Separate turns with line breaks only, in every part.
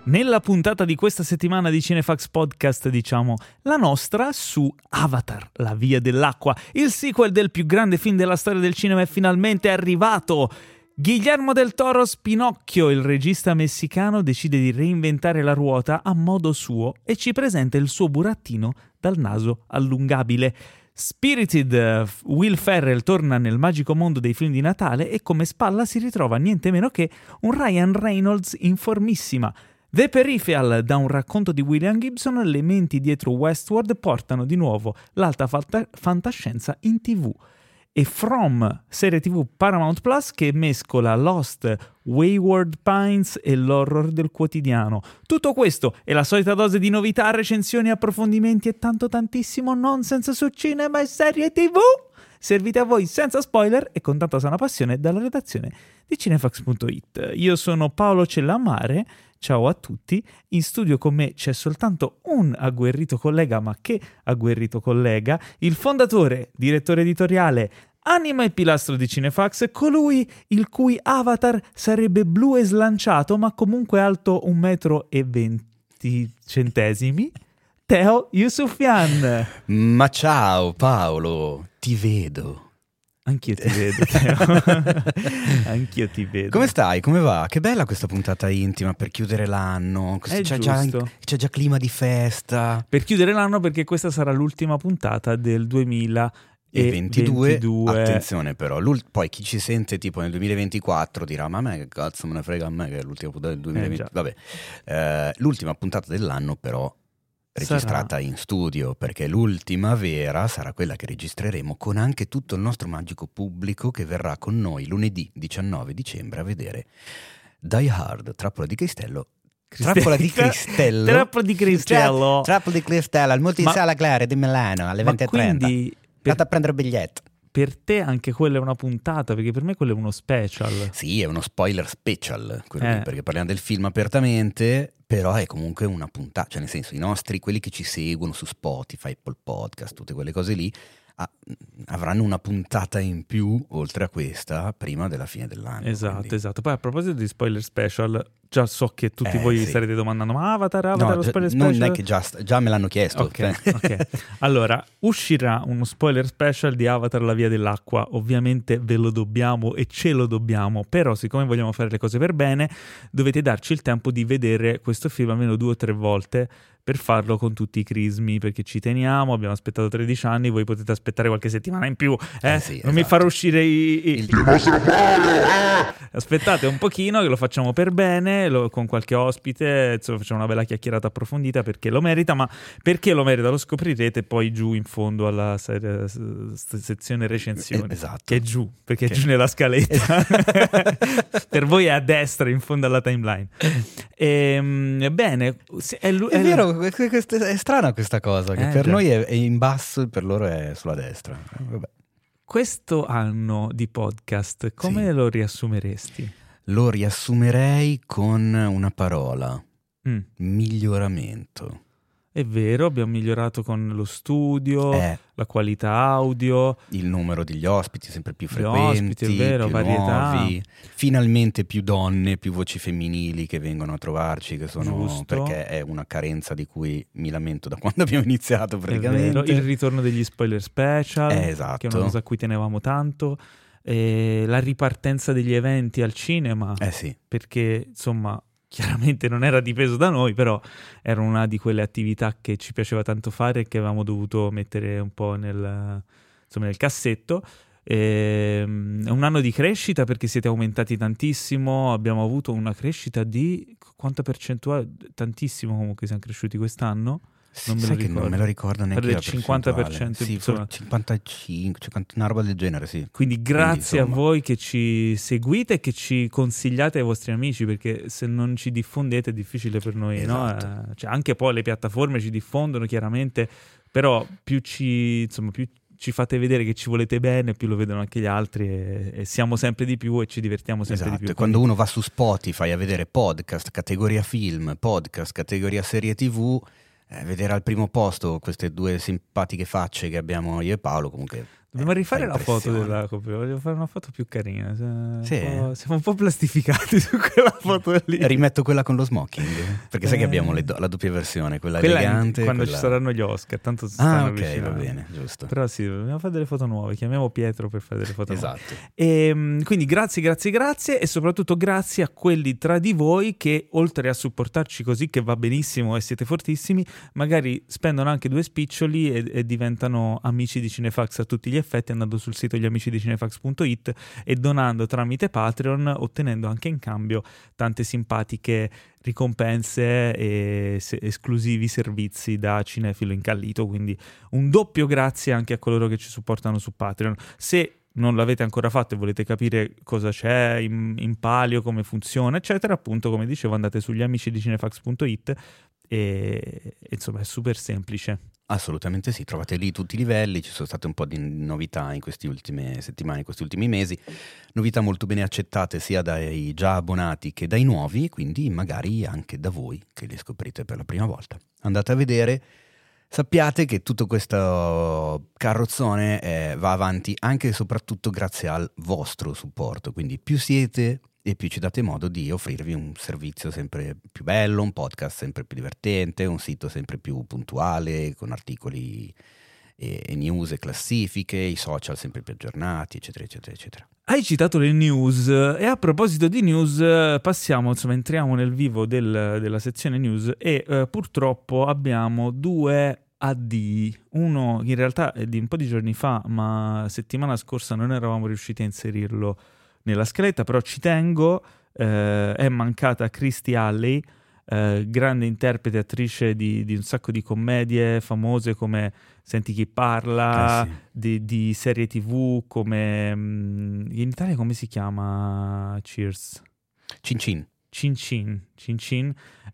Nella puntata di questa settimana di Cinefax Podcast diciamo la nostra su Avatar, la via dell'acqua. Il sequel del più grande film della storia del cinema è finalmente arrivato. Guillermo del Toro Pinocchio, il regista messicano, decide di reinventare la ruota a modo suo e ci presenta il suo burattino dal naso allungabile. Spirited, Will Ferrell torna nel magico mondo dei film di Natale e come spalla si ritrova niente meno che un Ryan Reynolds in formissima. The Peripheral, da un racconto di William Gibson, le menti dietro Westworld portano di nuovo l'alta fantascienza in TV. E From, serie TV Paramount Plus che mescola Lost, Wayward Pines e l'horror del quotidiano. Tutto questo e la solita dose di novità, recensioni, approfondimenti e tanto tantissimo nonsense su cinema e serie TV, servite a voi senza spoiler e con tanta sana passione dalla redazione di cinefax.it. Io sono Paolo Cellamare. Ciao a tutti, in studio con me c'è soltanto un agguerrito collega, ma che agguerrito collega, il fondatore, direttore editoriale, anima e pilastro di Cinefax, colui il cui avatar sarebbe blu e slanciato, ma comunque alto 1,20 m, Teo Yusufian.
Ma ciao Paolo, ti vedo.
Anch'io ti vedo, Teo. Anch'io ti vedo.
Come stai? Come va? Che bella questa puntata intima per chiudere l'anno. C'è già clima di festa.
Per chiudere l'anno, perché questa sarà l'ultima puntata del 2022.
Attenzione però, poi chi ci sente tipo nel 2024 dirà ma a me che cazzo me ne frega a me che è l'ultima puntata del 2020. Vabbè, l'ultima puntata dell'anno però registrata in studio, perché l'ultima vera sarà quella che registreremo con anche tutto il nostro magico pubblico che verrà con noi lunedì 19 dicembre a vedere Die Hard, Trappola di Cristello. Trappola di Cristello al Multisala Clare di Milano alle 20:30.
Quindi
andate a prendere il biglietto.
Per te anche quella è una puntata, perché per me quello è uno special.
Sì, è uno spoiler special, quello lì, perché parliamo del film apertamente, però è comunque una puntata, cioè nel senso quelli che ci seguono su Spotify, Apple Podcast, tutte quelle cose lì, avranno una puntata in più oltre a questa prima della fine dell'anno.
Esatto. Poi a proposito di spoiler special, già so che tutti voi starete domandando ma Avatar
no,
lo spoiler special?
Non è che già me l'hanno chiesto.
Ok. Allora, uscirà uno spoiler special di Avatar la via dell'acqua. Ovviamente ve lo dobbiamo e ce lo dobbiamo, però siccome vogliamo fare le cose per bene dovete darci il tempo di vedere questo film almeno 2 o 3 volte per farlo con tutti i crismi, perché ci teniamo, abbiamo aspettato 13 anni, voi potete aspettare qualche settimana in più, non mi farò uscire il nostro Paolo! Aspettate un pochino che lo facciamo per bene, con qualche ospite, insomma facciamo una bella chiacchierata approfondita perché lo merita, ma perché lo merita lo scoprirete poi giù in fondo alla sezione recensioni,
esatto.
Che è giù, perché è giù nella scaletta. Per voi è a destra in fondo alla timeline. Bene,
è vero, è strana questa cosa, che per noi è in basso e per loro è sulla destra. Vabbè.
Questo anno di podcast, come lo riassumeresti?
Lo riassumerei con una parola: miglioramento.
È vero, abbiamo migliorato con lo studio, la qualità audio,
il numero degli ospiti sempre più frequenti,
è vero,
più
varietà.
Nuovi, finalmente più donne, più voci femminili che vengono a trovarci, che sono
Giusto.
Perché è una carenza di cui mi lamento da quando abbiamo iniziato praticamente.
È vero. Il ritorno degli spoiler special,
esatto.
Che è una cosa a cui tenevamo tanto, la ripartenza degli eventi al cinema, perché insomma chiaramente non era dipeso da noi, però era una di quelle attività che ci piaceva tanto fare e che avevamo dovuto mettere un po' nel cassetto. È un anno di crescita perché siete aumentati tantissimo, abbiamo avuto una crescita di quanta percentuale? Tantissimo comunque siamo cresciuti quest'anno. Non
me lo ricordo neanche
per il 50%,
sì, 55, una roba del genere, sì.
Quindi grazie a voi che ci seguite e che ci consigliate ai vostri amici, perché se non ci diffondete è difficile per noi,
esatto.
No? Cioè, anche poi le piattaforme ci diffondono chiaramente, però più ci fate vedere che ci volete bene, più lo vedono anche gli altri e siamo sempre di più e ci divertiamo sempre di più.
Quando uno va su Spotify a vedere podcast categoria film, podcast categoria serie TV, vedere al primo posto queste 2 simpatiche facce che abbiamo io e Paolo, comunque
Dobbiamo rifare la foto della copertina, voglio fare una foto più carina. Siamo un po' plastificati su quella foto lì.
Rimetto quella con lo smoking, perché sai che abbiamo la doppia versione, quella elegante.
Quando ci saranno gli Oscar, tanto stanno
ok, va bene, giusto.
Però sì, dobbiamo fare delle foto nuove, chiamiamo Pietro per fare delle foto nuove.
Esatto.
E quindi grazie e soprattutto grazie a quelli tra di voi che oltre a supportarci così, che va benissimo e siete fortissimi, magari spendono anche 2 spiccioli e diventano amici di Cinefax a tutti gli effetti, andando sul sito gliamicidicinefax.it e donando tramite Patreon, ottenendo anche in cambio tante simpatiche ricompense e esclusivi servizi da cinefilo incallito. Quindi un doppio grazie anche a coloro che ci supportano su Patreon. Se non l'avete ancora fatto e volete capire cosa c'è in palio, come funziona eccetera, appunto come dicevo andate su gliamicidicinefax.it e insomma è super semplice.
Assolutamente sì, trovate lì tutti i livelli, ci sono state un po' di novità in queste ultime settimane, in questi ultimi mesi, novità molto bene accettate sia dai già abbonati che dai nuovi, quindi magari anche da voi che li scoprite per la prima volta. Andate a vedere, sappiate che tutto questo carrozzone va avanti anche e soprattutto grazie al vostro supporto, quindi più siete e più ci date modo di offrirvi un servizio sempre più bello, un podcast sempre più divertente, un sito sempre più puntuale, con articoli e news e classifiche, i social sempre più aggiornati, eccetera, eccetera, eccetera.
Hai citato le news e a proposito di news entriamo nel vivo della sezione news e purtroppo abbiamo 2 addii. Uno in realtà è di un po' di giorni fa, ma settimana scorsa non eravamo riusciti a inserirlo nella scaletta, però ci tengo, è mancata Kirstie Alley, grande interprete e attrice di un sacco di commedie famose come Senti chi parla,
sì.
di serie TV come in Italia come si chiama? Cheers?
Cin
Cin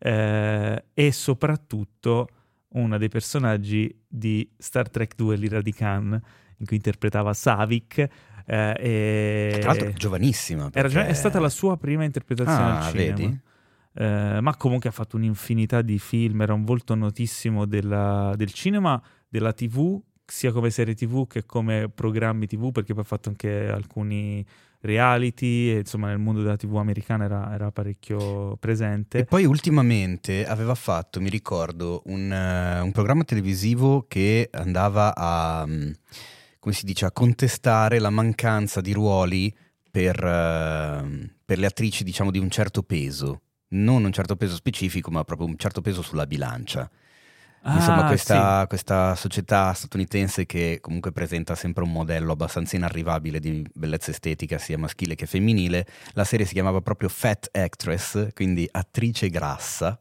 e soprattutto una dei personaggi di Star Trek 2 l'Ira di Khan, in cui interpretava Savick.
Tra l'altro giovanissima
è stata la sua prima interpretazione al cinema.
Vedi?
Ma comunque ha fatto un'infinità di film, era un volto notissimo del cinema, della TV, sia come serie TV che come programmi TV, perché poi ha fatto anche alcuni reality e insomma nel mondo della TV americana era parecchio presente.
E poi ultimamente aveva fatto, mi ricordo, un programma televisivo che andava a come si dice, a contestare la mancanza di ruoli per le attrici, diciamo, di un certo peso. Non un certo peso specifico, ma proprio un certo peso sulla bilancia. Insomma, questa società statunitense che comunque presenta sempre un modello abbastanza inarrivabile di bellezza estetica, sia maschile che femminile. La serie si chiamava proprio Fat Actress, quindi attrice grassa.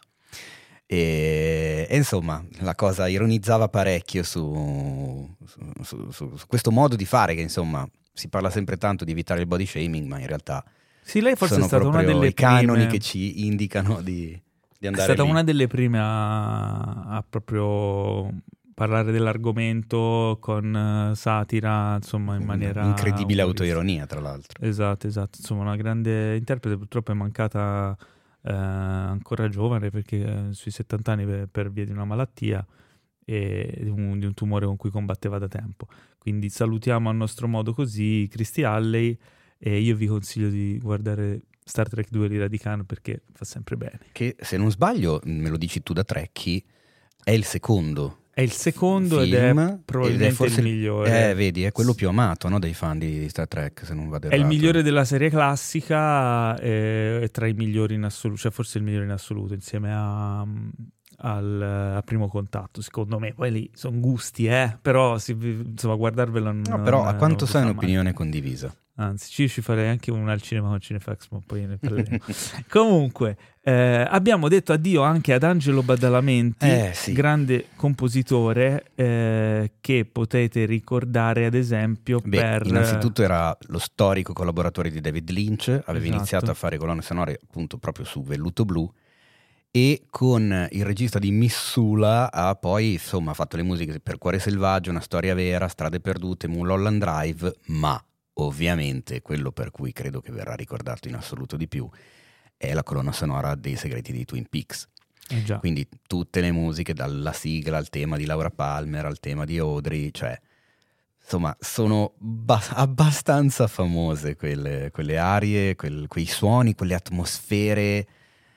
E insomma la cosa ironizzava parecchio su questo modo di fare, che insomma si parla sempre tanto di evitare il body shaming, ma in realtà
sì, lei forse
sono
è stata una delle
canoni che ci indicano di andare
è stata
lì.
una delle prime a proprio parlare dell'argomento con satira, insomma, in maniera
incredibile autoironia, tra l'altro.
Esatto, insomma una grande interprete, purtroppo è mancata ancora giovane, perché sui 70 anni per via di una malattia e di un tumore con cui combatteva da tempo. Quindi salutiamo a nostro modo così Kirstie Alley, e io vi consiglio di guardare Star Trek 2 l'Ira di Khan perché fa sempre bene.
Che se non sbaglio, me lo dici tu da Trekkie, è il secondo.
È il secondo
film,
ed è probabilmente
forse
il migliore.
Vedi, è quello più amato, no, dei fan di Star Trek, se non vado errato.
È il migliore della serie classica, è tra i migliori in assoluto, cioè forse il migliore in assoluto, insieme al Primo Contatto, secondo me. Poi lì sono gusti, però insomma guardarvelo
però a quanto sai è un'opinione condivisa.
Anzi, ci farei anche una al cinema con Cinefax, ma poi ne parleremo. Comunque, abbiamo detto addio anche ad Angelo Badalamenti,
sì.
grande compositore, che potete ricordare ad esempio per...
Innanzitutto era lo storico collaboratore di David Lynch, aveva
Esatto.
iniziato a fare colonne sonore appunto proprio su Velluto Blu, e con il regista di Missula ha poi insomma fatto le musiche per Cuore Selvaggio, Una storia vera, Strade perdute, Mulholland Drive, ma ovviamente quello per cui credo che verrà ricordato in assoluto di più è la colonna sonora dei Segreti di Twin Peaks.
Già.
Quindi tutte le musiche, dalla sigla al tema di Laura Palmer al tema di Audrey, cioè insomma, sono abbastanza famose quelle arie, quei suoni, quelle atmosfere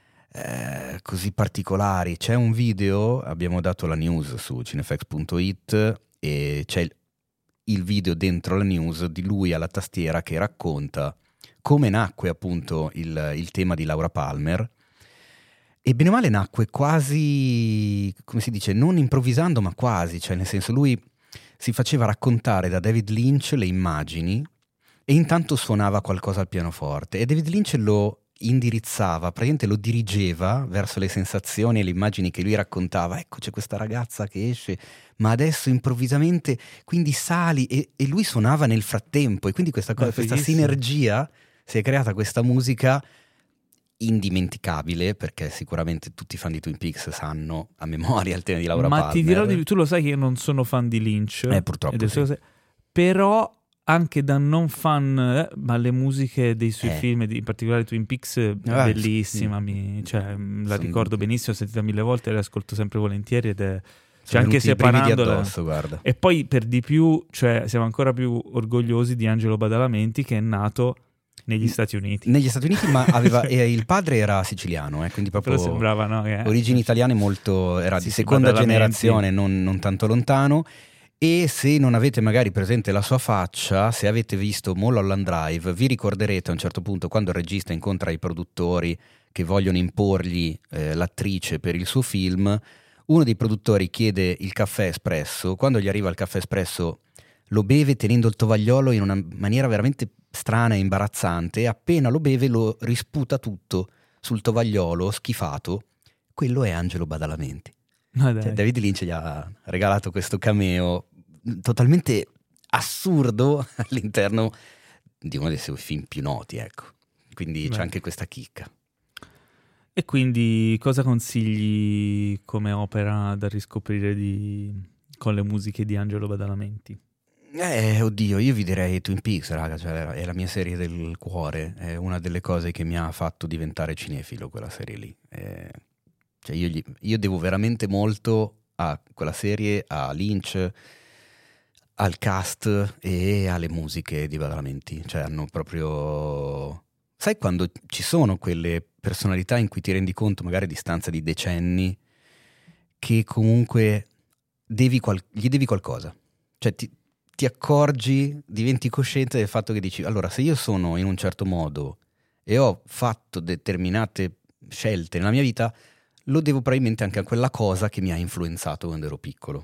così particolari. C'è un video, abbiamo dato la news su cinefx.it e c'è il video dentro la news di lui alla tastiera che racconta come nacque appunto il tema di Laura Palmer. E bene o male nacque quasi, come si dice, non improvvisando ma quasi, cioè nel senso lui si faceva raccontare da David Lynch le immagini e intanto suonava qualcosa al pianoforte e David Lynch lo indirizzava, praticamente lo dirigeva verso le sensazioni e le immagini che lui raccontava. Ecco, c'è questa ragazza che esce, ma adesso improvvisamente quindi sali e lui suonava nel frattempo e quindi questa sinergia, si è creata questa musica indimenticabile, perché sicuramente tutti i fan di Twin Peaks sanno a memoria il tema di Laura Palmer.
Ma ti dirò tu lo sai che io non sono fan di Lynch,
purtroppo sì.
Però anche da non fan, ma le musiche dei suoi film, in particolare Twin Peaks, bellissima, la ricordo benissimo, ho sentita 1000 volte, la ascolto sempre volentieri ed è... Cioè anche separandola
addosso, guarda.
E poi per di più, cioè siamo ancora più orgogliosi di Angelo Badalamenti, che è nato negli Stati Uniti.
Negli Stati Uniti, ma aveva il padre era siciliano, quindi proprio
però sembrava, no?
Origini italiane molto, era di seconda generazione, non tanto lontano. E se non avete magari presente la sua faccia, se avete visto Mulholland Drive, vi ricorderete a un certo punto quando il regista incontra i produttori che vogliono imporgli l'attrice per il suo film. Uno dei produttori chiede il caffè espresso, quando gli arriva il caffè espresso lo beve tenendo il tovagliolo in una maniera veramente strana e imbarazzante e appena lo beve lo risputa tutto sul tovagliolo schifato. Quello è Angelo Badalamenti. Cioè, David Lynch gli ha regalato questo cameo totalmente assurdo all'interno di uno dei suoi film più noti, ecco. Quindi c'è anche questa chicca.
E quindi cosa consigli come opera da riscoprire con le musiche di Angelo Badalamenti?
Oddio, io vi direi Twin Peaks, raga, cioè è la mia serie del cuore, è una delle cose che mi ha fatto diventare cinefilo quella serie lì. Cioè io devo veramente molto a quella serie, a Lynch, al cast e alle musiche di Badalamenti. Cioè hanno proprio... Sai quando ci sono quelle personalità in cui ti rendi conto, magari a distanza di decenni, che comunque gli devi qualcosa? Cioè ti accorgi, diventi cosciente del fatto che dici, allora se io sono in un certo modo e ho fatto determinate scelte nella mia vita, lo devo probabilmente anche a quella cosa che mi ha influenzato quando ero piccolo.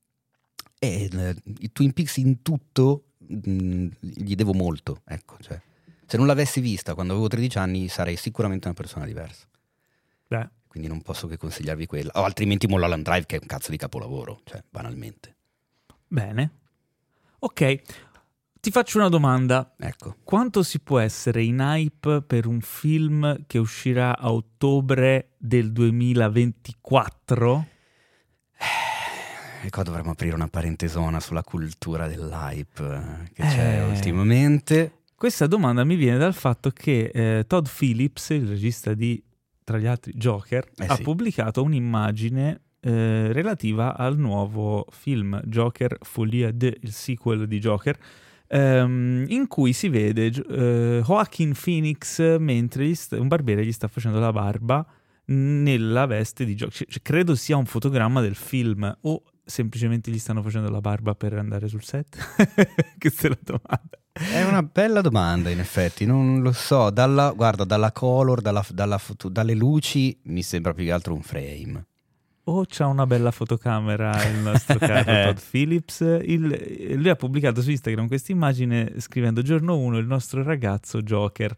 E i Twin Peaks in tutto gli devo molto, ecco, cioè. Se non l'avessi vista quando avevo 13 anni sarei sicuramente una persona diversa.
Beh.
Quindi non posso che consigliarvi quella. O altrimenti Mulholland Drive, che è un cazzo di capolavoro, cioè banalmente.
Bene. Ok, ti faccio una domanda.
Ecco.
Quanto si può essere in hype per un film che uscirà a ottobre del 2024?
E qua dovremmo aprire una parentesona sulla cultura dell'hype che c'è ultimamente.
Questa domanda mi viene dal fatto che Todd Phillips, il regista di, tra gli altri, Joker, ha pubblicato un'immagine relativa al nuovo film Joker Folie 2, il sequel di Joker, in cui si vede Joaquin Phoenix mentre un barbiere gli sta facendo la barba nella veste di Joker. Cioè, credo sia un fotogramma del film o semplicemente gli stanno facendo la barba per andare sul set? Questa è la domanda.
È una bella domanda, in effetti, non lo so. Dalla color, dalle luci, mi sembra più che altro un frame.
O c'ha una bella fotocamera il nostro caro Todd Phillips. Lui ha pubblicato su Instagram questa immagine scrivendo: giorno 1, il nostro ragazzo Joker.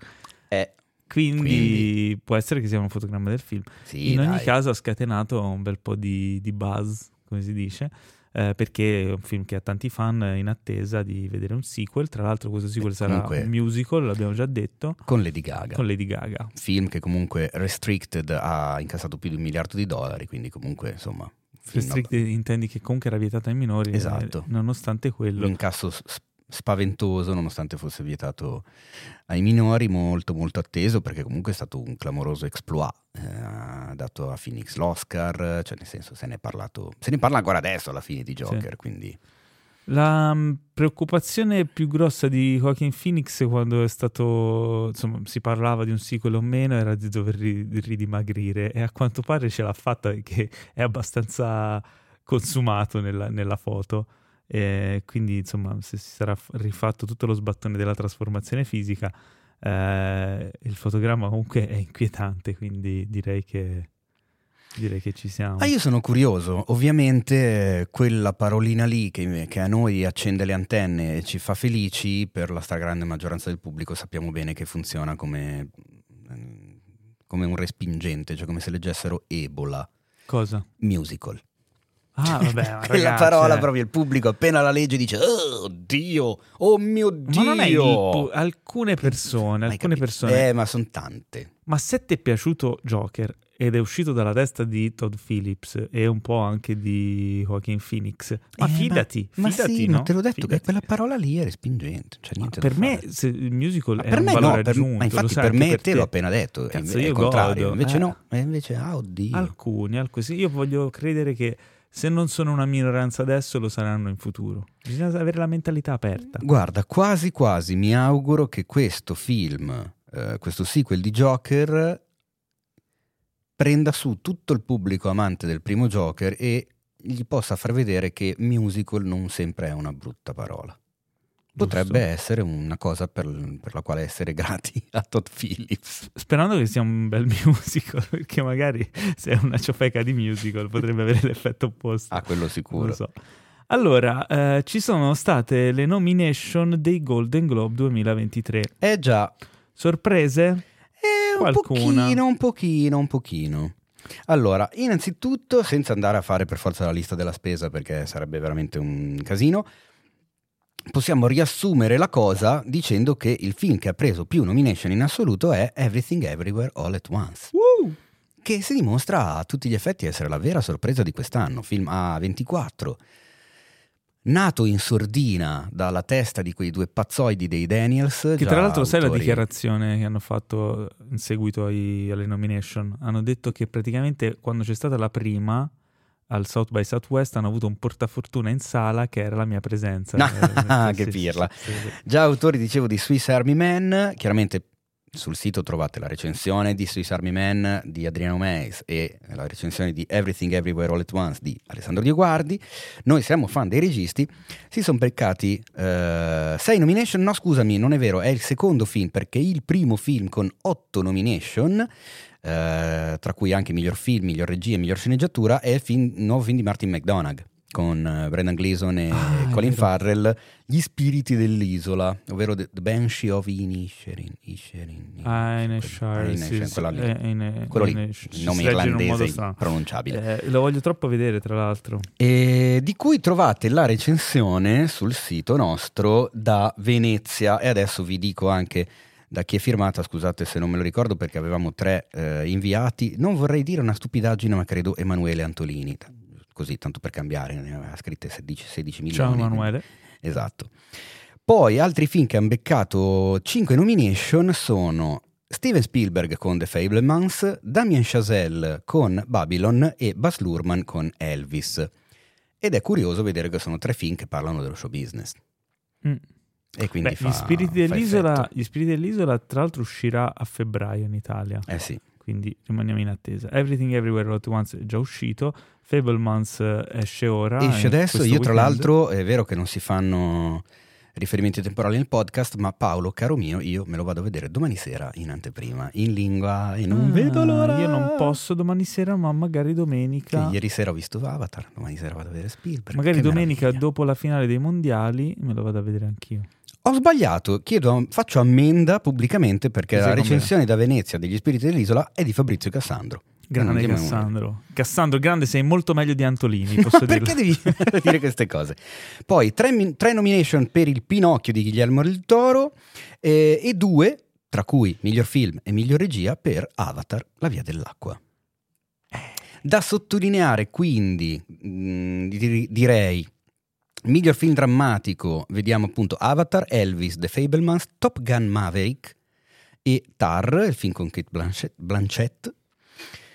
Quindi può essere che sia un fotogramma del film.
Sì,
in ogni caso ha scatenato un bel po' di buzz, come si dice, perché è un film che ha tanti fan in attesa di vedere un sequel. Tra l'altro questo sequel sarà un musical, l'abbiamo già detto,
con Lady Gaga.
Film
che comunque Restricted ha incassato più di $1 miliardo, quindi comunque insomma
Restricted intendi che comunque era vietata ai minori.
Esatto.
Nonostante quello,
un incasso spaventoso, nonostante fosse vietato ai minori, molto molto atteso, perché comunque è stato un clamoroso exploit. Ha dato a Phoenix l'Oscar, cioè nel senso se ne parla ancora adesso alla fine di Joker, quindi
La preoccupazione più grossa di Joaquin Phoenix quando è stato, insomma, si parlava di un sequel o meno era di dover ridimagrire, e a quanto pare ce l'ha fatta, perché è abbastanza consumato nella foto, e quindi insomma se si sarà rifatto tutto lo sbattone della trasformazione fisica, il fotogramma comunque è inquietante, quindi direi che ci siamo.
Io sono curioso, ovviamente quella parolina lì che a noi accende le antenne e ci fa felici, per la stragrande maggioranza del pubblico sappiamo bene che funziona come un respingente, cioè come se leggessero Ebola.
Cosa?
Musical.
Ah, vabbè,
quella parola proprio il pubblico appena la legge dice oh Dio, oh mio Dio.
Ma non è alcune persone.
Ma sono tante.
Ma se ti è piaciuto Joker ed è uscito dalla testa di Todd Phillips e un po' anche di Joaquin Phoenix, ma fidati,
sì,
no?
Ma te l'ho detto,
fidati.
Che quella parola lì è respingente, cioè niente
per
da
me
fare.
se il musical è
per
un
me
valore
no,
aggiunto,
ma infatti
lo sai,
per me
perché
te l'ho appena detto,
cazzo,
è
io
il contrario,
godo,
invece no, invece oddio.
Alcuni, io voglio credere che se non sono una minoranza adesso lo saranno in futuro. Bisogna avere la mentalità aperta.
Guarda, quasi quasi mi auguro che questo film, questo sequel di Joker, prenda su tutto il pubblico amante del primo Joker e gli possa far vedere che musical non sempre è una brutta parola. Potrebbe essere una cosa per la quale essere grati a Todd Phillips.
Sperando che sia un bel musical, perché magari se è una ciofeca di musical potrebbe avere l'effetto opposto.
Ah, quello sicuro.
Non lo so. Allora, ci sono state le nomination dei Golden Globe 2023.
Già.
Sorprese?
Un pochino. Allora, innanzitutto, senza andare a fare per forza la lista della spesa, perché sarebbe veramente un casino, possiamo riassumere la cosa dicendo che il film che ha preso più nomination in assoluto è Everything Everywhere All at Once, che si dimostra a tutti gli effetti essere la vera sorpresa di quest'anno. Film A24, nato in sordina dalla testa di quei due pazzoidi dei Daniels,
che tra l'altro sai la
autori...
dichiarazione che hanno fatto in seguito alle nomination? Hanno detto che praticamente quando c'è stata la prima al South by Southwest hanno avuto un portafortuna in sala che era la mia presenza.
Che pirla. Sì. Già autori, dicevo, di Swiss Army Man. Chiaramente sul sito trovate la recensione di Swiss Army Man di Adriano Meis e la recensione di Everything Everywhere All at Once di Alessandro Dioguardi. Noi siamo fan dei registi. Si sono beccati 6 nomination. No, scusami, non è vero, è il secondo film, perché il primo film con 8 nomination, tra cui anche miglior film, miglior regia e miglior sceneggiatura, è il nuovo film di Martin McDonagh con Brendan Gleeson e Colin Farrell, Gli spiriti dell'isola, ovvero The Banshee of Inisherin. Quello lì, nome irlandese impronunciabile.
Lo voglio troppo vedere, tra l'altro.
E di cui trovate la recensione sul sito nostro da Venezia, e adesso vi dico anche da chi è firmata, scusate se non me lo ricordo perché avevamo 3 inviati, non vorrei dire una stupidaggine ma credo Emanuele Antolini, così tanto per cambiare, ne aveva scritte 16 milioni.
Ciao Emanuele.
Esatto. Poi altri film che hanno beccato 5 nomination sono Steven Spielberg con The Fabelmans, Damien Chazelle con Babylon e Baz Luhrmann con Elvis. Ed è curioso vedere che sono 3 film che parlano dello show business. E quindi
Gli spiriti dell'isola tra l'altro uscirà a febbraio in Italia.
Sì.
Quindi rimaniamo in attesa. Everything Everywhere All at Once è già uscito, Fabelmans esce ora.
Esce adesso. Io tra
weekend.
l'altro è vero che non si fanno riferimenti temporali nel podcast, ma Paolo, caro mio, io me lo vado a vedere domani sera in anteprima, in lingua, e non vedo l'ora.
Io non posso domani sera, ma magari domenica.
Che ieri sera ho visto Avatar, domani sera vado a vedere Spielberg.
Magari domenica dopo la finale dei mondiali me lo vado a vedere anch'io.
Ho sbagliato, faccio ammenda pubblicamente perché la recensione da Venezia degli spiriti dell'isola è di Fabrizio Cassandro.
Grande Cassandro. Cassandro, grande, sei molto meglio di Antolini, posso dirlo.
Perché devi dire queste cose? Poi 3 nomination per il Pinocchio di Guillermo del Toro e 2, tra cui miglior film e miglior regia, per Avatar, La via dell'acqua. Da sottolineare quindi, direi, miglior film drammatico, vediamo appunto Avatar, Elvis, The Fabelmans, Top Gun Maverick e Tar, il film con Kate Blanchett.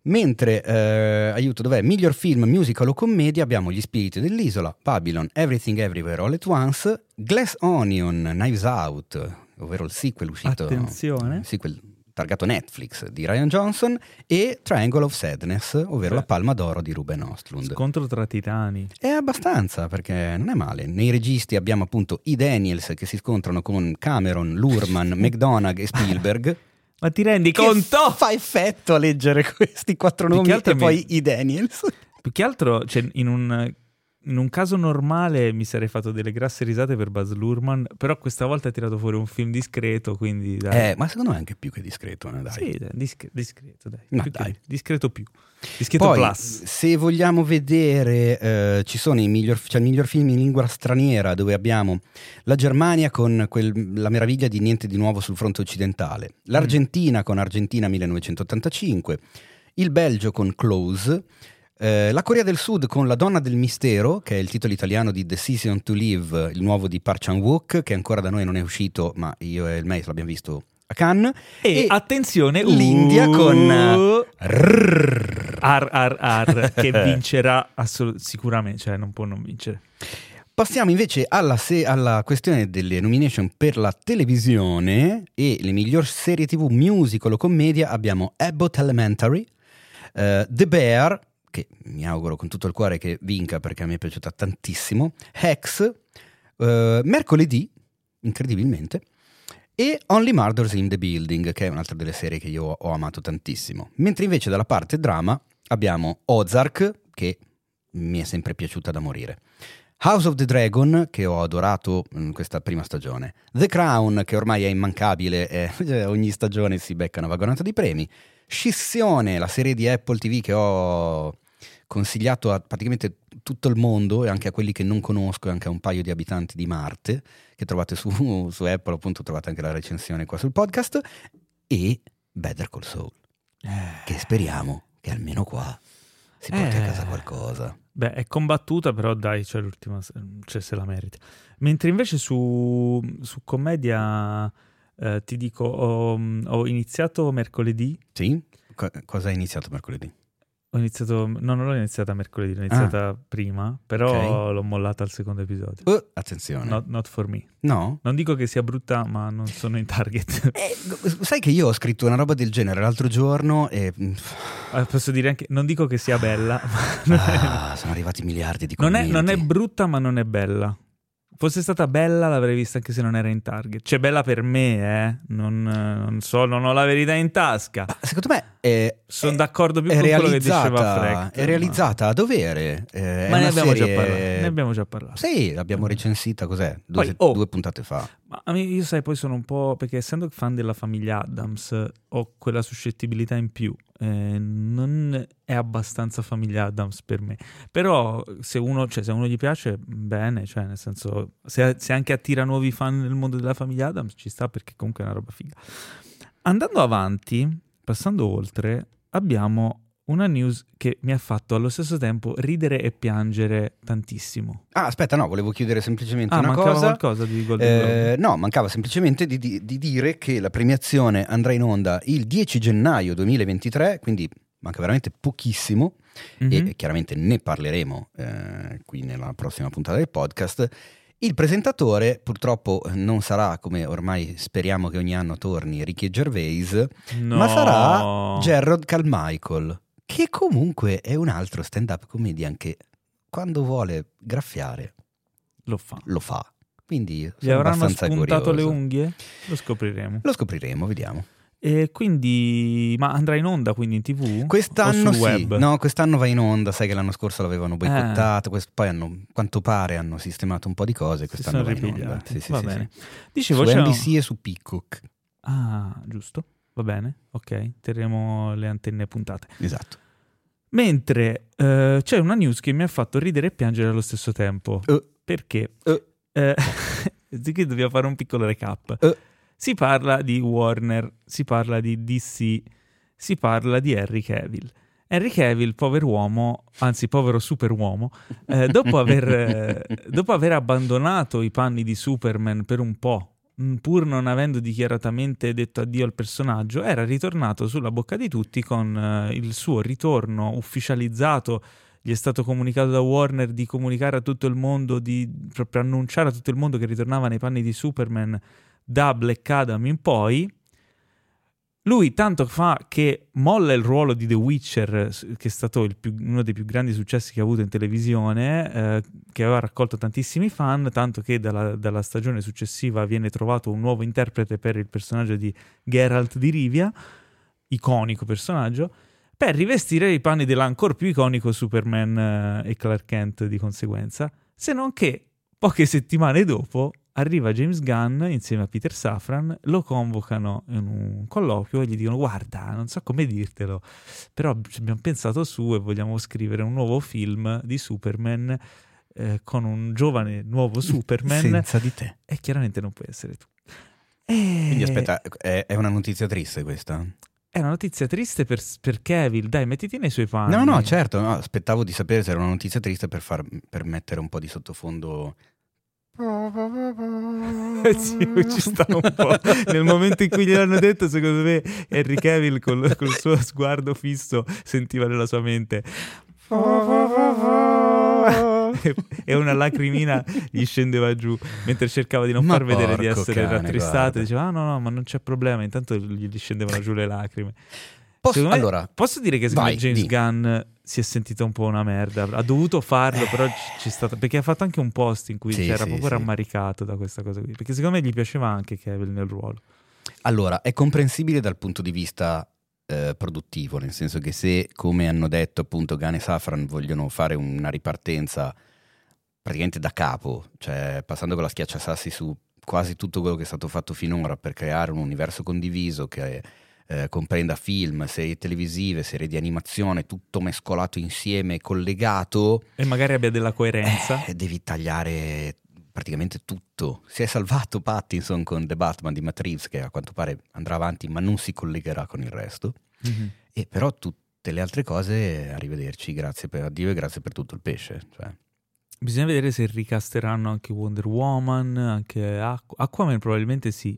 Mentre, aiuto, dov'è? Miglior film, musical o commedia abbiamo Gli spiriti dell'isola, Babylon, Everything Everywhere All at Once, Glass Onion, Knives Out, ovvero il sequel uscito,
attenzione,
sequel targato Netflix di Rian Johnson, e Triangle of Sadness, ovvero la Palma d'Oro di Ruben Östlund.
Scontro tra titani.
È abbastanza, perché non è male. Nei registi abbiamo appunto i Daniels che si scontrano con Cameron, Luhrmann, McDonagh e Spielberg.
Ma ti rendi conto?
Fa effetto a leggere questi 4 nomi e poi i Daniels.
Più che altro, cioè, in un caso normale mi sarei fatto delle grasse risate per Baz Luhrmann, però questa volta ha tirato fuori un film discreto, quindi dai.
Ma secondo me è anche più che discreto, dai.
Sì, discreto, dai.
Ma dai.
Discreto più. Discreto
poi,
plus.
Se vogliamo vedere, ci sono c'è il miglior film in lingua straniera, dove abbiamo la Germania con la meraviglia di Niente di nuovo sul fronte occidentale, l'Argentina con Argentina 1985, il Belgio con Close, la Corea del Sud con La donna del mistero, che è il titolo italiano di Decision to Live, il nuovo di Park Chan-wook, che ancora da noi non è uscito, ma io e il Meis l'abbiamo visto a Cannes.
E attenzione,
l'India con
che vincerà sicuramente, cioè non può non vincere.
Passiamo invece alla questione delle nomination per la televisione, e le miglior serie TV, musical o commedia abbiamo Abbott Elementary, The Bear, che mi auguro con tutto il cuore che vinca perché a me è piaciuta tantissimo, Hex, Mercoledì, incredibilmente, e Only Murders in the Building, che è un'altra delle serie che io ho amato tantissimo. Mentre invece dalla parte drama abbiamo Ozark, che mi è sempre piaciuta da morire, House of the Dragon, che ho adorato in questa prima stagione, The Crown, che ormai è immancabile, ogni stagione si becca una vagonata di premi, Scissione, la serie di Apple TV che ho consigliato a praticamente tutto il mondo e anche a quelli che non conosco e anche a un paio di abitanti di Marte, che trovate su Apple, appunto trovate anche la recensione qua sul podcast, e Better Call Saul, che speriamo che almeno qua si porti a casa qualcosa.
Beh, è combattuta, però dai, cioè l'ultima, cioè se la merita. Mentre invece su commedia ti dico, ho iniziato mercoledì.
Sì? Cosa hai iniziato mercoledì?
Non l'ho iniziata mercoledì, l'ho iniziata prima, però l'ho mollata al secondo episodio.
Attenzione.
Not for me.
No?
Non dico che sia brutta, ma non sono in target.
Sai che io ho scritto una roba del genere l'altro giorno e...
Posso dire anche, non dico che sia bella.
Sono arrivati miliardi di commenti.
Non è brutta, ma non è bella. Fosse stata bella l'avrei vista anche se non era in target. Cioè bella per me, non so, non ho la verità in tasca.
Ma secondo me
sono d'accordo più con quello che diceva Frecht.
È realizzata a dovere.
Ma ne abbiamo già parlato.
Sì, l'abbiamo recensita, cos'è? Due puntate fa.
Ma io sai, poi sono un po', perché essendo fan della famiglia Addams ho quella suscettibilità in più. Non è abbastanza famiglia Addams per me, però se uno gli piace, bene, cioè nel senso, se anche attira nuovi fan nel mondo della famiglia Addams ci sta, perché comunque è una roba figa. Andando avanti, passando oltre, abbiamo una news che mi ha fatto allo stesso tempo ridere e piangere tantissimo.
Aspetta, no, volevo chiudere semplicemente una
mancava
cosa.
Qualcosa di Golden Globe?
No, mancava semplicemente di dire che la premiazione andrà in onda il 10 gennaio 2023, quindi manca veramente pochissimo, e chiaramente ne parleremo qui nella prossima puntata del podcast. Il presentatore purtroppo non sarà, come ormai speriamo che ogni anno torni, Ricky Gervais, ma sarà Gerard Carmichael, che comunque è un altro stand-up comedian che quando vuole graffiare lo fa. Quindi
gli avranno spuntato
curioso.
Le unghie? Lo scopriremo,
vediamo.
E quindi, ma andrà in onda quindi in TV?
Quest'anno
o sul
sì,
web?
No, quest'anno va in onda, sai che l'anno scorso l'avevano boicottato, poi quanto pare hanno sistemato un po' di cose, quest'anno va in onda. Sì,
va bene.
Sì.
Dicevo,
su NBC e su Peacock.
Ah, giusto, va bene, ok, terremo le antenne puntate.
Esatto.
Mentre c'è una news che mi ha fatto ridere e piangere allo stesso tempo. Perché? Che dobbiamo fare un piccolo recap. Si parla di Warner, si parla di DC, si parla di Henry Cavill. Henry Cavill, pover'uomo, anzi povero superuomo, dopo aver abbandonato i panni di Superman per un po', pur non avendo dichiaratamente detto addio al personaggio, era ritornato sulla bocca di tutti con il suo ritorno ufficializzato. Gli è stato comunicato da Warner di comunicare a tutto il mondo, di proprio annunciare a tutto il mondo che ritornava nei panni di Superman da Black Adam in poi. Lui tanto fa che molla il ruolo di The Witcher, che è stato uno dei più grandi successi che ha avuto in televisione, che aveva raccolto tantissimi fan, tanto che dalla stagione successiva viene trovato un nuovo interprete per il personaggio di Geralt di Rivia, iconico personaggio, per rivestire i panni dell'ancor più iconico Superman e Clark Kent di conseguenza, se non che poche settimane dopo arriva James Gunn insieme a Peter Safran, lo convocano in un colloquio e gli dicono: guarda, non so come dirtelo, però ci abbiamo pensato su e vogliamo scrivere un nuovo film di Superman con un giovane nuovo Superman
senza di te.
E chiaramente non puoi essere tu.
Quindi aspetta, è una notizia triste questa?
È una notizia triste per Cavill, dai, mettiti nei suoi panni.
No, certo, no, aspettavo di sapere se era una notizia triste per mettere un po' di sottofondo.
Sì, ci sta un po'. Nel momento in cui gliel'hanno detto, secondo me Henry Cavill col suo sguardo fisso sentiva nella sua mente e una lacrimina gli scendeva giù mentre cercava di non far vedere di essere rattristato. Diceva: no, ma non c'è problema. Intanto gli scendevano giù le lacrime. Posso dire che secondo me James Gunn si è sentito un po' una merda. Ha dovuto farlo, però c'è stato, perché ha fatto anche un post in cui era proprio rammaricato da questa cosa qui, perché secondo me gli piaceva anche Cavill nel ruolo.
Allora, è comprensibile dal punto di vista produttivo, nel senso che se, come hanno detto appunto Gunn e Safran, vogliono fare una ripartenza praticamente da capo, cioè passando con la schiacciasassi su quasi tutto quello che è stato fatto finora per creare un universo condiviso che comprenda film, serie televisive, serie di animazione, tutto mescolato insieme, collegato,
e magari abbia della coerenza,
devi tagliare praticamente tutto. Si è salvato Pattinson con The Batman di Matt Reeves, che a quanto pare andrà avanti ma non si collegherà con il resto, e però tutte le altre cose, arrivederci, grazie per addio e grazie per tutto il pesce, cioè.
Bisogna vedere se ricasteranno anche Wonder Woman, anche Aquaman probabilmente sì.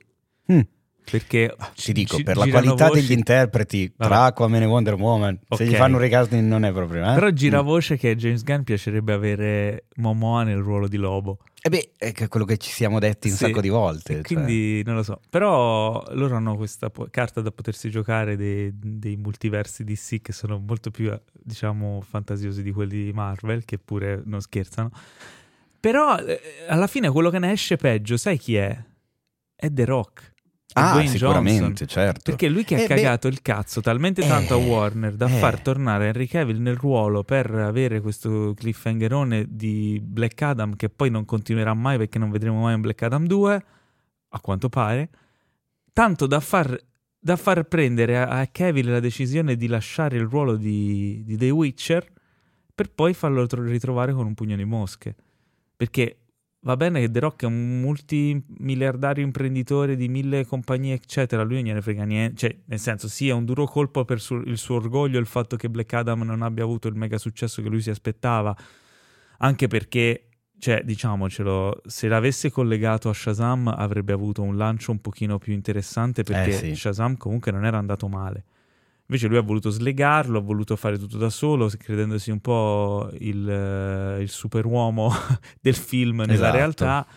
Perché
ti dico, per la qualità degli interpreti tra Aquaman e Wonder Woman, se gli fanno un recasting non è proprio
però gira voce che a James Gunn piacerebbe avere Momoa nel ruolo di Lobo.
È quello che ci siamo detti un sacco di volte,
quindi non lo so, però loro hanno questa carta da potersi giocare dei multiversi DC che sono molto più, diciamo, fantasiosi di quelli di Marvel, che pure non scherzano. Però alla fine quello che ne esce peggio, sai chi è? È The Rock.
Sicuramente,
Johnson,
certo.
Perché lui che ha cagato il cazzo talmente tanto a Warner da far tornare Henry Cavill nel ruolo per avere questo cliffhangerone di Black Adam, che poi non continuerà mai perché non vedremo mai un Black Adam 2, a quanto pare, tanto da far prendere a Cavill la decisione di lasciare il ruolo di The Witcher per poi farlo ritrovare con un pugno di mosche. Perché va bene che The Rock è un multimiliardario imprenditore di 1000 compagnie, eccetera, lui non gliene frega niente, cioè, nel senso, sì, è un duro colpo per il suo orgoglio il fatto che Black Adam non abbia avuto il mega successo che lui si aspettava, anche perché, cioè, diciamocelo, se l'avesse collegato a Shazam avrebbe avuto un lancio un pochino più interessante, perché Shazam comunque non era andato male. Invece lui ha voluto slegarlo, ha voluto fare tutto da solo, credendosi un po' il superuomo del film nella realtà,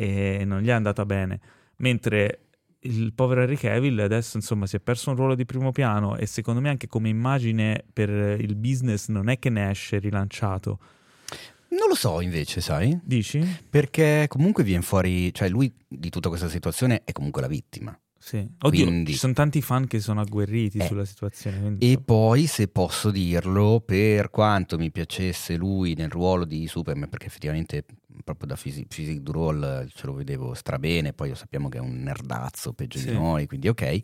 e non gli è andata bene. Mentre il povero Henry Cavill adesso, insomma, si è perso un ruolo di primo piano, e secondo me anche come immagine per il business non è che ne esce rilanciato.
Non lo so invece, sai?
Dici?
Perché comunque viene fuori, cioè lui di tutta questa situazione è comunque la vittima.
Sì. Oddio, ci sono tanti fan che sono agguerriti sulla situazione.
E poi, se posso dirlo, per quanto mi piacesse lui nel ruolo di Superman, perché effettivamente proprio da physique du role ce lo vedevo strabene, poi lo sappiamo che è un nerdazzo peggio di noi, quindi ok.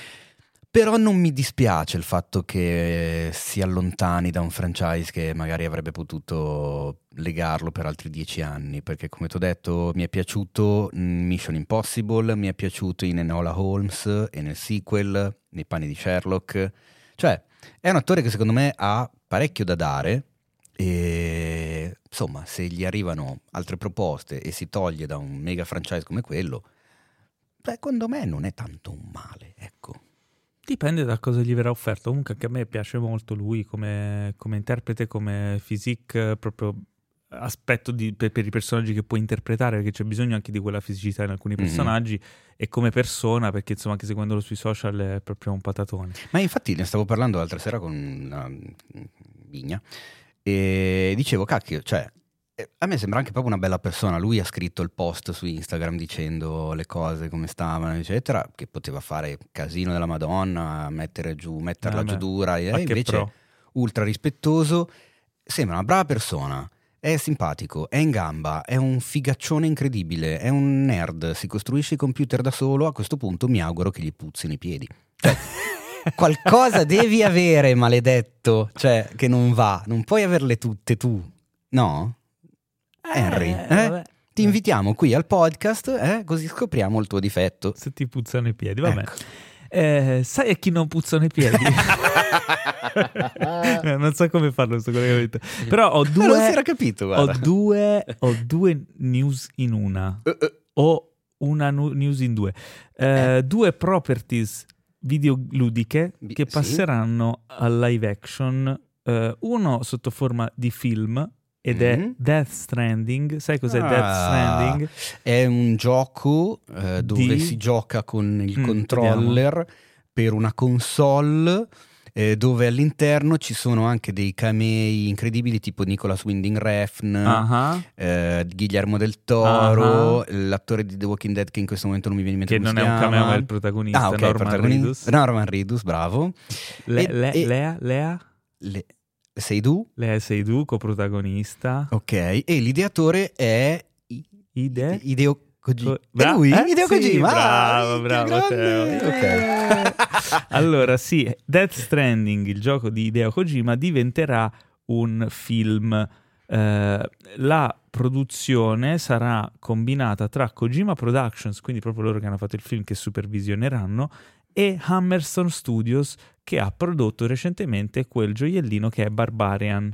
Però non mi dispiace il fatto che si allontani da un franchise che magari avrebbe potuto legarlo per altri 10 anni, perché come ti ho detto mi è piaciuto Mission Impossible, mi è piaciuto in Enola Holmes e nel sequel, nei panni di Sherlock, cioè è un attore che secondo me ha parecchio da dare, e insomma se gli arrivano altre proposte e si toglie da un mega franchise come quello, secondo me non è tanto un male, ecco.
Dipende da cosa gli verrà offerto. Comunque anche a me piace molto lui come interprete, come physique, proprio aspetto per i personaggi che può interpretare, perché c'è bisogno anche di quella fisicità in alcuni personaggi, e come persona, perché insomma anche seguendolo sui social è proprio un patatone.
Ma infatti ne stavo parlando l'altra sera con Vigna e dicevo, cacchio, cioè a me sembra anche proprio una bella persona. Lui ha scritto il post su Instagram dicendo le cose come stavano, eccetera, che poteva fare casino della Madonna, metterla giù dura, e invece ultra rispettoso, sembra una brava persona, è simpatico, è in gamba, è un figaccione incredibile, è un nerd, si costruisce i computer da solo. A questo punto mi auguro che gli puzzino i piedi. Cioè, qualcosa devi avere, maledetto, cioè che non va, non puoi averle tutte tu, no? Henry, ti invitiamo qui al podcast, così scopriamo il tuo difetto.
Se ti puzzano i piedi, vabbè. Ecco. Sai a chi non puzzano i piedi? Non so come farlo questo collegamento. Però ho due.
Non si era capito, guarda.
Ho due news in una. O una news in due. Due properties videoludiche che passeranno al live action. Uno sotto forma di film. Ed è Death Stranding. Sai cos'è Death Stranding?
È un gioco dove si gioca con il controller per una console, dove all'interno ci sono anche dei camei incredibili tipo Nicolas Winding Refn, Guillermo del Toro, l'attore di The Walking Dead che in questo momento non mi viene in mente
che non è un cameo ma è il protagonista,
Norman Reedus, bravo.
Lea
Lea
Seydoux, coprotagonista.
Ok, e l'ideatore è Hideo Kojima.
È
lui? Hideo Kojima.
Bravo Matteo.
Ok.
Allora sì, Death Stranding, il gioco di Hideo Kojima, diventerà un film. La produzione sarà combinata tra Kojima Productions, quindi proprio loro che hanno fatto il film, che supervisioneranno, e Hammerstone Studios, che ha prodotto recentemente quel gioiellino che è Barbarian.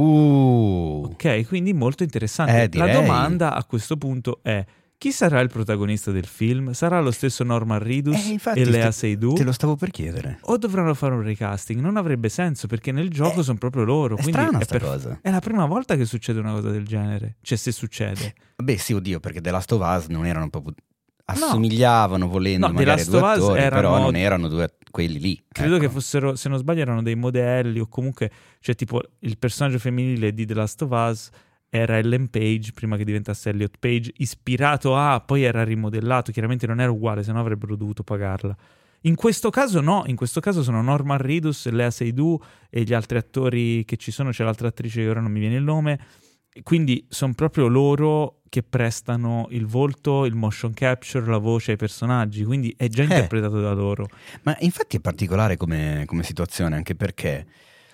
Ok, quindi molto interessante. La domanda a questo punto è: chi sarà il protagonista del film? Sarà lo stesso Norman Reedus e Lea Seydoux?
Te lo stavo per chiedere.
O dovranno fare un recasting? Non avrebbe senso, perché nel gioco sono proprio loro.
È strana sta cosa.
È la prima volta che succede una cosa del genere. Cioè, se succede.
Beh, sì, oddio, perché The Last of Us non erano proprio... assomigliavano volendo magari due attori, però non erano quelli lì.
Credo che fossero, se non sbaglio, erano dei modelli, o comunque, cioè tipo il personaggio femminile di The Last of Us era Ellen Page prima che diventasse Elliot Page, ispirato poi era rimodellato, chiaramente non era uguale, se no avrebbero dovuto pagarla. In questo caso no, in questo caso sono Norman Reedus, Lea Seydoux e gli altri attori che ci sono, c'è l'altra attrice che ora non mi viene il nome, quindi sono proprio loro che prestano il volto, il motion capture, la voce ai personaggi, quindi è già interpretato da loro.
Ma infatti è particolare come situazione, anche perché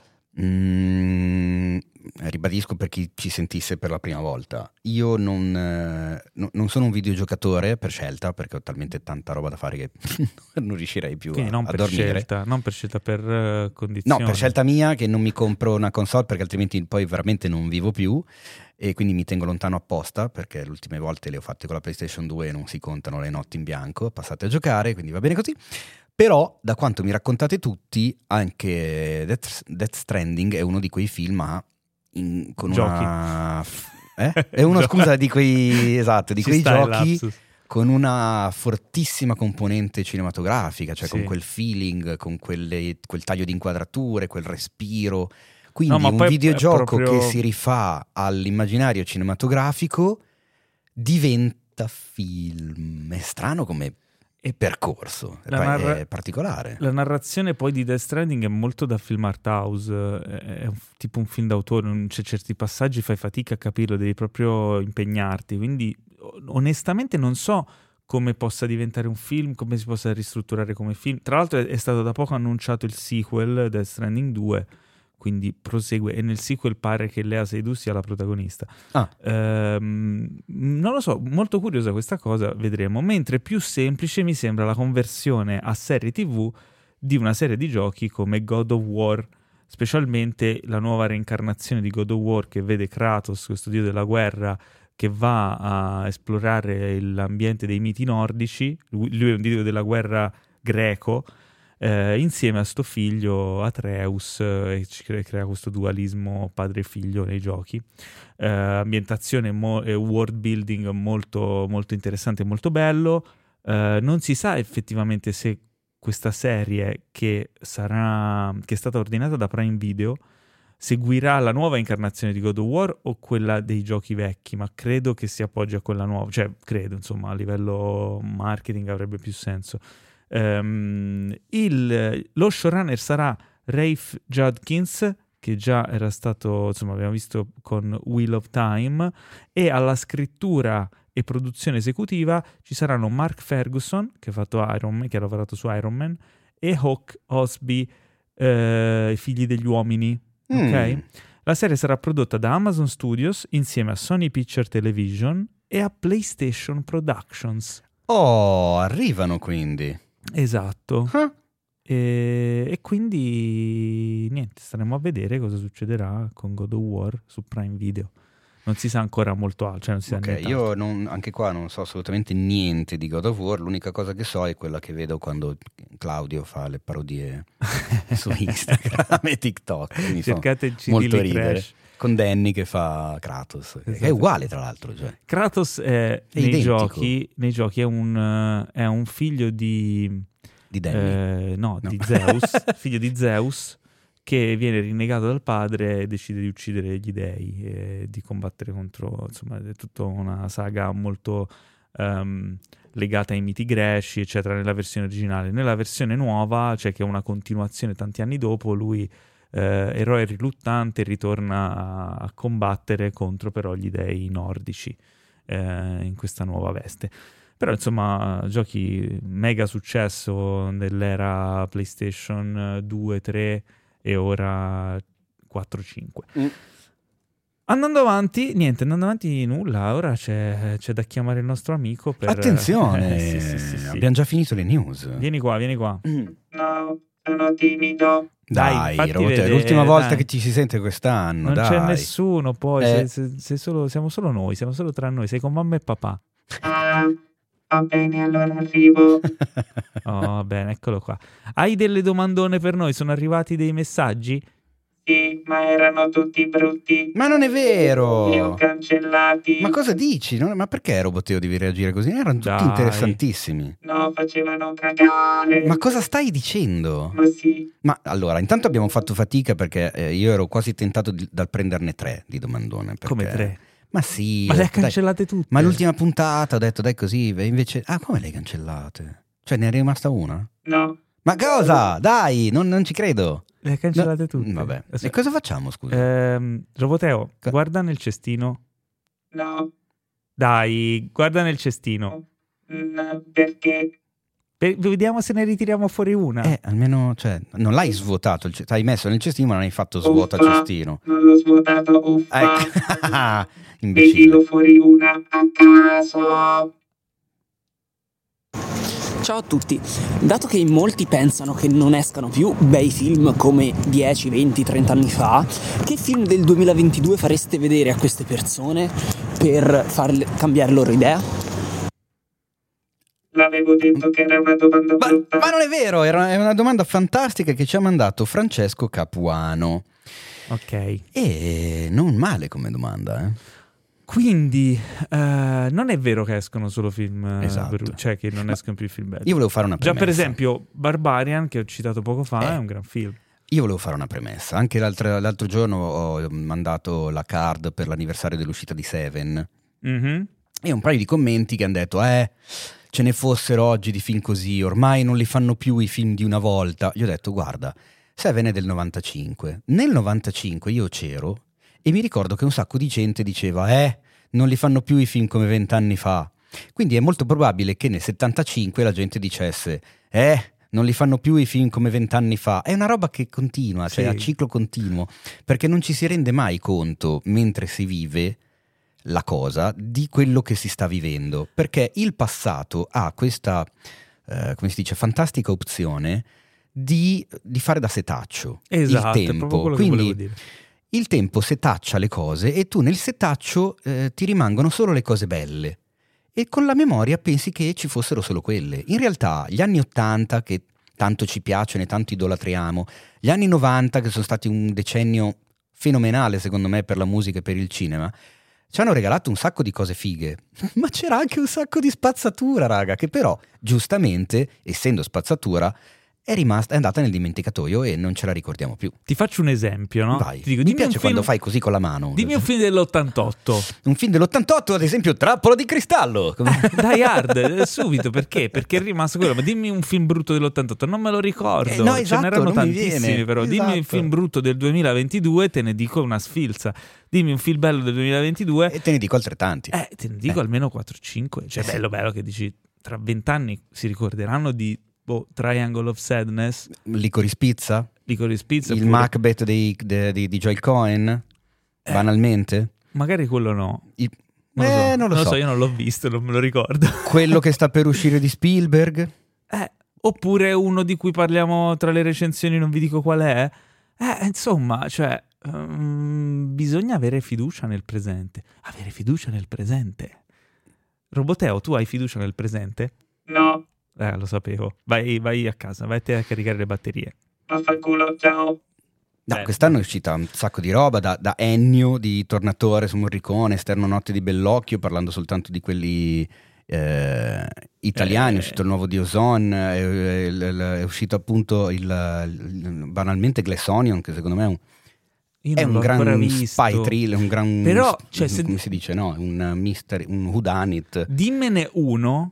ribadisco per chi ci sentisse per la prima volta, io non sono un videogiocatore per scelta, perché ho talmente tanta roba da fare che non riuscirei più a dormire.
Non per scelta, per condizioni.
No, per scelta mia, che non mi compro una console perché altrimenti poi veramente non vivo più, e quindi mi tengo lontano apposta, perché le ultime volte le ho fatte con la PlayStation 2 e non si contano le notti in bianco passate a giocare, quindi va bene così. Però, da quanto mi raccontate tutti, anche Death Stranding è uno di quei film con
giochi.
È uno, scusa, di quei quei giochi con una fortissima componente cinematografica, cioè con quel feeling, con quel taglio di inquadrature, quel respiro. Quindi un videogioco che si rifà all'immaginario cinematografico diventa film. È strano come percorso, è particolare.
La narrazione poi di Death Stranding è molto da film art house, è tipo un film d'autore, c'è certi passaggi fai fatica a capirlo, devi proprio impegnarti, quindi onestamente non so come possa diventare un film, come si possa ristrutturare come film. Tra l'altro è stato da poco annunciato il sequel, Death Stranding 2, quindi prosegue, e nel sequel pare che Lea Seydoux sia la protagonista. Non lo so, molto curiosa questa cosa, vedremo. Mentre più semplice mi sembra la conversione a serie TV di una serie di giochi come God of War, specialmente la nuova reincarnazione di God of War, che vede Kratos, questo dio della guerra, che va a esplorare l'ambiente dei miti nordici. Lui è un dio della guerra greco, insieme a sto figlio Atreus, e crea questo dualismo padre-figlio nei giochi. Ambientazione e world building molto, molto interessante e molto bello. Non si sa effettivamente se questa serie che è stata ordinata da Prime Video seguirà la nuova incarnazione di God of War o quella dei giochi vecchi, ma credo che si appoggi a quella nuova, cioè credo, insomma, a livello marketing avrebbe più senso. Lo showrunner sarà Rafe Judkins, che già era stato, insomma, abbiamo visto con Wheel of Time, e alla scrittura e produzione esecutiva ci saranno Mark Ferguson, che ha fatto Iron Man, che ha lavorato su Iron Man, e Hawk Osby, I figli degli uomini. Ok? La serie sarà prodotta da Amazon Studios insieme a Sony Picture Television e a PlayStation Productions.
Oh, arrivano quindi.
Esatto. E quindi niente, staremo a vedere cosa succederà con God of War su Prime Video. Non si sa ancora molto altro, cioè non si sa niente.
Io anche qua non so assolutamente niente di God of War, l'unica cosa che so è quella che vedo quando Claudio fa le parodie su Instagram e TikTok.
Cercate il CD
molto
di
ridere.
Crash.
Con Danny che fa Kratos,
Esatto.
che è uguale tra l'altro. Cioè.
Kratos nei giochi è un figlio di
Danny.
di Zeus, figlio di Zeus, che viene rinnegato dal padre e decide di uccidere gli dei e di combattere contro, insomma, è tutta una saga molto legata ai miti greci, eccetera, nella versione originale. Nella versione nuova, cioè che è una continuazione tanti anni dopo, lui, eroe riluttante, ritorna a combattere contro però gli dei nordici in questa nuova veste. Però insomma, giochi mega successo nell'era PlayStation 2, 3 e ora 4-5. Andando avanti nulla, ora c'è da chiamare il nostro amico per...
Attenzione,
sì.
Abbiamo già finito le news.
Vieni qua.
No, sono timido.
Dai,
vedere,
l'ultima volta che ci si sente quest'anno,
non
dai.
c'è nessuno poi, siamo solo noi, siamo solo tra noi, sei con mamma e papà.
Va bene, allora arrivo.
Oh, bene, eccolo qua. Hai delle domandone per noi? Sono arrivati dei messaggi?
Sì, ma erano tutti brutti.
Ma non è vero!
Li ho cancellati.
Ma cosa dici? Ma perché Roboteo devi reagire così? Erano tutti interessantissimi.
No, facevano cagare.
Ma cosa stai dicendo?
Ma sì.
Ma allora, intanto abbiamo fatto fatica perché io ero quasi tentato dal prenderne 3 di domandone. Perché...
Come 3?
Ma sì.
Ma le ha cancellate tutte?
Ma l'ultima puntata ho detto dai così, invece... Ah, come le hai cancellate? Cioè ne è rimasta una?
No.
Ma cosa? Dai, non ci credo.
Le hai cancellate tutte?
Vabbè. E cosa facciamo, scusa?
Roboteo, guarda nel cestino.
No.
Dai, guarda nel cestino.
No, perché?
Vediamo se ne ritiriamo fuori una.
Almeno, cioè, non l'hai svuotato, l'hai messo nel cestino ma non hai fatto svuota il cestino.
Non l'ho svuotato, uffa.
Ecco.
Ne tiro fuori una a caso.
Ciao a tutti, dato che in molti pensano che non escano più bei film come 10, 20, 30 anni fa, che film del 2022 fareste vedere a queste persone per farle cambiare loro idea?
L'avevo detto che era una domanda brutta.
Ma non è vero, è una domanda fantastica che ci ha mandato Francesco Capuano.
Ok.
E non male come domanda,
Quindi non è vero che escono solo film
esatto.
cioè che non escono più film belli.
Io volevo fare una premessa.
Già per esempio Barbarian, che ho citato poco fa, è un gran film.
Io volevo fare una premessa. Anche l'altro giorno ho mandato la card per l'anniversario dell'uscita di Seven.
Mm-hmm.
E un paio di commenti che hanno detto ce ne fossero oggi di film così, ormai non li fanno più i film di una volta. Gli ho detto guarda, Seven è del 95. Nel 95 io c'ero e mi ricordo che un sacco di gente diceva non li fanno più i film come 20 anni fa. Quindi è molto probabile che nel 75 la gente dicesse non li fanno più i film come 20 anni fa. È una roba che continua, cioè a ciclo continuo, perché non ci si rende mai conto mentre si vive la cosa di quello che si sta vivendo, perché il passato ha questa come si dice, fantastica opzione di fare da setaccio.
Esatto,
il tempo.
proprio quello
quindi
che volevo dire.
il tempo setaccia le cose e tu nel setaccio ti rimangono solo le cose belle e con la memoria pensi che ci fossero solo quelle. In realtà gli anni 80 che tanto ci piacciono e tanto idolatriamo, gli anni 90 che sono stati un decennio fenomenale secondo me per la musica e per il cinema, ci hanno regalato un sacco di cose fighe, ma c'era anche un sacco di spazzatura, raga, che però giustamente, essendo spazzatura, è andata nel dimenticatoio e non ce la ricordiamo più.
Ti faccio un esempio, no?
Vai.
Ti dico,
Mi piace quando fai così con la mano.
Dimmi un film dell'88.
Un film dell'88, ad esempio Trappola di cristallo.
Die Hard, subito, perché? Perché è rimasto quello. Ma dimmi un film brutto dell'88, non me lo ricordo.
No,
Ce
esatto,
n'erano
non mi
tantissimi,
viene.
però.
Esatto.
Dimmi un film brutto del 2022, te ne dico una sfilza. Dimmi un film bello del 2022
e te ne dico altrettanti.
Te ne dico almeno 4-5. Cioè, bello che dici, tra 20 anni si ricorderanno di Triangle of Sadness,
Licorice Pizza,
il
pure. Macbeth di Joel Cohen, banalmente.
Magari quello no.
Non lo so,
io non l'ho visto, non me lo ricordo.
Quello che sta per uscire di Spielberg.
Oppure uno di cui parliamo tra le recensioni, non vi dico qual è. Insomma, cioè, bisogna avere fiducia nel presente. Avere fiducia nel presente. Roboteo, tu hai fiducia nel presente?
No.
Lo sapevo. Vai a casa, vai a caricare le batterie.
Vaffanculo, ciao.
No, quest'anno è uscita un sacco di roba, da Ennio di Tornatore su Morricone, Esterno Notte di Bellocchio, parlando soltanto di quelli italiani. È uscito il nuovo di Ozone, è uscito appunto banalmente Glass Onion, che secondo me è un gran spy thriller, un gran, però, cioè, come si dice, no? Un whodunit.
Dimmene uno,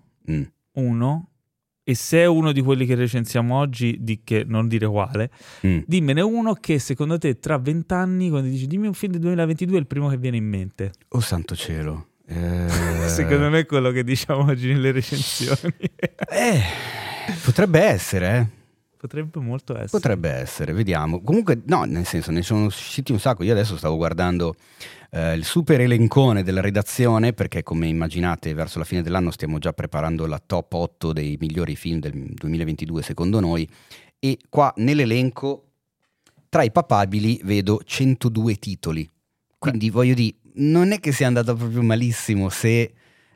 e se è uno di quelli che recensiamo oggi, che non dire quale, dimmene uno che secondo te tra 20 anni, quando dici dimmi un film del 2022, è il primo che viene in mente.
Oh santo cielo.
Secondo me è quello che diciamo oggi nelle recensioni.
Potrebbe essere,
Potrebbe molto essere.
Potrebbe essere, vediamo. Comunque, no, nel senso, ne sono usciti un sacco. Io adesso stavo guardando il super elencone della redazione, perché come immaginate verso la fine dell'anno stiamo già preparando la top 8 dei migliori film del 2022 secondo noi, e qua nell'elenco tra i papabili vedo 102 titoli. Quindi voglio dire, non è che sia andato proprio malissimo se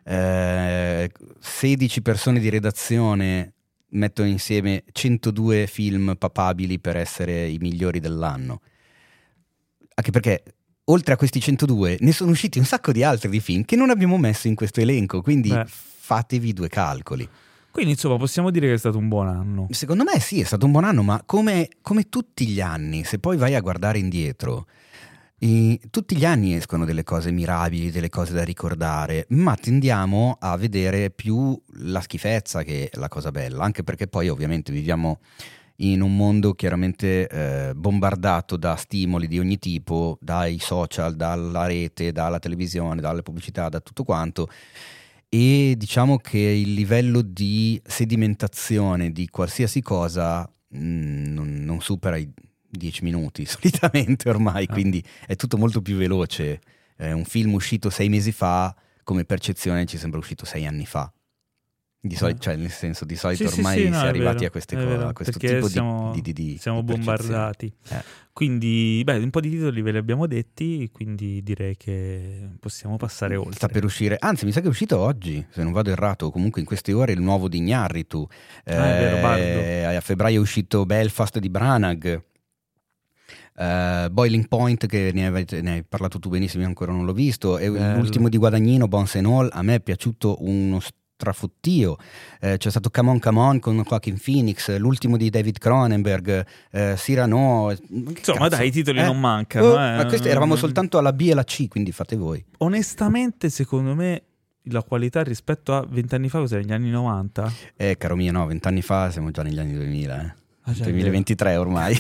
16 persone di redazione mettono insieme 102 film papabili per essere i migliori dell'anno. Anche perché oltre a questi 102 ne sono usciti un sacco di altri di film che non abbiamo messo in questo elenco, quindi fatevi due calcoli.
Quindi insomma possiamo dire che è stato un buon anno.
Secondo me sì, è stato un buon anno, ma come tutti gli anni, se poi vai a guardare indietro, tutti gli anni escono delle cose mirabili, delle cose da ricordare, ma tendiamo a vedere più la schifezza che la cosa bella, anche perché poi ovviamente viviamo in un mondo chiaramente bombardato da stimoli di ogni tipo, dai social, dalla rete, dalla televisione, dalle pubblicità, da tutto quanto, e diciamo che il livello di sedimentazione di qualsiasi cosa non supera i 10 minuti solitamente ormai, quindi è tutto molto più veloce. Un film uscito 6 mesi fa come percezione ci sembra uscito 6 anni fa. Di solito, cioè nel senso, di solito ormai si è arrivati a queste cose, a questo tipo di
siamo bombardati. Quindi un po' di titoli ve li abbiamo detti, quindi direi che possiamo passare oltre.
Sta per uscire, anzi mi sa che è uscito oggi, se non vado errato, comunque in queste ore, il nuovo di Iñárritu.
È vero, Bardo.
A febbraio è uscito Belfast di Branagh. Boiling Point, che ne hai parlato tu benissimo, io ancora non l'ho visto, e l'ultimo di Guadagnino, Bones and All, a me è piaciuto uno strafottio. C'è stato Come On con Joaquin Phoenix, l'ultimo di David Cronenberg, Cyrano,
insomma dai, i titoli non mancano.
Ma questi eravamo soltanto alla B e alla C, quindi fate voi.
Onestamente secondo me la qualità rispetto a 20 anni fa, cos'era, gli anni 90?
Caro mio, no, 20 anni fa siamo già negli anni 2000 2023 ormai.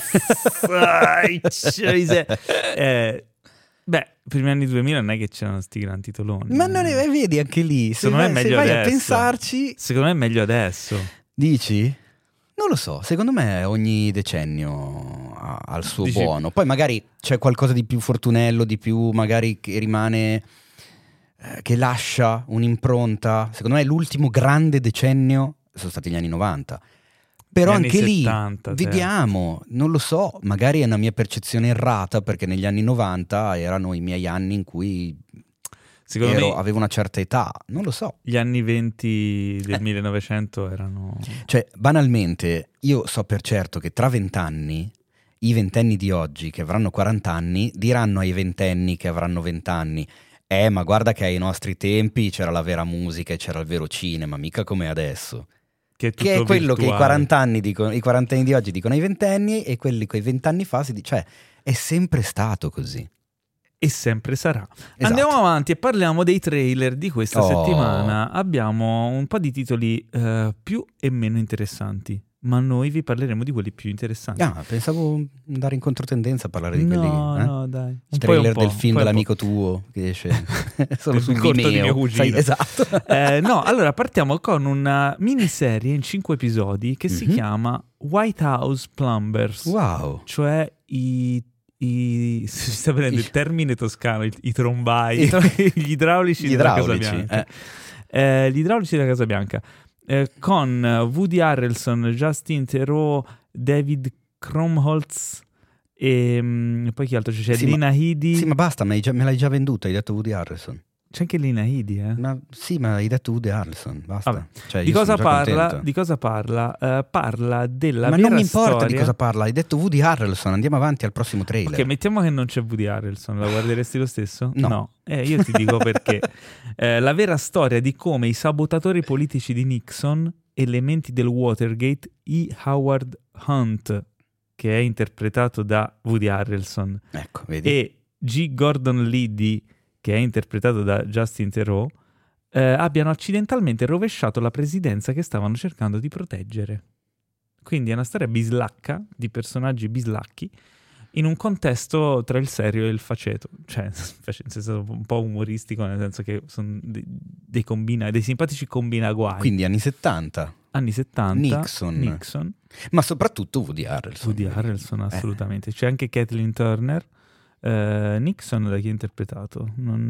Primi anni 2000 non è che c'erano sti gran titoloni.
Ma non è, vedi anche lì, se vai a pensarci,
secondo me è meglio adesso.
Dici? Non lo so, secondo me ogni decennio ha il suo buono. Poi magari c'è qualcosa di più fortunello, di più magari che rimane, che lascia un'impronta. Secondo me l'ultimo grande decennio sono stati gli anni 90. Però
Gli
anche
anni
lì
70,
vediamo, non lo so, magari è una mia percezione errata, perché negli anni 90 erano i miei anni in cui
Secondo me
avevo una certa età, non lo so.
gli anni 20 del 1900 erano...
Cioè, banalmente, io so per certo che tra 20 anni, i ventenni di oggi che avranno 40 anni diranno ai ventenni che avranno 20 anni: ma guarda che ai nostri tempi c'era la vera musica e c'era il vero cinema, mica come adesso.
Che è,
Che è
tutto
quello che i
virtuale.
40 anni dicono, i 40 anni di oggi dicono ai ventenni, e quelli coi 20 anni fa si dice, cioè, è sempre stato così.
E sempre sarà.
Esatto.
Andiamo avanti e parliamo dei trailer di questa
Oh.
settimana. Abbiamo un po' di titoli più e meno interessanti, ma noi vi parleremo di quelli più interessanti.
Pensavo andare in controtendenza a parlare di quelli.
No, dai.
Il trailer del film dell'amico tuo che esce solo
Del
sul
corto di
Vimeo.
mio cugino.
Sai, esatto.
No, allora partiamo con una miniserie in 5 episodi che si chiama White House Plumbers.
Wow.
Cioè si sta prendendo il termine toscano, i trombai, gli idraulici della Casa Bianca. Gli idraulici della Casa Bianca. Con Woody Harrelson, Justin Theroux, David Krumholtz e poi chi altro c'è?
Sì,
Lina Headey.
Sì, ma basta, me l'hai già venduta, hai detto Woody Harrelson.
C'è anche Lina Headey,
Ma sì, ma hai detto Woody Harrelson, basta.
Vabbè.
Cioè,
Di
io
cosa
sono già
parla?
contento.
Di cosa parla? Parla della
Ma
vera
non mi importa
storia.
di cosa parla, hai detto Woody Harrelson, andiamo avanti al prossimo trailer.
Ok, mettiamo che non c'è Woody Harrelson, la guarderesti lo stesso?
No.
Io ti dico perché. La vera storia di come i sabotatori politici di Nixon, elementi del Watergate, E. Howard Hunt, che è interpretato da Woody Harrelson,
Ecco, vedi?
e G. Gordon Liddy, che è interpretato da Justin Theroux, abbiano accidentalmente rovesciato la presidenza che stavano cercando di proteggere. Quindi è una storia bislacca, di personaggi bislacchi, in un contesto tra il serio e il faceto. Cioè, nel senso un po' umoristico, nel senso che sono dei simpatici combinaguai.
Quindi anni 70.
Anni 70.
Nixon. Ma soprattutto Woody Harrelson.
Woody Harrelson, assolutamente. C'è anche Kathleen Turner. Nixon da chi è interpretato?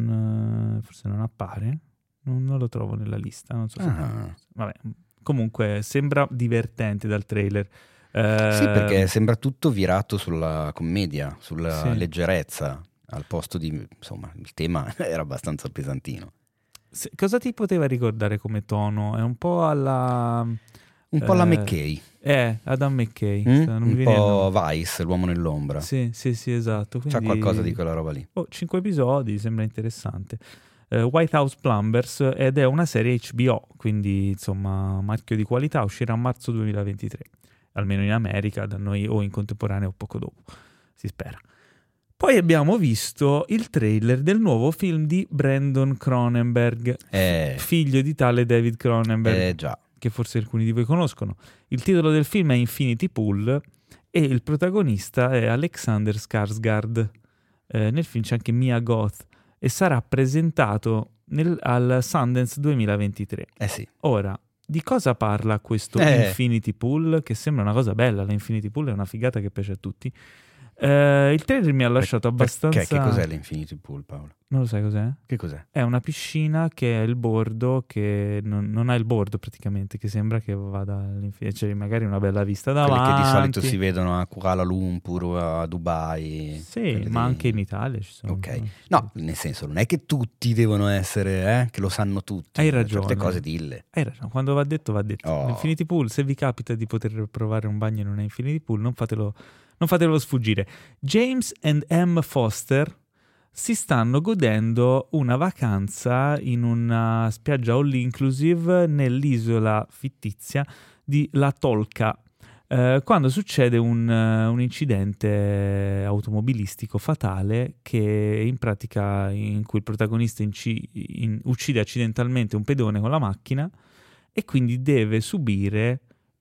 Forse non appare. Non lo trovo nella lista. Non so se... Vabbè, comunque sembra divertente dal trailer.
Sì, perché sembra tutto virato sulla commedia, sulla leggerezza, al posto di, insomma, il tema era abbastanza pesantino.
Cosa ti poteva ricordare come tono? È un po' alla...
Un po' alla McKay.
Adam McKay. Non mi
un
viene
po' Vice, l'uomo nell'ombra.
Sì, esatto. Quindi...
C'ha qualcosa di quella roba lì.
5 episodi, sembra interessante. White House Plumbers, ed è una serie HBO, quindi insomma marchio di qualità, uscirà a marzo 2023, almeno in America, da noi o in contemporanea o poco dopo, si spera. Poi abbiamo visto il trailer del nuovo film di Brandon Cronenberg, figlio di tale David Cronenberg,
già.
che forse alcuni di voi conoscono. Il titolo del film è Infinity Pool e il protagonista è Alexander Skarsgård. Nel film c'è anche Mia Goth e sarà presentato al Sundance 2023.
Sì.
Ora, di cosa parla questo Infinity Pool? Che sembra una cosa bella, la Infinity Pool è una figata che piace a tutti. Il trailer mi ha lasciato abbastanza...
Che cos'è l'Infinity Pool, Paolo?
Non lo sai cos'è?
Che cos'è?
È una piscina che è il bordo, che non ha il bordo praticamente, che sembra che vada all'infinito, cioè magari una bella vista davanti.
Quelle che di solito si vedono a Kuala Lumpur o a Dubai.
Sì, ma anche in Italia ci sono.
Ok. No, nel senso, non è che tutti devono essere, che lo sanno tutti.
Hai ragione.
Certe cose dille.
Hai ragione, quando va detto va detto.
Oh.
L'Infinity Pool, se vi capita di poter provare un bagno in una Infinity Pool, non fatelo sfuggire. James and M. Foster si stanno godendo una vacanza in una spiaggia all inclusive nell'isola fittizia di La Tolca, quando succede un incidente automobilistico fatale che in pratica in cui il protagonista uccide accidentalmente un pedone con la macchina e quindi deve subire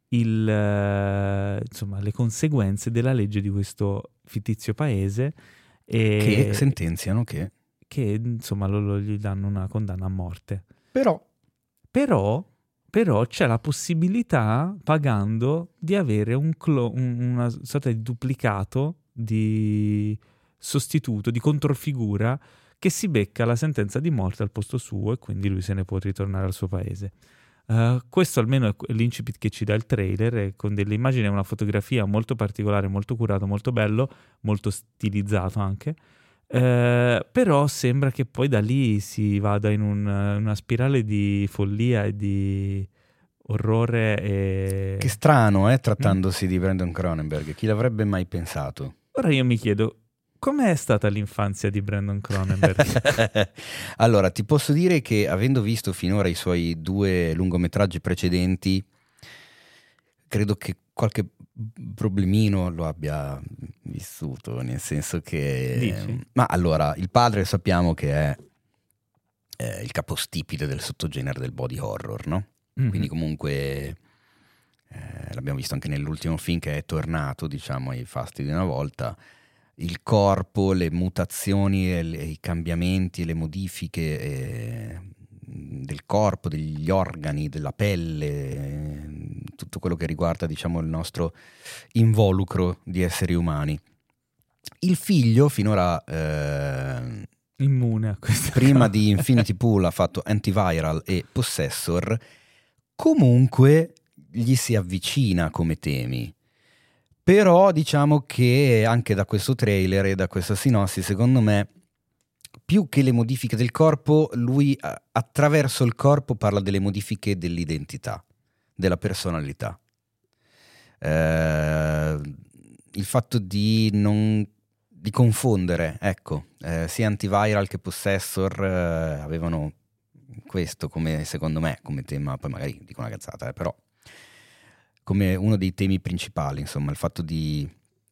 le conseguenze della legge di questo fittizio paese.
Che sentenziano che
insomma gli danno una condanna a morte.
Però
c'è la possibilità, pagando, di avere una sorta di duplicato, di sostituto, di controfigura che si becca la sentenza di morte al posto suo e quindi lui se ne può ritornare al suo paese. Questo almeno è l'incipit che ci dà il trailer, con delle immagini e una fotografia molto particolare, molto curato, molto bello, molto stilizzato anche. Però sembra che poi da lì si vada in una spirale di follia e di orrore.
Che strano, trattandosi di Brandon Cronenberg. Chi l'avrebbe mai pensato?
Ora io mi chiedo, com'è stata l'infanzia di Brandon Cronenberg?
Allora, ti posso dire che avendo visto finora i suoi 2 lungometraggi precedenti, credo che qualche problemino lo abbia vissuto, nel senso che...
Dici?
Ma allora, il padre sappiamo che è il capostipite del sottogenere del body horror, no?
Mm-hmm.
Quindi comunque l'abbiamo visto anche nell'ultimo film che è tornato, diciamo, ai fasti di una volta. Il corpo, le mutazioni, i cambiamenti, le modifiche del corpo, degli organi, della pelle, tutto quello che riguarda, diciamo, il nostro involucro di esseri umani. Il figlio finora
immune a questa
prima
cosa.
di Infinity Pool ha fatto Antiviral e Possessor, comunque gli si avvicina come temi. Però diciamo che anche da questo trailer e da questa sinossi, secondo me, più che le modifiche del corpo, lui attraverso il corpo parla delle modifiche dell'identità, della personalità. Il fatto di confondere, ecco, sia Antiviral che Possessor avevano questo come, secondo me, come tema, poi magari dico una cazzata, però come uno dei temi principali, insomma, il fatto di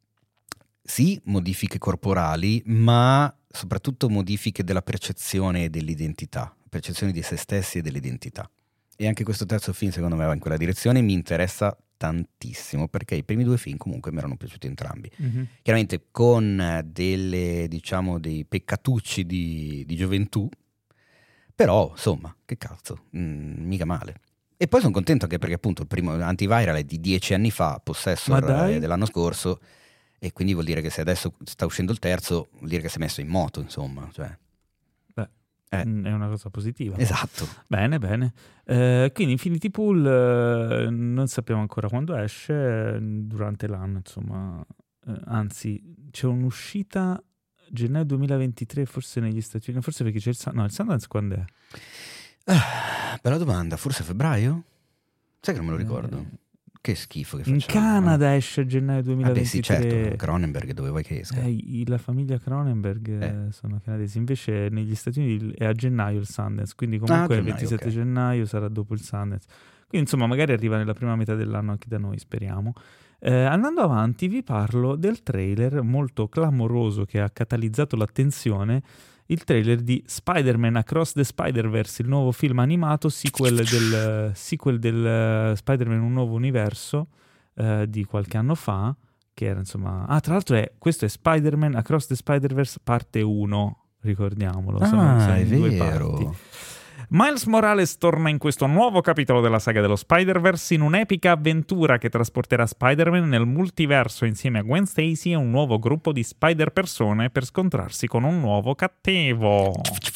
sì, modifiche corporali, ma soprattutto modifiche della percezione e dell'identità, percezione di se stessi e dell'identità. E anche questo terzo film, secondo me, va in quella direzione, mi interessa tantissimo, perché i primi 2 film comunque mi erano piaciuti entrambi.
Mm-hmm.
Chiaramente con delle, diciamo, dei peccatucci di gioventù, però, insomma, che cazzo, mica male. E poi sono contento anche perché appunto il primo Antiviral è di 10 anni fa, Possessor è dell'anno scorso, e quindi vuol dire che se adesso sta uscendo il terzo, vuol dire che si è messo in moto, insomma. Cioè.
Beh, è una cosa positiva.
Esatto.
Bene, bene. Quindi Infinity Pool non sappiamo ancora quando esce, durante l'anno, insomma. Anzi, c'è un'uscita gennaio 2023, forse negli Stati Uniti, forse perché c'è il Sundance quando è?
Bella domanda, forse a febbraio? Sai che non me lo ricordo. Che schifo che
In
facciamo.
Canada esce gennaio 2023.
Sì, certo, Cronenberg, dove vuoi che esca?
La famiglia Cronenberg sono canadesi, invece negli Stati Uniti è a gennaio il Sundance, quindi comunque il 27 gennaio sarà dopo il Sundance. Quindi insomma magari arriva nella prima metà dell'anno anche da noi, speriamo. Andando avanti vi parlo del trailer molto clamoroso che ha catalizzato l'attenzione, il trailer di Spider-Man Across the Spider-Verse, il nuovo film animato, sequel del Spider-Man Un Nuovo Universo di qualche anno fa, che era insomma... tra l'altro questo è Spider-Man Across the Spider-Verse parte 1, ricordiamolo. Sono
è
in 2
vero.
parti. Miles Morales torna in questo nuovo capitolo della saga dello Spider-Verse in un'epica avventura che trasporterà Spider-Man nel multiverso insieme a Gwen Stacy e un nuovo gruppo di Spider-Persone per scontrarsi con un nuovo cattivo.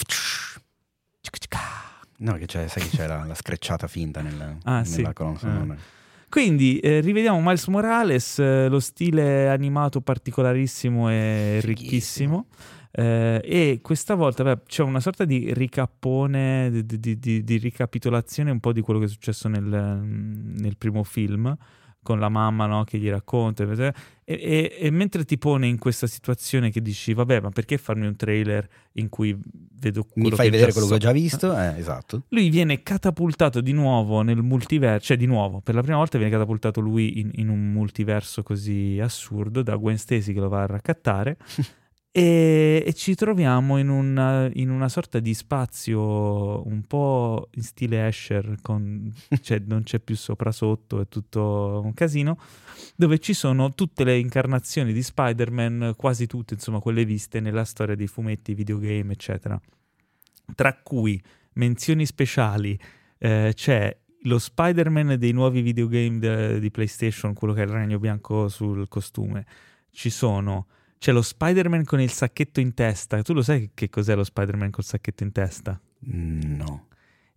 No, che sai che c'è la screcciata finta nella colonna sonora.
Quindi rivediamo Miles Morales, lo stile animato particolarissimo e ricchissimo. E questa volta c'è una sorta di ricappone, di ricapitolazione un po' di quello che è successo nel primo film, con la mamma, no, che gli racconta, e mentre ti pone in questa situazione che dici vabbè, ma perché farmi un trailer in cui vedo quello
mi fai
che
vedere quello che ho già visto? Esatto.
Lui viene catapultato di nuovo nel multiverso, cioè di nuovo, per la prima volta viene catapultato lui in un multiverso così assurdo da Gwen Stacy che lo va a raccattare. E ci troviamo in una sorta di spazio un po' in stile Escher, cioè non c'è più sopra sotto, è tutto un casino, dove ci sono tutte le incarnazioni di Spider-Man, quasi tutte, insomma, quelle viste nella storia dei fumetti, videogame, eccetera. Tra cui menzioni speciali, c'è lo Spider-Man dei nuovi videogame di PlayStation, quello che ha il ragno bianco sul costume. C'è lo Spider-Man con il sacchetto in testa. Tu lo sai che cos'è lo Spider-Man col sacchetto in testa?
No.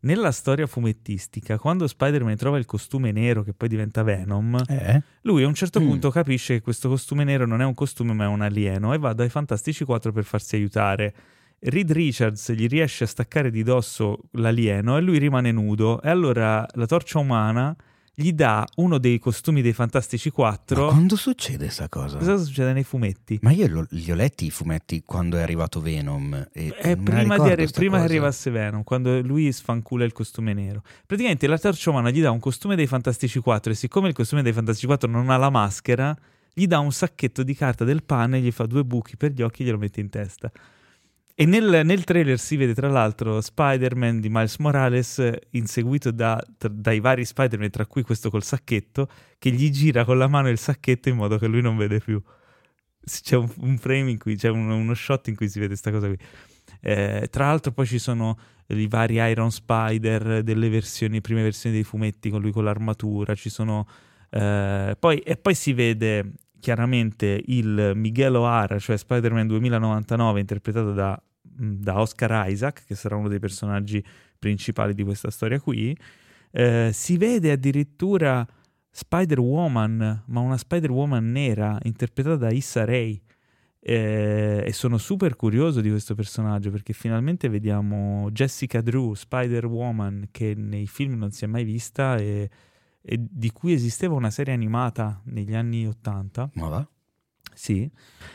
nella storia fumettistica, quando Spider-Man trova il costume nero che poi diventa Venom, lui a un certo punto capisce che questo costume nero non è un costume ma è un alieno e va dai Fantastici 4 per farsi aiutare. Reed Richards gli riesce a staccare di dosso l'alieno e lui rimane nudo, e allora la Torcia Umana gli dà uno dei costumi dei Fantastici 4.
Ma quando succede sta cosa?
Cosa succede nei fumetti?
Ma io li ho letti i fumetti quando è arrivato Venom. E
prima che arrivasse Venom, quando lui sfancula il costume nero. Praticamente la Torcia Umana gli dà un costume dei Fantastici 4 e siccome il costume dei Fantastici 4 non ha la maschera, gli dà un sacchetto di carta del pane, gli fa 2 buchi per gli occhi e glielo mette in testa. E nel trailer si vede tra l'altro Spider-Man di Miles Morales inseguito dai vari Spider-Man, tra cui questo col sacchetto, che gli gira con la mano il sacchetto in modo che lui non vede più. C'è un frame in cui c'è uno shot in cui si vede questa cosa qui. Tra l'altro poi ci sono i vari Iron Spider delle prime versioni dei fumetti con lui con l'armatura, ci sono poi si vede chiaramente il Miguel O'Hara, cioè Spider-Man 2099, interpretato da Oscar Isaac, che sarà uno dei personaggi principali di questa storia qui. Si vede addirittura Spider-Woman, ma una Spider-Woman nera, interpretata da Issa Rae. E sono super curioso di questo personaggio, perché finalmente vediamo Jessica Drew, Spider-Woman, che nei film non si è mai vista e di cui esisteva una serie animata negli anni 80.
Ma va?
Sì.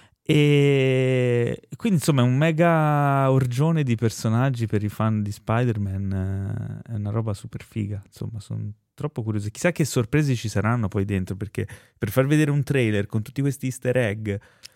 E quindi insomma è un mega orgione di personaggi per i fan di Spider-Man, è una roba super figa, insomma sono troppo curioso. Chissà che sorprese ci saranno poi dentro, perché per far vedere un trailer con tutti questi easter egg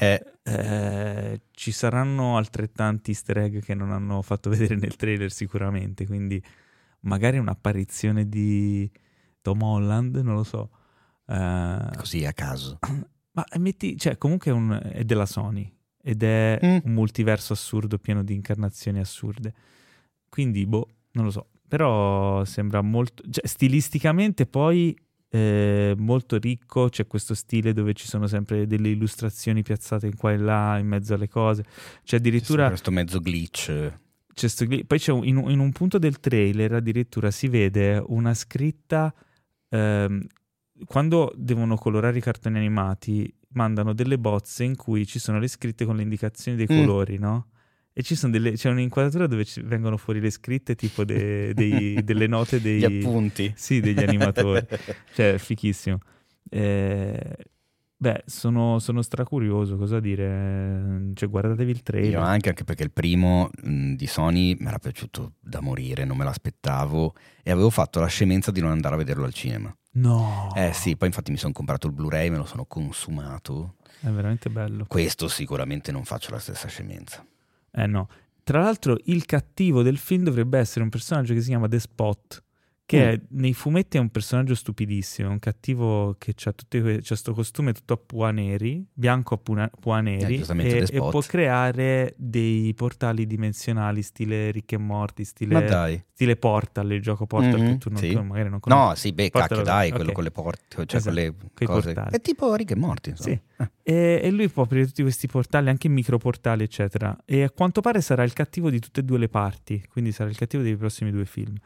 ci saranno altrettanti easter egg che non hanno fatto vedere nel trailer sicuramente, quindi magari un'apparizione di Tom Holland, non lo so.
Così a caso.
Ma cioè, comunque è della Sony ed è un multiverso assurdo pieno di incarnazioni assurde. Quindi, non lo so. Però sembra molto... Cioè, stilisticamente poi molto ricco. C'è questo stile dove ci sono sempre delle illustrazioni piazzate in qua e là, in mezzo alle cose. C'è addirittura...
questo mezzo glitch...
Poi c'è in un punto del trailer addirittura si vede una scritta... quando devono colorare i cartoni animati mandano delle bozze in cui ci sono le scritte con le indicazioni dei colori, no? E c'è un'inquadratura dove vengono fuori le scritte tipo delle note dei...
Gli appunti.
Sì, degli animatori. Cioè, fichissimo. Sono stracurioso, cosa dire? Cioè, guardatevi il trailer.
Io anche perché il primo di Sony mi era piaciuto da morire, non me l'aspettavo e avevo fatto la scemenza di non andare a vederlo al cinema.
No!
Sì, poi infatti mi sono comprato il Blu-ray, me lo sono consumato.
È veramente bello.
Questo sicuramente non faccio la stessa scemenza.
No. Tra l'altro il cattivo del film dovrebbe essere un personaggio che si chiama The Spot, che nei fumetti è un personaggio stupidissimo, un cattivo che c'ha sto costume tutto a pua neri, bianco a pua neri, e può creare dei portali dimensionali stile Rick e Morty, stile Portal, il gioco Portal che tu magari non conosci.
No, sì, cacchio, dai, quello con le porte, cioè quelle cose. Portali. È tipo Rick e Morty, insomma.
Sì. E lui può aprire tutti questi portali, anche microportali, eccetera. E a quanto pare sarà il cattivo di tutte e due le parti, quindi sarà il cattivo dei prossimi 2 film.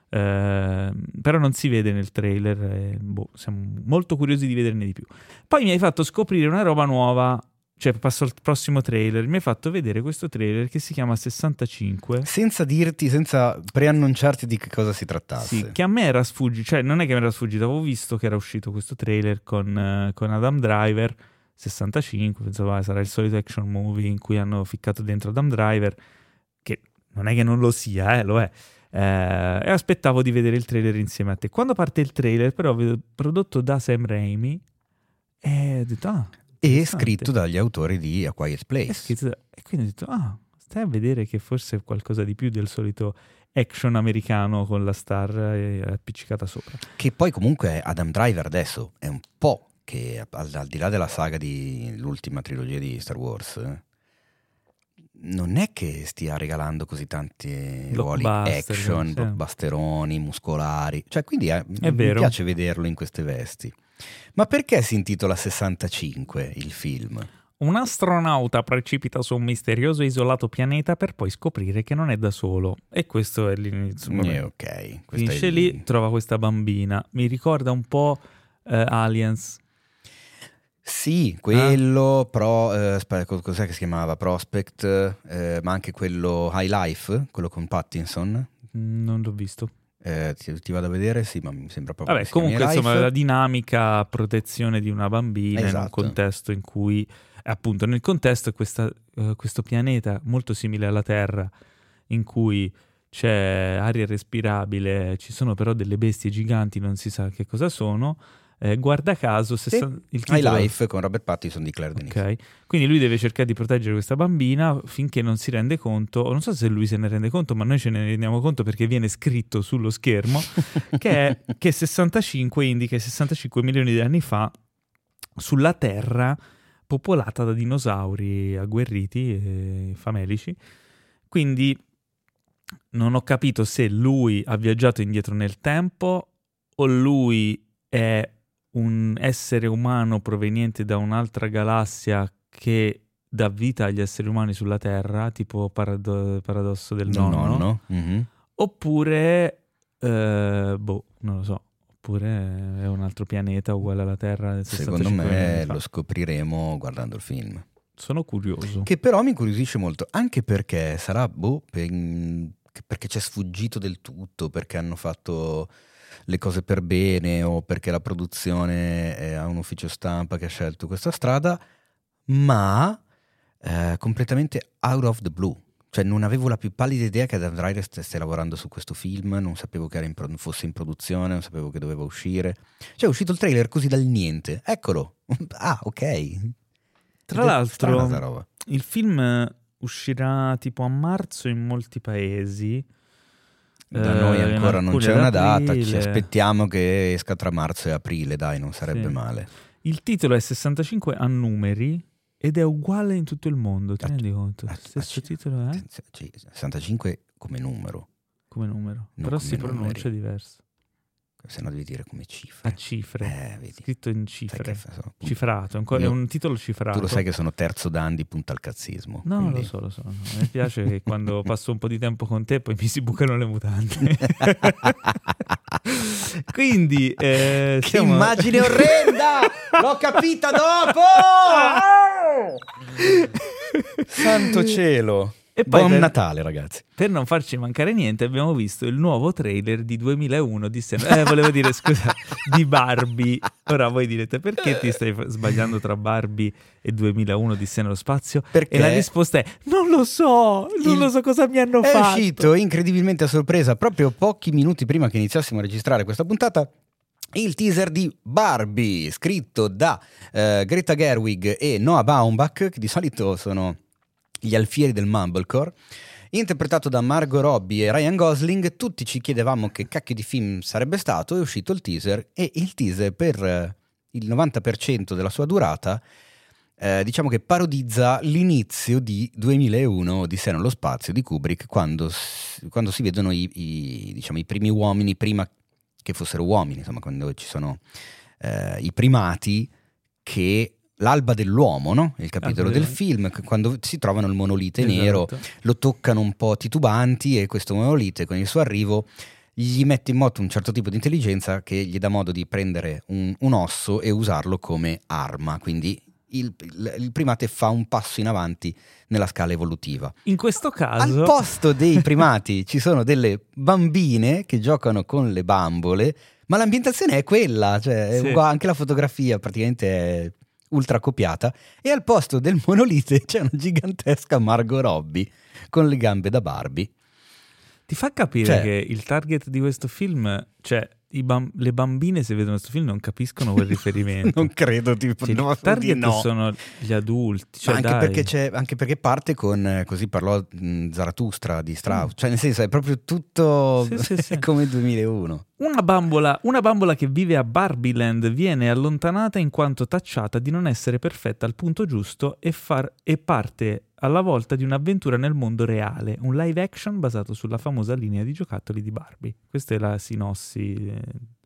Però non si vede nel trailer, siamo molto curiosi di vederne di più. Poi mi hai fatto scoprire una roba nuova, cioè passo al prossimo trailer, mi hai fatto vedere questo trailer che si chiama 65
senza preannunciarti di che cosa si trattasse.
Sì, che a me era sfuggito, cioè non è che mi era sfuggito, avevo visto che era uscito questo trailer con Adam Driver. 65, pensavo sarà il solito action movie in cui hanno ficcato dentro Adam Driver, che non è che non lo sia, lo è. E aspettavo di vedere il trailer insieme a te. Quando parte il trailer però vedo prodotto da Sam Raimi e ho detto
e scritto dagli autori di A Quiet Place
e quindi ho detto stai a vedere che forse è qualcosa di più del solito action americano con la star appiccicata sopra,
che poi comunque Adam Driver adesso è un po' che al di là della saga di l'ultima trilogia di Star Wars non è che stia regalando così tanti ruoli action, blockbusteroni, muscolari, cioè quindi mi piace vederlo in queste vesti. Ma perché si intitola 65 il film?
Un astronauta precipita su un misterioso e isolato pianeta per poi scoprire che non è da solo. E questo è l'inizio.
Ok.
Finisce lì, trova questa bambina. Mi ricorda un po' Aliens.
Sì, quello, cos'è che si chiamava? Prospect, ma anche quello High Life, quello con Pattinson.
Non l'ho visto.
Ti vado a vedere, sì, ma mi sembra proprio.
Vabbè, comunque insomma la dinamica protezione di una bambina in un contesto in cui, appunto, nel contesto è questo pianeta molto simile alla Terra, in cui c'è aria respirabile, ci sono però delle bestie giganti, non si sa che cosa sono. Guarda caso, il titolo...
High Life con Robert Pattinson di Claire Denis.
Ok, quindi lui deve cercare di proteggere questa bambina finché non si rende conto, o non so se lui se ne rende conto, ma noi ce ne rendiamo conto perché viene scritto sullo schermo che 65 indica 65 milioni di anni fa sulla Terra popolata da dinosauri agguerriti e famelici. Quindi non ho capito se lui ha viaggiato indietro nel tempo o lui è un essere umano proveniente da un'altra galassia che dà vita agli esseri umani sulla Terra, tipo paradosso del nonno.
Mm-hmm.
Oppure, non lo so, oppure è un altro pianeta uguale alla Terra.
Secondo me lo scopriremo guardando il film.
Sono curioso.
Che però mi incuriosisce molto, anche perché sarà, perché c'è sfuggito del tutto, perché hanno fatto le cose per bene o perché la produzione ha un ufficio stampa che ha scelto questa strada, ma completamente out of the blue. Cioè non avevo la più pallida idea che Adam Driver stesse lavorando su questo film, non sapevo che fosse in produzione, non sapevo che doveva uscire. Cioè è uscito il trailer così dal niente, eccolo. Ah, ok.
Tra l'altro il film uscirà tipo a marzo in molti paesi.
Da noi ancora non c'è una data, ci aspettiamo che esca tra marzo e aprile, dai, non sarebbe male.
Il titolo è 65 a numeri ed è uguale in tutto il mondo, ti rendi conto? Stesso titolo è?
65 come numero.
Come numero, però si pronuncia diverso.
Se no devi dire come cifre.
A cifre,
vedi.
Scritto in cifre. Cifrato, è un titolo cifrato.
Tu lo sai che sono terzo dan di punta al cazzismo.
No, quindi... lo so. Mi piace che quando passo un po' di tempo con te poi mi si bucano le mutande. Quindi
che immagine orrenda! L'ho capita dopo! Santo cielo! E poi Buon Natale, ragazzi.
Per non farci mancare niente, abbiamo visto il nuovo trailer di 2001 di volevo dire, scusa, di Barbie. Ora voi direte, perché ti stai sbagliando tra Barbie e 2001 di nello spazio?
Perché?
E la risposta è, non lo so cosa mi hanno fatto.
È uscito incredibilmente a sorpresa, proprio pochi minuti prima che iniziassimo a registrare questa puntata, il teaser di Barbie, scritto da Greta Gerwig e Noah Baumbach, che di solito sono gli alfieri del Mumblecore, interpretato da Margot Robbie e Ryan Gosling. Tutti ci chiedevamo che cacchio di film sarebbe stato. È uscito il teaser, e il teaser per il 90% della sua durata diciamo che parodizza l'inizio di 2001 Odissea nello spazio di Kubrick, quando si vedono i primi uomini, prima che fossero uomini, insomma, quando ci sono i primati, che l'alba dell'uomo, no? Il capitolo del film, quando si trovano il monolite nero, lo toccano un po' titubanti, e questo monolite con il suo arrivo gli mette in moto un certo tipo di intelligenza che gli dà modo di prendere un osso e usarlo come arma. Quindi il primate fa un passo in avanti nella scala evolutiva.
In questo caso,
al posto dei primati ci sono delle bambine che giocano con le bambole, ma l'ambientazione è quella, cioè
sì.
Anche la fotografia praticamente è ultra copiata, e al posto del monolite c'è una gigantesca Margot Robbie con le gambe da Barbie.
Ti fa capire che il target di questo film, cioè le bambine, se vedono questo film non capiscono quel riferimento.
Non credo, tipo,
cioè, il target sono gli adulti, cioè,
anche perché parte con Così parlò Zarathustra di Strauss, cioè nel senso è proprio tutto sì. Come 2001.
Una bambola che vive a Barbieland viene allontanata in quanto tacciata di non essere perfetta al punto giusto e parte alla volta di un'avventura nel mondo reale, un live action basato sulla famosa linea di giocattoli di Barbie. Questa è la sinossi,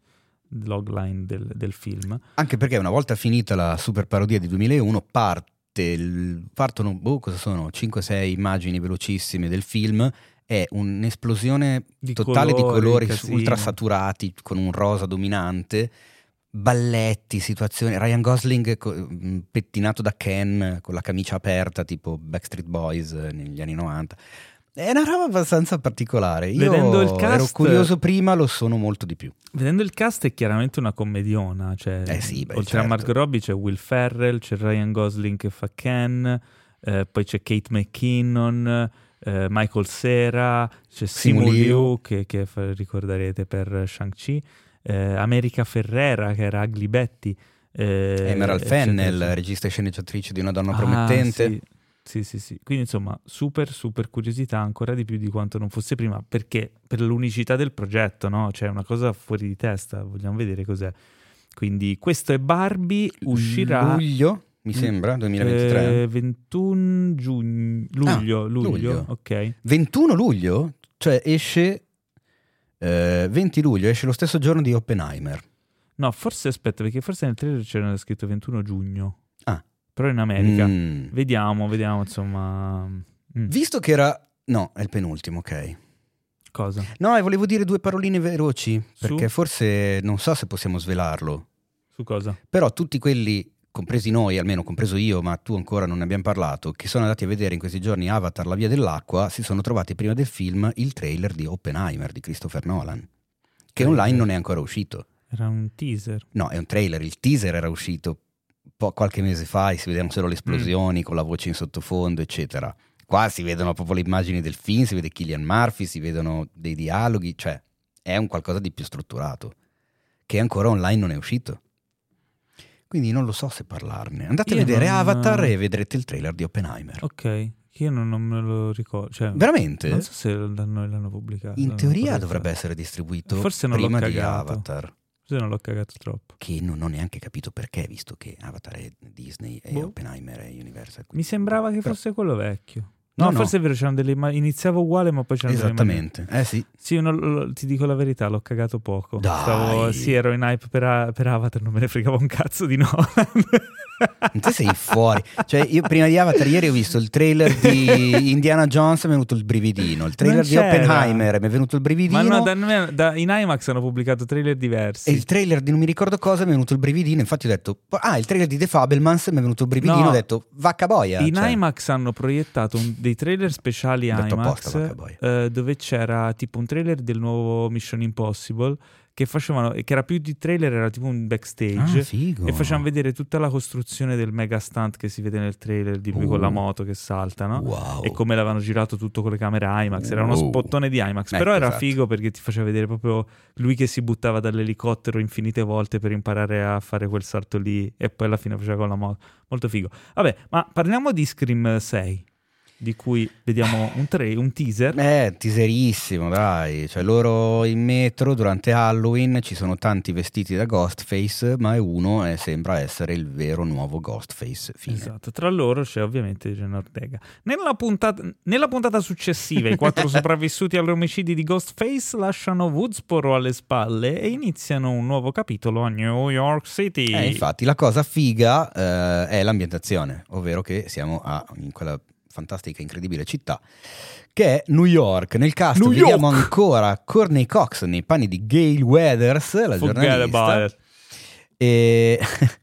logline del film.
Anche perché una volta finita la super parodia di 2001 parte partono, cosa sono, 5-6 immagini velocissime del film, è un'esplosione totale di colori ultra saturati con un rosa dominante, balletti, situazioni, Ryan Gosling pettinato da Ken con la camicia aperta tipo Backstreet Boys negli anni 90. È una roba abbastanza particolare. Io
vedendo il cast,
ero curioso prima, lo sono molto di più.
Vedendo il cast è chiaramente una commediona, cioè, oltre
certo.
a Margot Robbie c'è Will Ferrell, c'è Ryan Gosling che fa Ken, poi c'è Kate McKinnon, Michael Cera, c'è Simu Liu che ricorderete per Shang-Chi, America Ferrera che era Ugly Betty,
Emerald Fennell, regista e sceneggiatrice di Una donna promettente.
Sì. Quindi insomma super curiosità, ancora di più di quanto non fosse prima, perché per l'unicità del progetto, no? Cioè una cosa fuori di testa, vogliamo vedere cos'è. Quindi questo è Barbie, uscirà
luglio, mi sembra, 2023.
21 luglio, ok.
21 luglio? Cioè esce 20 luglio, esce lo stesso giorno di Oppenheimer.
No, forse aspetta, perché forse nel trailer c'era scritto 21 giugno. Però in America. Vediamo, insomma.
Visto che era... No, è il penultimo, ok.
Cosa?
No, e volevo dire due paroline veloci, perché forse non so se possiamo svelarlo.
Su cosa?
Però tutti quelli, compresi noi, almeno compreso io, ma tu ancora non ne abbiamo parlato, che sono andati a vedere in questi giorni Avatar, la via dell'acqua, si sono trovati prima del film il trailer di Oppenheimer di Christopher Nolan, che online non è ancora uscito.
Era un teaser?
No, è un trailer, il teaser era uscito qualche mese fa e si vedevano solo le esplosioni con la voce in sottofondo, eccetera. Qua si vedono proprio le immagini del film, si vede Cillian Murphy, si vedono dei dialoghi, cioè è un qualcosa di più strutturato, che ancora online non è uscito. Quindi non lo so se parlarne. Andate a vedere Avatar e vedrete il trailer di Oppenheimer.
Ok, io non me lo ricordo. Cioè,
veramente?
Non so se da noi l'hanno pubblicato.
In teoria dovrebbe essere distribuito
forse non
prima
l'ho
di
cagato.
Avatar.
Forse non l'ho cagato troppo.
Che non ho neanche capito perché, visto che Avatar è Disney e Oppenheimer è Universal.
Mi sembrava che fosse quello vecchio. No, forse è vero, c'erano delle iniziava uguale, ma poi c'erano
esattamente, sì.
Sì, ti dico la verità, l'ho cagato poco.
Dai.
Ero in hype per Avatar, non me ne fregava un cazzo di Nolan.
Te sei fuori. Cioè, io prima di Avatar ieri ho visto il trailer di Indiana Jones e mi è venuto il brividino. Il trailer di Oppenheimer mi è venuto il brividino.
Ma no, in IMAX hanno pubblicato trailer diversi.
E il trailer di non mi ricordo cosa mi è venuto il brividino. Infatti ho detto, il trailer di The Fabelmans mi è venuto il brividino. Ho detto, vacca boia.
In IMAX hanno proiettato dei trailer speciali IMAX dove c'era tipo un trailer del nuovo Mission Impossible che facevano, che era più di trailer, era tipo un backstage e facevano vedere tutta la costruzione del mega stunt che si vede nel trailer di lui con la moto che salta, no?
Wow.
E come l'avevano girato tutto con le camere IMAX, era uno spottone di IMAX, però era figo perché ti faceva vedere proprio lui che si buttava dall'elicottero infinite volte per imparare a fare quel salto lì e poi alla fine faceva con la moto, molto figo. Vabbè, ma parliamo di Scream 6. Di cui vediamo un teaser.
Teaserissimo, dai. Cioè loro in metro durante Halloween, ci sono tanti vestiti da Ghostface, ma uno sembra essere il vero nuovo Ghostface. Fine.
Esatto, tra loro c'è ovviamente Jenna Ortega. Nella puntata successiva i 4 sopravvissuti all'omicidio di Ghostface lasciano Woodsboro alle spalle e iniziano un nuovo capitolo a New York City.
Infatti la cosa figa è l'ambientazione, ovvero che siamo in quella fantastica, incredibile città che è New York. Nel cast vediamo ancora Courtney Cox nei panni di Gail Weathers, la giornalista, e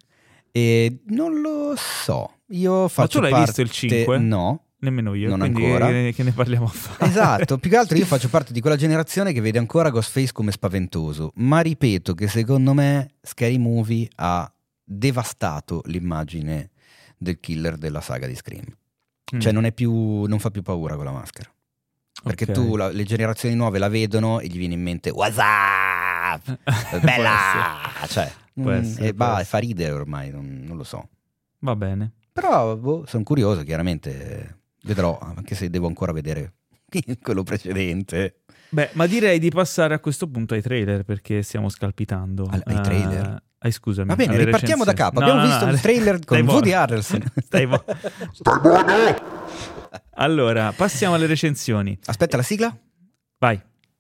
non lo so, io faccio
ma tu l'hai
parte...
visto il 5?
No,
nemmeno io,
non ancora.
Che ne parliamo a fare?
Esatto, più che altro io faccio parte di quella generazione che vede ancora Ghostface come spaventoso, ma ripeto che secondo me Scary Movie ha devastato l'immagine del killer della saga di Scream. Cioè non fa più paura con la maschera, perché tu le generazioni nuove la vedono e gli viene in mente what's up, bella, cioè fa ridere ormai, non lo so.
Va bene,
però sono curioso, chiaramente vedrò, anche se devo ancora vedere quello precedente.
Beh, ma direi di passare a questo punto ai trailer, perché stiamo scalpitando
ai trailer.
Scusami.
Va bene, ripartiamo da capo. Abbiamo visto il trailer con Woody Harrelson.
Stai buono. Allora, passiamo alle recensioni.
Aspetta la sigla?
Vai.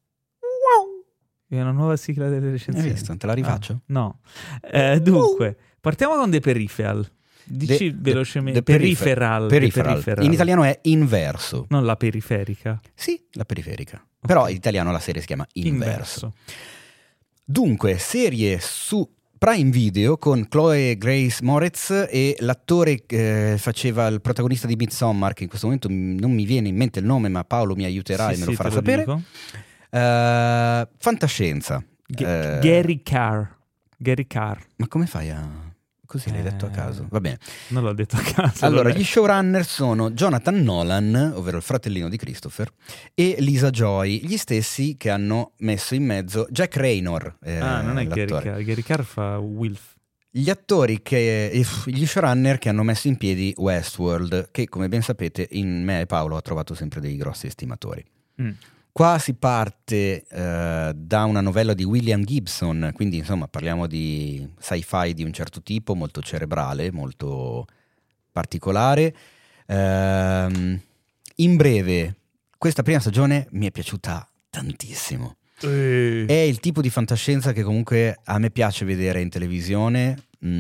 È una nuova sigla delle recensioni.
Hai visto? Te la rifaccio?
No. Dunque, partiamo con The Peripheral. Dici velocemente.
Peripheral. In italiano è Inverso.
Non la periferica.
Sì, la periferica. Okay. Però in italiano la serie si chiama Inverso. Dunque, serie su Prime Video con Chloe Grace Moretz e l'attore che faceva il protagonista di Midsommar, che in questo momento non mi viene in mente il nome, ma Paolo mi aiuterà e me lo farà sapere. Fantascienza.
Gary Carr.
Ma come fai a... Così l'hai detto a caso? Va bene.
Non l'ho detto a caso.
Allora, gli showrunner sono Jonathan Nolan, ovvero il fratellino di Christopher, e Lisa Joy, gli stessi che hanno messo in mezzo Jack Raynor.
Non è
l'attore.
Gary Carr fa Wilf.
Gli showrunner che hanno messo in piedi Westworld, che come ben sapete in me e Paolo ha trovato sempre dei grossi estimatori. Qua si parte da una novella di William Gibson, quindi insomma parliamo di sci-fi di un certo tipo, molto cerebrale, molto particolare. In breve, questa prima stagione mi è piaciuta tantissimo. È il tipo di fantascienza che comunque a me piace vedere in televisione.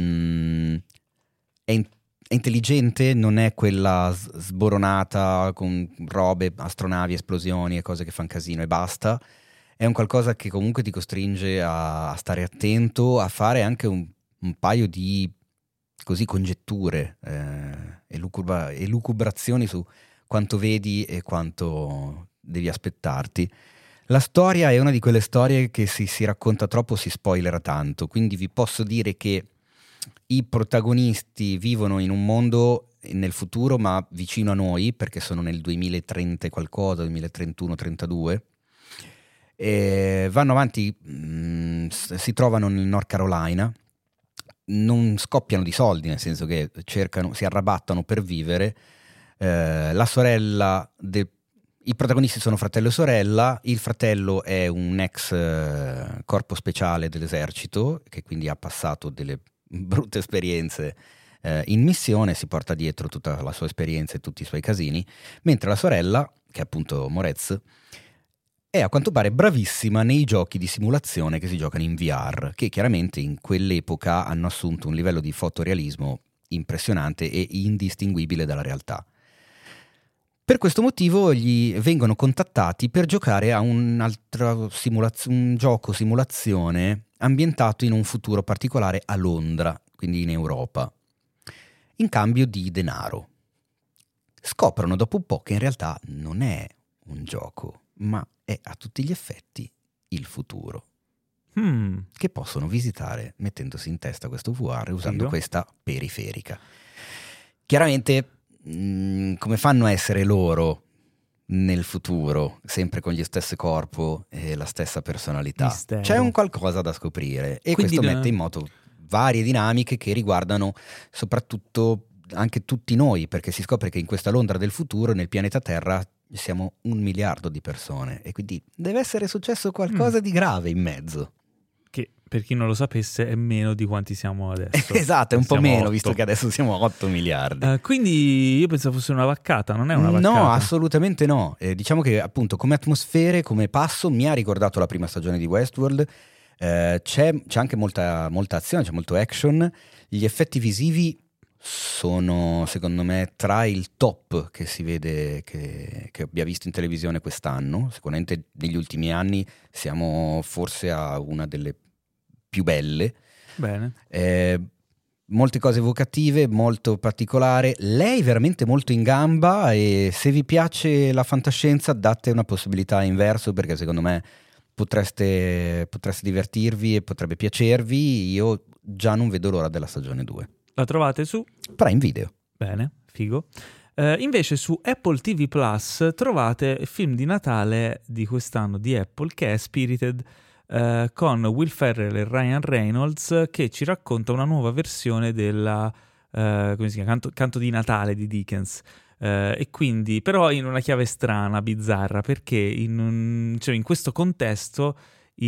È intelligente, non è quella sboronata con robe, astronavi, esplosioni e cose che fan casino e basta. È un qualcosa che comunque ti costringe a stare attento, a fare anche un paio di così congetture e lucubrazioni su quanto vedi e quanto devi aspettarti. La storia è una di quelle storie che si racconta troppo, si spoilera tanto, quindi vi posso dire che i protagonisti vivono in un mondo nel futuro ma vicino a noi, perché sono nel 2030 e qualcosa, 2031-32, e vanno avanti, si trovano nel North Carolina, non scoppiano di soldi, nel senso che si arrabattano per vivere. La sorella i protagonisti sono fratello e sorella. Il fratello è un ex corpo speciale dell'esercito, che quindi ha passato delle brutte esperienze in missione, si porta dietro tutta la sua esperienza e tutti i suoi casini, mentre la sorella, che è appunto Moretz, è a quanto pare bravissima nei giochi di simulazione che si giocano in VR, che chiaramente in quell'epoca hanno assunto un livello di fotorealismo impressionante e indistinguibile dalla realtà. Per questo motivo gli vengono contattati per giocare a un gioco simulazione ambientato in un futuro particolare a Londra, quindi in Europa, in cambio di denaro. Scoprono dopo un po' che in realtà non è un gioco, ma è a tutti gli effetti il futuro, che possono visitare mettendosi in testa questo VR usando questa periferica. Chiaramente come fanno a essere loro nel futuro, sempre con gli stesso corpo e la stessa personalità?
Mistero.
C'è un qualcosa da scoprire e
quindi
questo mette in moto varie dinamiche che riguardano soprattutto anche tutti noi, perché si scopre che in questa Londra del futuro, nel pianeta Terra, siamo 1 miliardo di persone e quindi deve essere successo qualcosa di grave in mezzo.
Che per chi non lo sapesse è meno di quanti siamo adesso.
Esatto, è un po'
Siamo
meno,
8.
visto che adesso siamo a 8 miliardi.
Quindi io pensavo fosse una vaccata, non è una vaccata?
No, assolutamente no. Diciamo che appunto come atmosfere, come passo, mi ha ricordato la prima stagione di Westworld. C'è anche molta azione, c'è molto action. Gli effetti visivi sono, secondo me, tra il top che si vede, che abbia visto in televisione quest'anno. Sicuramente negli ultimi anni siamo forse a una delle più belle.
Bene.
Molte cose evocative, molto particolare. Lei veramente molto in gamba, e se vi piace la fantascienza date una possibilità inverso, perché secondo me potreste divertirvi e potrebbe piacervi. Io già non vedo l'ora della stagione 2.
La trovate su
Prime Video.
Bene, figo. Invece su Apple TV Plus trovate il film di Natale di quest'anno di Apple, che è Spirited, con Will Ferrell e Ryan Reynolds, che ci racconta una nuova versione della come si chiama? Canto di Natale di Dickens. E quindi però in una chiave strana, bizzarra, perché in questo contesto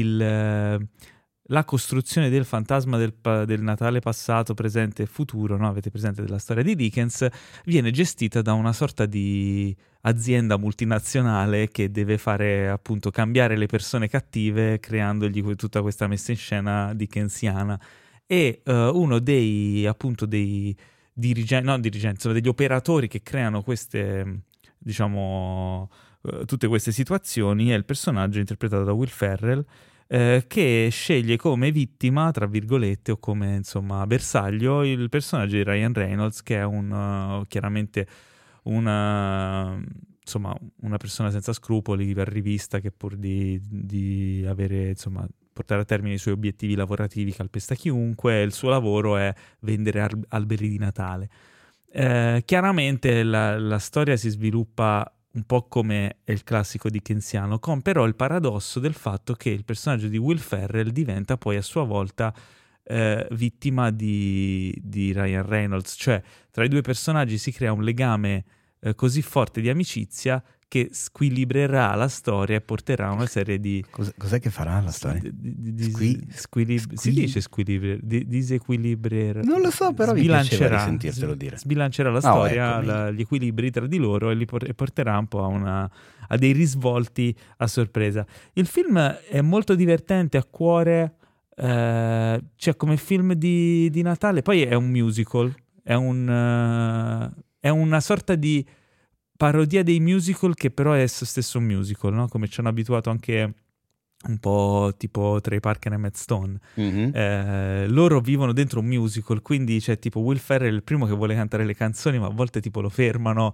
la costruzione del fantasma del Natale passato, presente e futuro, no? Avete presente della storia di Dickens, viene gestita da una sorta di azienda multinazionale che deve fare appunto cambiare le persone cattive, creandogli tutta questa messa in scena dickensiana. E uno dei insomma, degli operatori che creano queste, diciamo, tutte queste situazioni, è il personaggio interpretato da Will Ferrell, che sceglie come vittima, tra virgolette, o come, insomma, bersaglio, il personaggio di Ryan Reynolds, che è chiaramente una persona senza scrupoli, rivista, che pur di avere, insomma, portare a termine i suoi obiettivi lavorativi calpesta chiunque. Il suo lavoro è vendere alberi di Natale. Chiaramente la storia si sviluppa un po' come è il classico dickensiano, con però il paradosso del fatto che il personaggio di Will Ferrell diventa poi a sua volta vittima di Ryan Reynolds, cioè tra i due personaggi si crea un legame così forte di amicizia che squilibrerà la storia e porterà a una serie di...
Cos'è che farà la storia?
Si dice disequilibrerà.
Non lo so, però mi piaceva sentirtelo dire.
Sbilancerà la storia, gli equilibri tra di loro, e porterà un po' a dei risvolti a sorpresa. Il film è molto divertente, a cuore, cioè come film di Natale. Poi è un musical, è una sorta di parodia dei musical che però è esso stesso un musical, no? Come ci hanno abituato anche un po' tipo Trey Parker e Matt Stone. Loro vivono dentro un musical, quindi c'è tipo Will Ferrell il primo che vuole cantare le canzoni, ma a volte tipo lo fermano,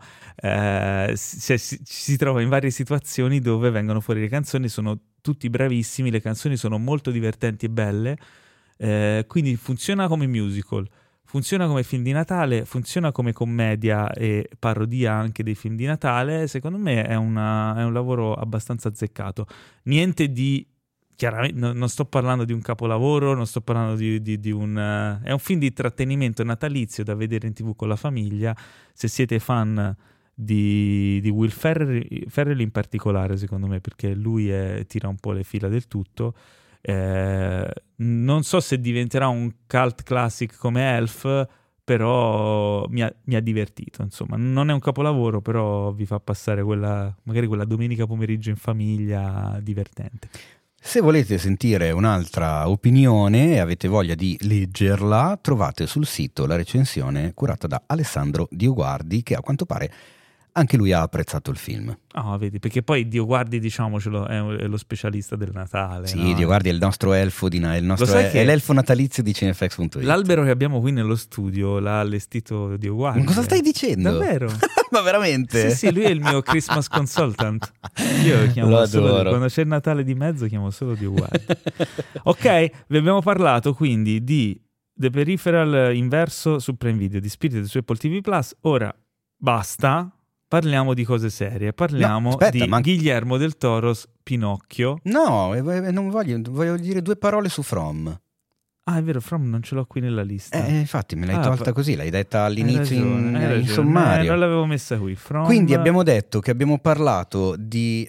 si trova in varie situazioni dove vengono fuori le canzoni, sono tutti bravissimi, le canzoni sono molto divertenti e belle, quindi funziona come musical. Funziona come film di Natale, funziona come commedia e parodia anche dei film di Natale. Secondo me è un lavoro abbastanza azzeccato. Niente di... Chiaramente non sto parlando di un capolavoro, non sto parlando di un... è un film di intrattenimento natalizio da vedere in TV con la famiglia. Se siete fan di Will Ferrell in particolare, secondo me, perché lui tira un po' le fila del tutto. Non so se diventerà un cult classic come Elf, però mi ha divertito, insomma. Non è un capolavoro, però vi fa passare magari quella domenica pomeriggio in famiglia divertente.
Se volete sentire un'altra opinione e avete voglia di leggerla, trovate sul sito la recensione curata da Alessandro Dioguardi, che a quanto pare anche lui ha apprezzato il film.
Vedi, perché poi Dioguardi, diciamocelo, è lo specialista del Natale.
Sì,
no?
Dioguardi è il nostro elfo, è l'elfo natalizio di Cinefx.it.
L'albero che abbiamo qui nello studio l'ha allestito Dioguardi.
Ma cosa stai dicendo?
Davvero?
Ma veramente?
Sì, lui è il mio Christmas consultant. Io chiamo quando c'è il Natale di mezzo chiamo solo Dioguardi. Ok, vi abbiamo parlato quindi di The Peripheral inverso su Prime Video, di Spirited su Apple TV Plus. Ora basta. Parliamo di cose serie, Guillermo del Toro's Pinocchio.
No, non voglio dire due parole su From.
Ah, è vero, From non ce l'ho qui nella lista.
Infatti me l'hai tolta così, l'hai detta all'inizio in sommario.
Non l'avevo messa qui. From...
Quindi abbiamo detto che abbiamo parlato di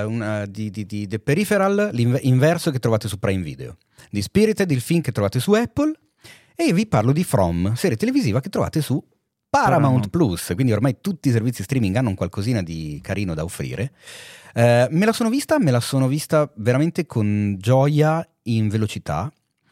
The Peripheral, l'inverso che trovate su Prime Video, di Spirited, il film che trovate su Apple, e vi parlo di From, serie televisiva che trovate su Paramount Plus, quindi ormai tutti i servizi streaming hanno un qualcosina di carino da offrire. Me la sono vista veramente con gioia, in velocità.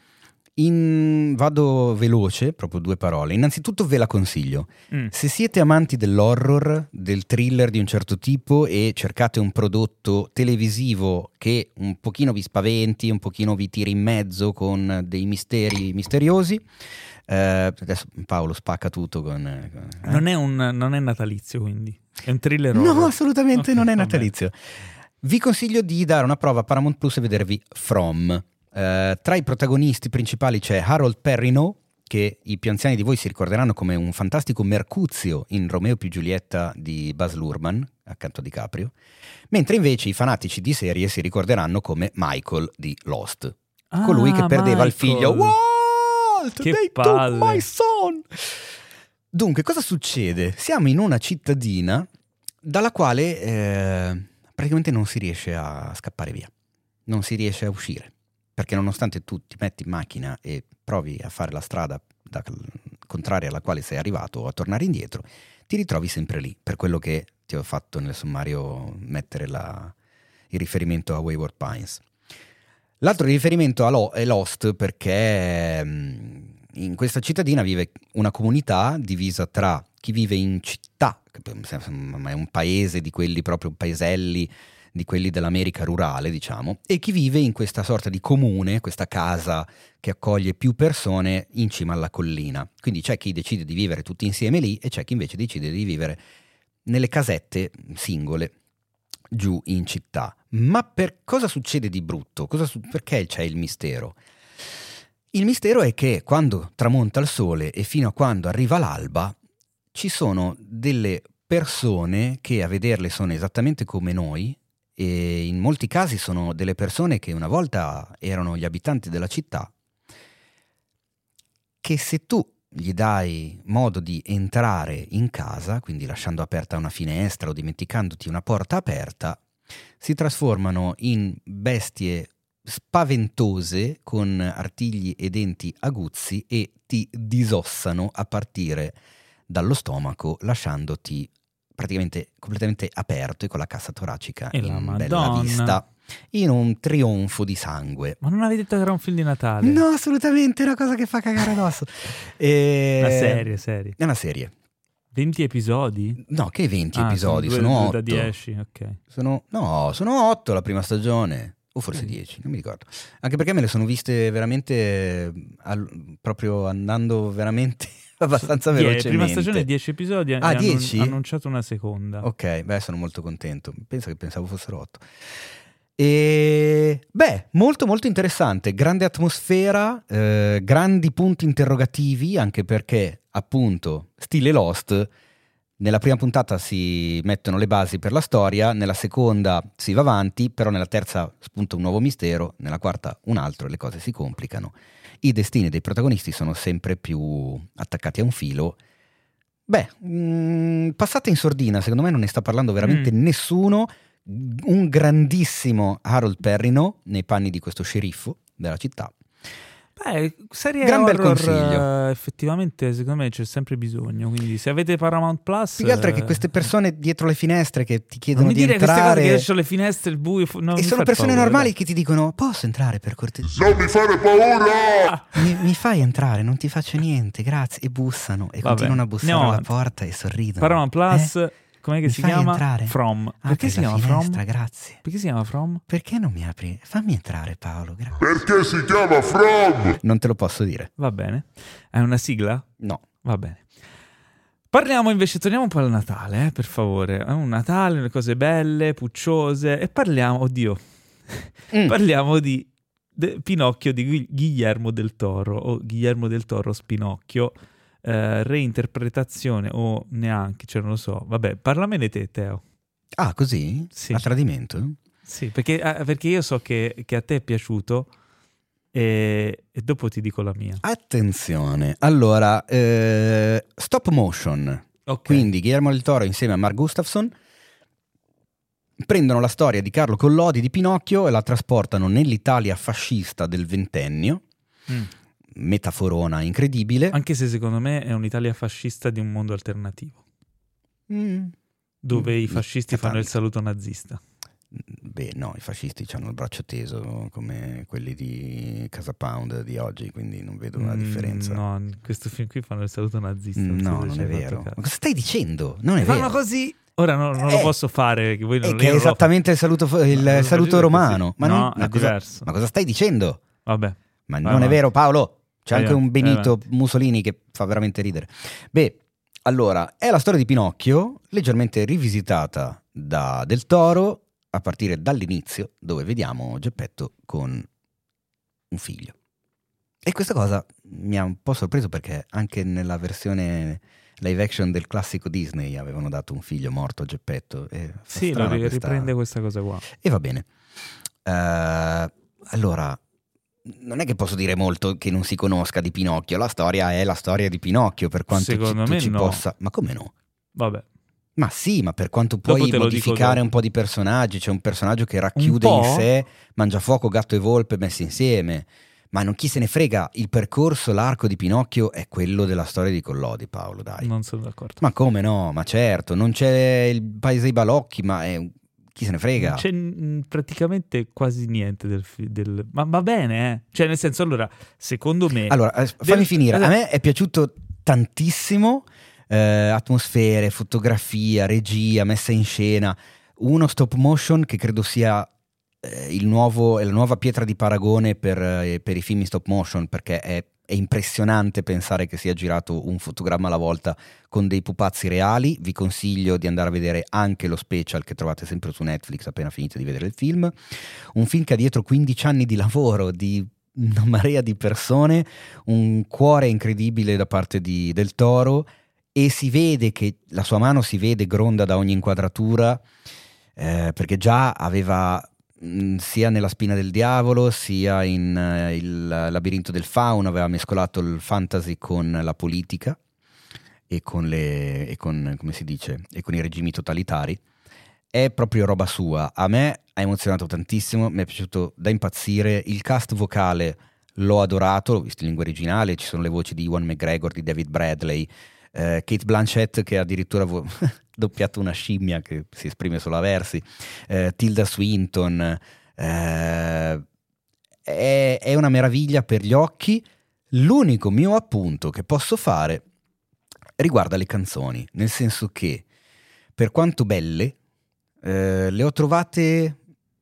Vado veloce, proprio due parole. Innanzitutto ve la consiglio. Se siete amanti dell'horror, del thriller di un certo tipo e cercate un prodotto televisivo che un pochino vi spaventi, un pochino vi tiri in mezzo con dei misteri misteriosi, adesso Paolo spacca tutto con
non è natalizio, quindi è un thriller horror.
No, assolutamente non è natalizio. Vi consiglio di dare una prova a Paramount Plus e vedervi From. Tra i protagonisti principali c'è Harold Perrineau, che i più anziani di voi si ricorderanno come un fantastico Mercuzio in Romeo più Giulietta di Baz Luhrmann accanto a DiCaprio, mentre invece i fanatici di serie si ricorderanno come Michael di Lost, colui che perdeva il figlio.
Che
they
palle.
took my son. Dunque, cosa succede? Siamo in una cittadina dalla quale praticamente non si riesce a scappare via, non si riesce a uscire, perché nonostante tu ti metti in macchina e provi a fare la strada contraria alla quale sei arrivato o a tornare indietro, ti ritrovi sempre lì, per quello che ti ho fatto nel sommario mettere il riferimento a Wayward Pines. L'altro riferimento è Lost, perché in questa cittadina vive una comunità divisa tra chi vive in città, che è un paese di quelli proprio paeselli, di quelli dell'America rurale, diciamo, e chi vive in questa sorta di comune, questa casa che accoglie più persone in cima alla collina. Quindi c'è chi decide di vivere tutti insieme lì e c'è chi invece decide di vivere nelle casette singole giù in città. Ma per cosa succede di brutto? Perché c'è il mistero? Il mistero è che quando tramonta il sole e fino a quando arriva l'alba ci sono delle persone che a vederle sono esattamente come noi, e in molti casi sono delle persone che una volta erano gli abitanti della città, che se tu gli dai modo di entrare in casa, quindi lasciando aperta una finestra o dimenticandoti una porta aperta, si trasformano in bestie spaventose con artigli e denti aguzzi e ti disossano a partire dallo stomaco, lasciandoti praticamente completamente aperto e con la cassa toracica in bella vista, in un trionfo di sangue.
Ma non avevi detto che era un film di Natale?
No, assolutamente, è una cosa che fa cagare addosso.
Una serie.
È una serie.
20 episodi?
No, che 20 episodi? Sono 8.
Da 10, ok.
Sono 8 la prima stagione. O forse 10, non mi ricordo. Anche perché me le sono viste veramente proprio andando veramente abbastanza velocemente.
Prima stagione 10 episodi,
10?
Annunciato una seconda.
Ok, sono molto contento. Pensavo fossero 8. E molto molto interessante, grande atmosfera, grandi punti interrogativi, anche perché appunto stile Lost. Nella prima puntata si mettono le basi per la storia, nella seconda si va avanti, però nella terza spunta un nuovo mistero, nella quarta un altro e le cose si complicano. I destini dei protagonisti sono sempre più attaccati a un filo. Passate in sordina, secondo me non ne sta parlando veramente nessuno. Un grandissimo Harold Perrineau nei panni di questo sceriffo della città.
Serie
gran
horror,
bel consiglio.
Effettivamente secondo me c'è sempre bisogno, quindi se avete Paramount Plus,
più che altro è che queste persone dietro le finestre che ti chiedono
non mi
di
dire
entrare,
queste cose che esce le finestre, il buio,
e sono persone normali che ti dicono: posso entrare per cortesia?
Non mi fare paura!
Mi fai entrare, non ti faccio niente, grazie. E bussano e continuano a bussare alla porta e sorridono.
Paramount Plus, com'è che si chiama?
Entrare?
From.
Perché si chiama
From?
Grazie.
Perché si chiama From?
Perché non mi apri? Fammi entrare, Paolo, grazie.
Perché si chiama From?
Non te lo posso dire.
Va bene. È una sigla?
No.
Va bene. Parliamo invece, torniamo un po' al Natale, per favore. È un Natale, le cose belle, pucciose, e parliamo, parliamo di Pinocchio di Guillermo del Toro, o Guillermo del Toro Spinocchio, reinterpretazione o neanche, cioè non lo so. Vabbè, parlamene te, Teo.
Ah, così?
Sì.
A tradimento?
Sì, perché io so che a te è piaciuto e dopo ti dico la mia.
Attenzione, allora, stop motion,
Okay.
Quindi Guillermo del Toro insieme a Mark Gustafson prendono la storia di Carlo Collodi di Pinocchio e la trasportano nell'Italia fascista del ventennio, metaforona incredibile.
Anche se secondo me è un'Italia fascista di un mondo alternativo, dove i fascisti fanno il saluto nazista.
No, i fascisti hanno il braccio teso come quelli di Casa Pound di oggi, quindi non vedo una differenza.
No, in questo film qui fanno il saluto nazista.
No, non è vero. Ma cosa stai dicendo? Non è
fanno
vero.
Così. Ora non lo posso fare. Che voi non
che è esattamente il saluto romano. Ma
no,
è
diverso.
Ma cosa stai dicendo?
Vabbè.
Ma non è vero, Paolo. C'è anche un Benito
avanti.
Mussolini che fa veramente ridere. Allora, è la storia di Pinocchio, leggermente rivisitata da Del Toro, a partire dall'inizio, dove vediamo Geppetto con un figlio. E questa cosa mi ha un po' sorpreso, perché anche nella versione live action del classico Disney avevano dato un figlio morto a Geppetto.
Sì, riprende questa cosa qua.
E va bene. Allora, non è che posso dire molto che non si conosca di Pinocchio. La storia è la storia di Pinocchio, per quanto
Secondo
tu
me
ci
no.
possa. Ma come no?
Vabbè.
Ma sì, ma per quanto
Dopo
puoi
te lo
modificare
dico
un po' di personaggi. C'è un personaggio che racchiude
Un
in
po'?
sé Mangiafuoco, Gatto e Volpe messi insieme. Ma non chi se ne frega, il percorso, l'arco di Pinocchio è quello della storia di Collodi, Paolo, dai.
Non sono d'accordo.
Ma come no? Ma certo, non c'è il paese dei balocchi, ma Chi se ne frega?
C'è praticamente quasi niente del... Ma va bene, Cioè, nel senso, allora, secondo me...
Allora, fammi finire. A me è piaciuto tantissimo, atmosfere, fotografia, regia, messa in scena, uno stop motion che credo sia la nuova pietra di paragone per i film in stop motion, perché è impressionante pensare che sia girato un fotogramma alla volta con dei pupazzi reali. Vi consiglio di andare a vedere anche lo special che trovate sempre su Netflix appena finite di vedere il film. Un film che ha dietro 15 anni di lavoro di una marea di persone, un cuore incredibile da parte del Toro, e si vede che la sua mano si vede gronda da ogni inquadratura, perché già aveva sia nella Spina del Diavolo sia in il Labirinto del Fauno aveva mescolato il fantasy con la politica e con come si dice, e con i regimi totalitari. È proprio roba sua. A me ha emozionato tantissimo, mi è piaciuto da impazzire. Il cast vocale l'ho adorato, l'ho visto in lingua originale, ci sono le voci di Ewan McGregor, di David Bradley, Kate Blanchett che ha addirittura doppiato una scimmia che si esprime solo a versi, Tilda Swinton, è una meraviglia per gli occhi. L'unico mio appunto che posso fare riguarda le canzoni, nel senso che per quanto belle le ho trovate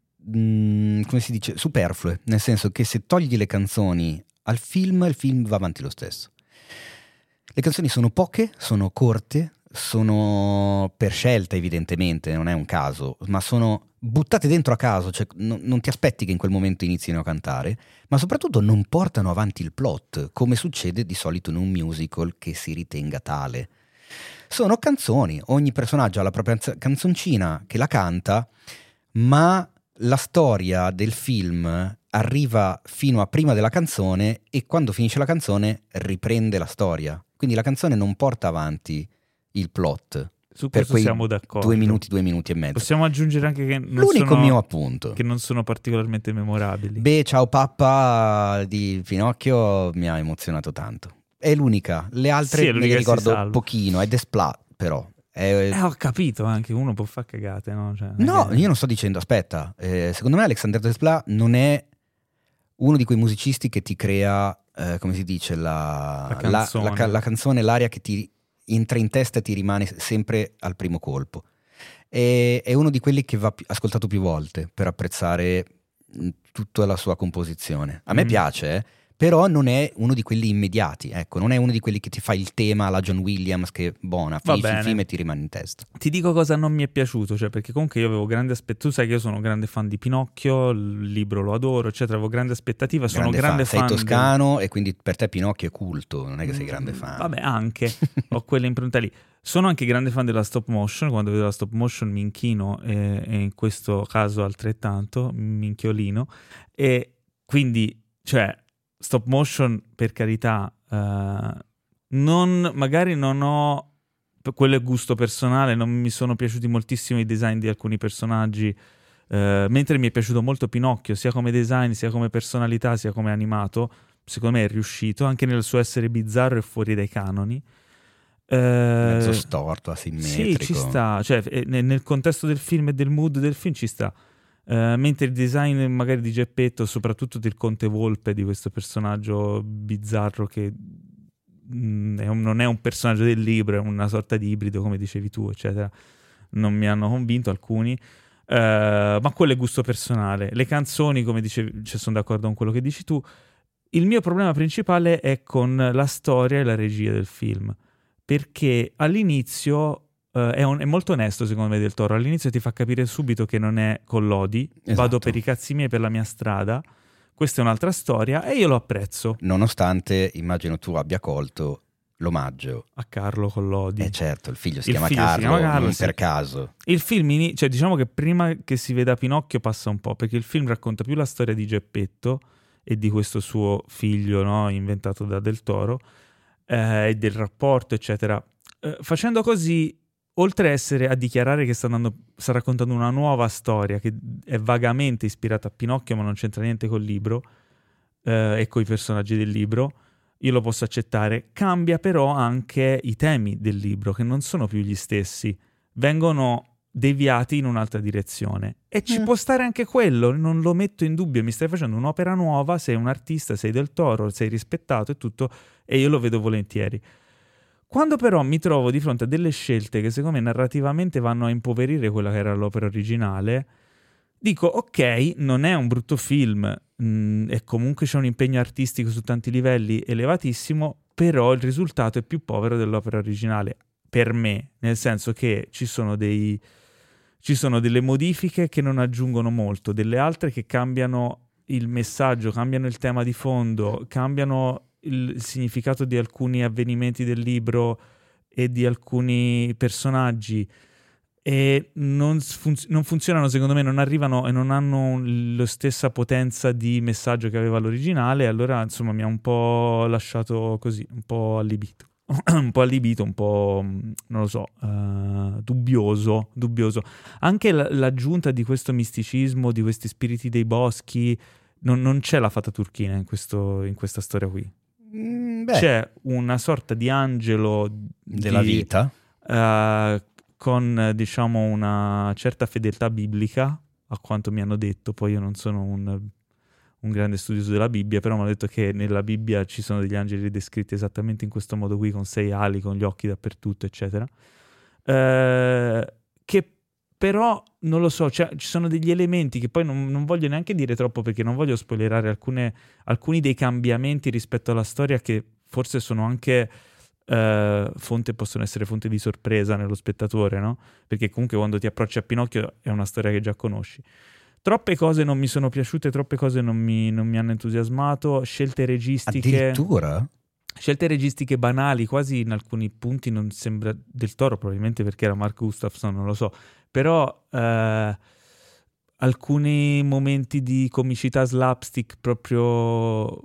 come si dice, superflue, nel senso che se togli le canzoni al film, il film va avanti lo stesso. Le canzoni sono poche, sono corte, sono per scelta evidentemente, non è un caso, ma sono buttate dentro a caso, cioè non ti aspetti che in quel momento inizino a cantare, ma soprattutto non portano avanti il plot, come succede di solito in un musical che si ritenga tale. Sono canzoni, ogni personaggio ha la propria canzoncina che la canta, ma la storia del film arriva fino a prima della canzone e quando finisce la canzone riprende la storia. Quindi la canzone non porta avanti il plot.
Su
per
questo
quei
siamo d'accordo.
2 minuti e mezzo.
Possiamo aggiungere anche che
l'unico mio appunto,
che non sono particolarmente memorabili.
Beh, Ciao Pappa di Pinocchio mi ha emozionato tanto. È l'unica. Le altre
Sì,
me le ricordo pochino. È Desplat, però.
Ho capito, anche uno può fare cagate, no? Cioè,
no, io non sto dicendo, aspetta. Secondo me Alexander Desplat non è uno di quei musicisti che ti crea, come si dice, la canzone, l'aria che ti entra in testa e ti rimane sempre al primo colpo. È uno di quelli che va ascoltato più volte per apprezzare tutta la sua composizione. A me piace, però non è uno di quelli immediati, ecco, non è uno di quelli che ti fa il tema alla John Williams che buona, finisci il film e ti rimane in testa.
Ti dico cosa non mi è piaciuto, cioè perché comunque io avevo grande aspettativa, tu sai che io sono un grande fan di Pinocchio, il libro lo adoro, eccetera, avevo grande aspettativa, sono grande fan.
Sei toscano e quindi per te Pinocchio è culto, non è che sei grande fan.
Vabbè, anche, ho quella impronta lì. Sono anche grande fan della stop motion, quando vedo la stop motion mi inchino e in questo caso altrettanto, mi inchiolino, e quindi, cioè, stop motion per carità, magari non ho, quello è gusto personale, non mi sono piaciuti moltissimo i design di alcuni personaggi, mentre mi è piaciuto molto Pinocchio, sia come design, sia come personalità, sia come animato. Secondo me è riuscito, anche nel suo essere bizzarro e fuori dai canoni.
Mezzo storto, asimmetrico.
Sì, ci sta, cioè nel contesto del film e del mood del film ci sta. Mentre il design magari di Geppetto, soprattutto del Conte Volpe, di questo personaggio bizzarro che non è un personaggio del libro, è una sorta di ibrido, come dicevi tu, eccetera, non mi hanno convinto alcuni, ma quello è gusto personale. Le canzoni, come dicevi, cioè, sono d'accordo con quello che dici tu. Il mio problema principale è con la storia e la regia del film, perché all'inizio è molto onesto secondo me Del Toro, all'inizio ti fa capire subito che non è con Lodi,
esatto.
Vado per i cazzi miei, per la mia strada, questa è un'altra storia e io lo apprezzo.
Nonostante immagino tu abbia colto l'omaggio
a Carlo Collodi.
Certo, il figlio si chiama Carlo, non per caso.
Il film, cioè diciamo che prima che si veda Pinocchio passa un po', perché il film racconta più la storia di Geppetto e di questo suo figlio, no, inventato da Del Toro, e del rapporto, eccetera. Facendo così, oltre a dichiarare che sta raccontando una nuova storia che è vagamente ispirata a Pinocchio, ma non c'entra niente col libro e coi personaggi del libro, io lo posso accettare. Cambia però anche i temi del libro, che non sono più gli stessi. Vengono deviati in un'altra direzione. E ci può stare anche quello, non lo metto in dubbio. Mi stai facendo un'opera nuova, sei un artista, sei del Toro, sei rispettato e tutto, e io lo vedo volentieri. Quando però mi trovo di fronte a delle scelte che secondo me narrativamente vanno a impoverire quella che era l'opera originale, dico ok, non è un brutto film, e comunque c'è un impegno artistico su tanti livelli elevatissimo, però il risultato è più povero dell'opera originale, per me, nel senso che ci sono delle modifiche che non aggiungono molto, delle altre che cambiano il messaggio, cambiano il tema di fondo, cambiano il significato di alcuni avvenimenti del libro e di alcuni personaggi, e non funzionano, secondo me, non arrivano e non hanno la stessa potenza di messaggio che aveva l'originale. Allora insomma mi ha un po' lasciato così, un po' allibito un po' non lo so, dubbioso. Anche l'aggiunta di questo misticismo, di questi spiriti dei boschi, non c'è la fata turchina in questa storia qui. C'è una sorta di angelo
della vita,
con, diciamo, una certa fedeltà biblica, a quanto mi hanno detto. Poi io non sono un grande studioso della Bibbia, però mi hanno detto che nella Bibbia ci sono degli angeli descritti esattamente in questo modo qui, con 6 ali, con gli occhi dappertutto, eccetera. Che però, non lo so, cioè, ci sono degli elementi che poi non voglio neanche dire troppo, perché non voglio spoilerare alcuni dei cambiamenti rispetto alla storia, che forse sono anche possono essere fonte di sorpresa nello spettatore, no? Perché comunque quando ti approcci a Pinocchio è una storia che già conosci. Troppe cose non mi sono piaciute, troppe cose non mi hanno entusiasmato, scelte registiche...
Addirittura?
Scelte registiche banali, quasi in alcuni punti non sembra del Toro, probabilmente perché era Mark Gustafson, non lo so, però alcuni momenti di comicità slapstick proprio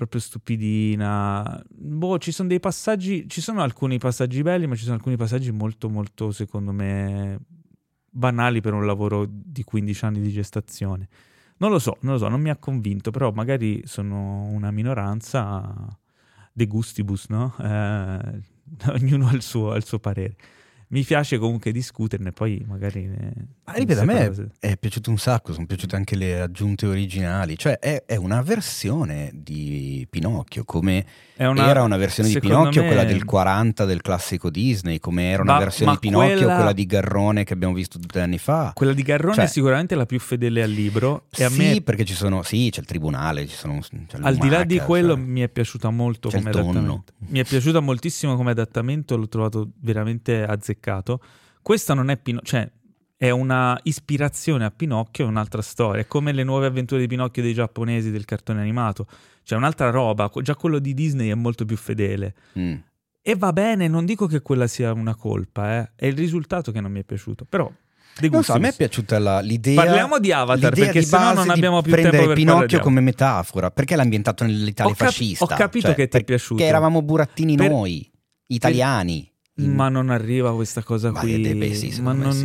stupidina. Ci sono dei passaggi, ci sono alcuni passaggi belli, ma ci sono alcuni passaggi molto molto, secondo me, banali per un lavoro di 15 anni di gestazione. Non lo so, non mi ha convinto, però magari sono una minoranza, de gustibus, no? Ognuno ha il suo parere. Mi piace comunque discuterne, poi magari...
ripeto, a me è piaciuto un sacco, sono piaciute anche le aggiunte originali, cioè è una versione di Pinocchio, come era una versione di Pinocchio quella del 40 del classico Disney, come era una versione di Pinocchio quella di Garrone che abbiamo visto 2 anni fa. Quella
di Garrone è sicuramente la più fedele al libro. E
sì, a me... perché c'è il tribunale, c'è
al di là di quello, mi è piaciuta molto come adattamento. Mi è piaciuta moltissimo come adattamento, l'ho trovato veramente azzeccato. Questa non è cioè è una ispirazione a Pinocchio, è un'altra storia, è come le nuove avventure di Pinocchio dei giapponesi del cartone animato, cioè un'altra roba. Già quello di Disney è molto più fedele e va bene, non dico che quella sia una colpa, è il risultato che non mi è piaciuto, però
non so, a me è piaciuta l'idea.
Parliamo di Avatar, perché sennò non abbiamo più tempo per
Pinocchio come metafora, perché l'ha ambientato nell'Italia fascista.
Ho capito che ti è piaciuto,
che eravamo burattini noi italiani.
Ma non arriva questa cosa qui.
Sì,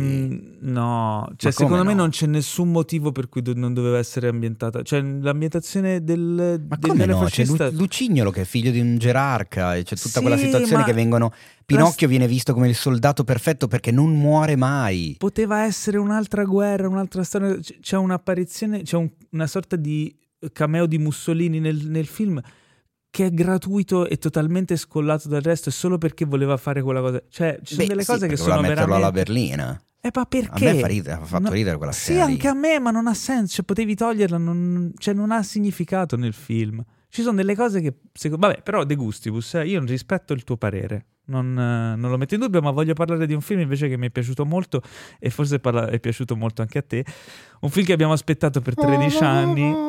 no, cioè secondo me non c'è nessun motivo per cui non doveva essere ambientata. Cioè l'ambientazione del fascista.
C'è Lucignolo che è figlio di un gerarca, e c'è tutta quella situazione che Pinocchio viene visto come il soldato perfetto perché non muore mai.
Poteva essere un'altra guerra, un'altra storia. C'è un'apparizione, c'è una sorta di cameo di Mussolini nel film, che è gratuito e totalmente scollato dal resto, è solo perché voleva fare quella cosa. Cioè, ci sono delle cose che sono veramente...
metterlo alla berlina.
Ma perché?
A me ha fatto ridere quella scena.
Sì, anche a me, ma non ha senso. Cioè, potevi toglierla, non ha significato nel film. Ci sono delle cose che... Vabbè, però De Gustibus, io rispetto il tuo parere. Non lo metto in dubbio, ma voglio parlare di un film invece che mi è piaciuto molto, e forse è piaciuto molto anche a te. Un film che abbiamo aspettato per 13 anni...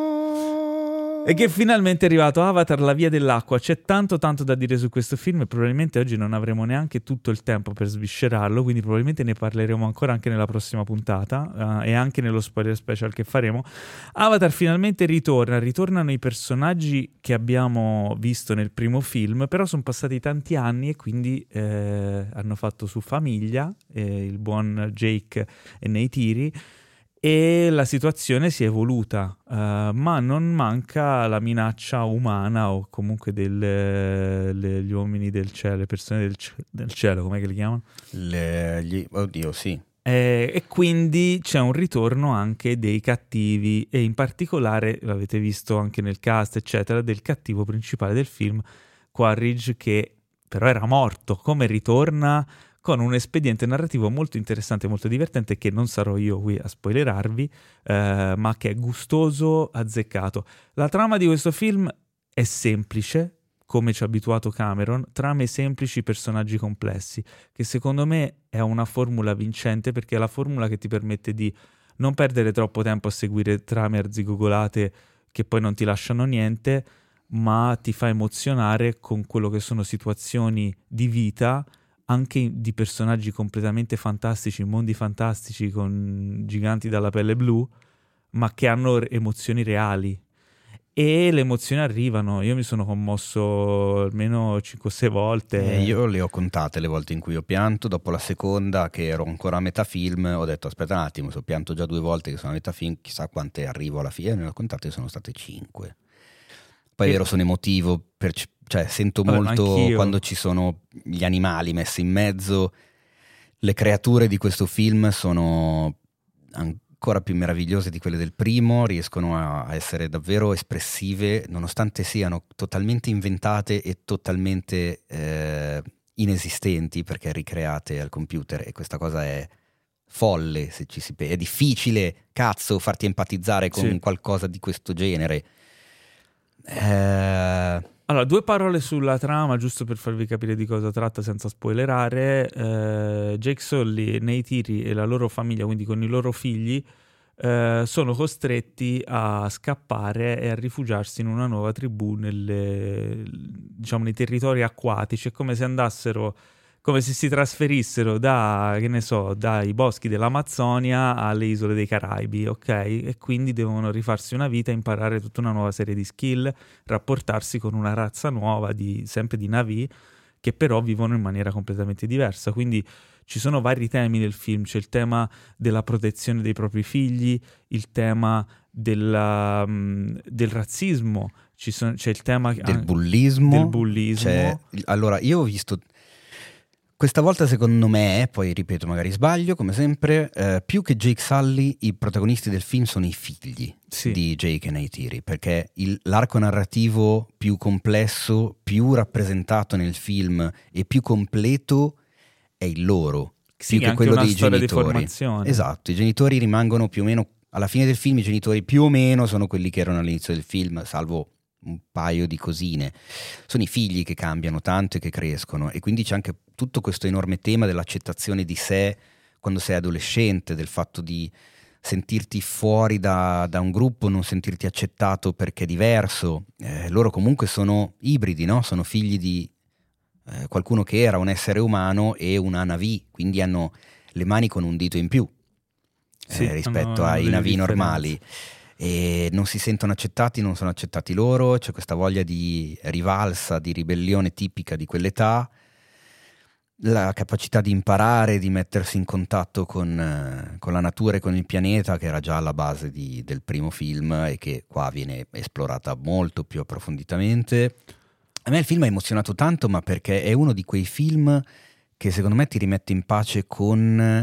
e che finalmente è arrivato, Avatar, la via dell'acqua. C'è tanto da dire su questo film e probabilmente oggi non avremo neanche tutto il tempo per sviscerarlo, quindi probabilmente ne parleremo ancora anche nella prossima puntata e anche nello spoiler special che faremo. Avatar finalmente ritornano i personaggi che abbiamo visto nel primo film, però sono passati tanti anni e quindi hanno fatto su famiglia, il buon Jake e Neytiri, e la situazione si è evoluta, ma non manca la minaccia umana o comunque gli uomini del cielo, le persone del cielo, com'è che li chiamano?
Oddio, sì.
E quindi c'è un ritorno anche dei cattivi, e in particolare, l'avete visto anche nel cast, eccetera, del cattivo principale del film, Quaritch, che però era morto. Come ritorna con un espediente narrativo molto interessante, molto divertente, che non sarò io qui a spoilerarvi, ma che è gustoso, azzeccato. La trama di questo film è semplice, come ci ha abituato Cameron, trame semplici, personaggi complessi, che secondo me è una formula vincente, perché è la formula che ti permette di non perdere troppo tempo a seguire trame arzigogolate che poi non ti lasciano niente, ma ti fa emozionare con quello che sono situazioni di vita, anche di personaggi completamente fantastici, mondi fantastici con giganti dalla pelle blu, ma che hanno emozioni reali. E le emozioni arrivano. Io mi sono commosso almeno 5-6 volte.
Io le ho contate le volte in cui ho pianto. Dopo la seconda, che ero ancora a metà film, ho detto aspetta un attimo, se ho pianto già 2 volte che sono a metà film, chissà quante arrivo alla fine. Ne ho contate, sono state 5. Poi è vero, sono emotivo, cioè sento molto
anch'io.
Quando ci sono gli animali messi in mezzo. Le creature di questo film sono ancora più meravigliose di quelle del primo, riescono a essere davvero espressive, nonostante siano totalmente inventate e totalmente inesistenti, perché ricreate al computer, e questa cosa è folle, se ci si è difficile, cazzo, farti empatizzare con qualcosa di questo genere.
Allora, 2 parole sulla trama, giusto per farvi capire di cosa tratta senza spoilerare. Jake Sully, Neytiri e la loro famiglia, quindi con i loro figli, sono costretti a scappare e a rifugiarsi in una nuova tribù nei territori acquatici. È come se andassero, come se si trasferissero dai boschi dell'Amazzonia alle isole dei Caraibi, ok? E quindi devono rifarsi una vita, imparare tutta una nuova serie di skill, rapportarsi con una razza nuova, sempre di Na'vi, che però vivono in maniera completamente diversa. Quindi ci sono vari temi nel film. C'è il tema della protezione dei propri figli, il tema del razzismo, c'è il tema
del bullismo. Allora, io ho visto... Questa volta secondo me, poi ripeto, magari sbaglio, come sempre, più che Jake Sully, i protagonisti del film sono i figli di Jake e Neytiri, perché l'arco narrativo più complesso, più rappresentato nel film e più completo è il loro, più che quello dei genitori. Di formazione. Esatto, i genitori rimangono più o meno, alla fine del film i genitori più o meno sono quelli che erano all'inizio del film, salvo un paio di cosine. Sono i figli che cambiano tanto e che crescono, e quindi c'è anche tutto questo enorme tema dell'accettazione di sé quando sei adolescente, del fatto di sentirti fuori da un gruppo, non sentirti accettato perché è diverso. Loro comunque sono ibridi, no? Sono figli di qualcuno che era un essere umano e una Na'vi, quindi hanno le mani con un dito in più rispetto ai Na'vi normali. E non si sentono accettati, non sono accettati loro, c'è questa voglia di rivalsa, di ribellione tipica di quell'età, la capacità di imparare, di mettersi in contatto con la natura e con il pianeta, che era già alla base del primo film e che qua viene esplorata molto più approfonditamente. A me il film ha emozionato tanto, ma perché è uno di quei film che secondo me ti rimette in pace con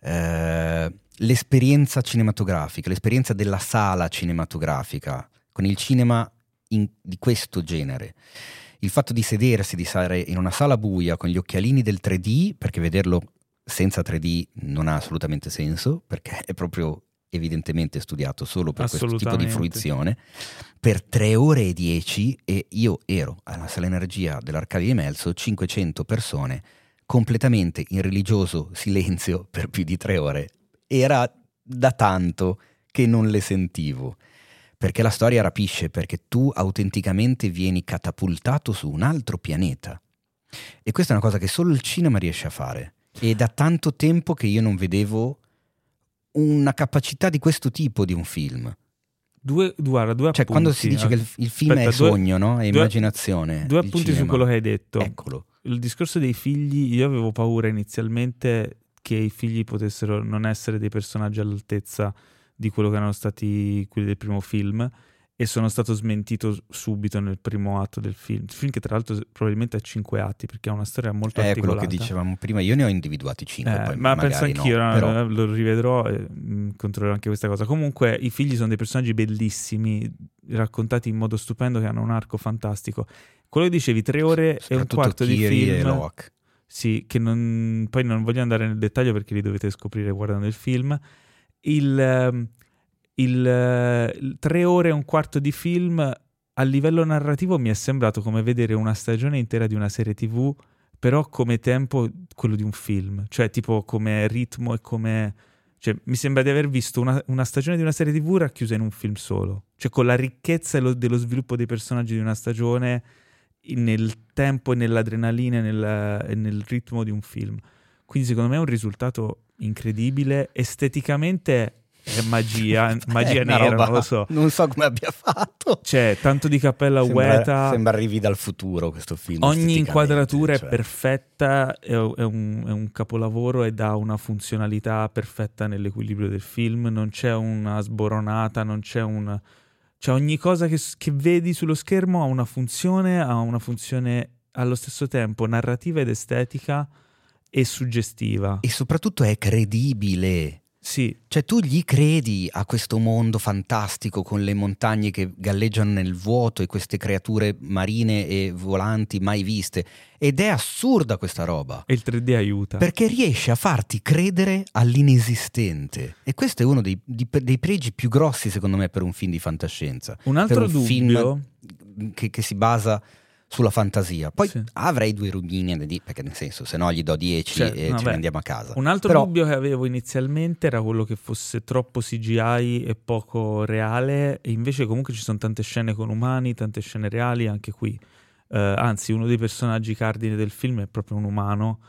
l'esperienza cinematografica, l'esperienza della sala cinematografica, con il cinema di questo genere. Il fatto di sedersi, di stare in una sala buia con gli occhialini del 3D, perché vederlo senza 3D non ha assolutamente senso, perché è proprio evidentemente studiato solo per questo tipo di fruizione, per 3 ore e 10, e io ero alla Sala Energia dell'Arcadia di Melzo, 500 persone, completamente in religioso silenzio per più di 3 ore. Era da tanto che non le sentivo, perché la storia rapisce, perché tu autenticamente vieni catapultato su un altro pianeta, e questa è una cosa che solo il cinema riesce a fare, e da tanto tempo che io non vedevo una capacità di questo tipo di un film.
Due appunti.
Quando si dice che il film è sogno, no? È immaginazione.
2 appunti su quello che hai detto.
Eccolo.
Il discorso dei figli, io avevo paura inizialmente che i figli potessero non essere dei personaggi all'altezza di quello che erano stati quelli del primo film, e sono stato smentito subito nel primo atto del film. Il film che tra l'altro probabilmente ha 5 atti perché ha una storia molto articolata.
Quello che dicevamo prima, io ne ho individuati 5, poi
ma penso anch'io,
no, però...
lo rivedrò e controllerò anche questa cosa. Comunque i figli sono dei personaggi bellissimi, raccontati in modo stupendo, che hanno un arco fantastico. Quello che dicevi, 3 ore e un quarto di film...
e Locke.
Sì, che poi non voglio andare nel dettaglio perché li dovete scoprire guardando il film. Il 3 ore e un quarto di film a livello narrativo mi è sembrato come vedere una stagione intera di una serie TV, però come tempo quello di un film, cioè tipo come ritmo e come... Cioè, mi sembra di aver visto una stagione di una serie TV racchiusa in un film solo, cioè con la ricchezza dello sviluppo dei personaggi di una stagione nel tempo e nell'adrenalina e nel ritmo di un film. Quindi secondo me è un risultato incredibile, esteticamente è magia nera,
roba,
non lo so.
Non so come abbia fatto.
C'è tanto di cappella Ueta.
Sembra arrivi dal futuro questo film.
Ogni inquadratura è perfetta, è un capolavoro e dà una funzionalità perfetta nell'equilibrio del film. Non c'è una sboronata, non c'è un... Cioè ogni cosa che vedi sullo schermo ha una funzione allo stesso tempo narrativa ed estetica e suggestiva.
E soprattutto è credibile.
Sì.
Cioè tu gli credi a questo mondo fantastico con le montagne che galleggiano nel vuoto e queste creature marine e volanti mai viste. Ed è assurda questa roba.
E il 3D aiuta.
Perché riesce a farti credere all'inesistente. E questo è uno dei pregi più grossi secondo me per un film di fantascienza.
Un altro dubbio...
film che si basa sulla fantasia. Poi avrei 2 rughini da dire, perché nel senso, se no gli do 10 e ce ne andiamo a casa.
Un altro dubbio che avevo inizialmente era quello che fosse troppo CGI e poco reale, e invece comunque ci sono tante scene con umani, tante scene reali anche qui. Anzi, uno dei personaggi cardine del film è proprio un umano,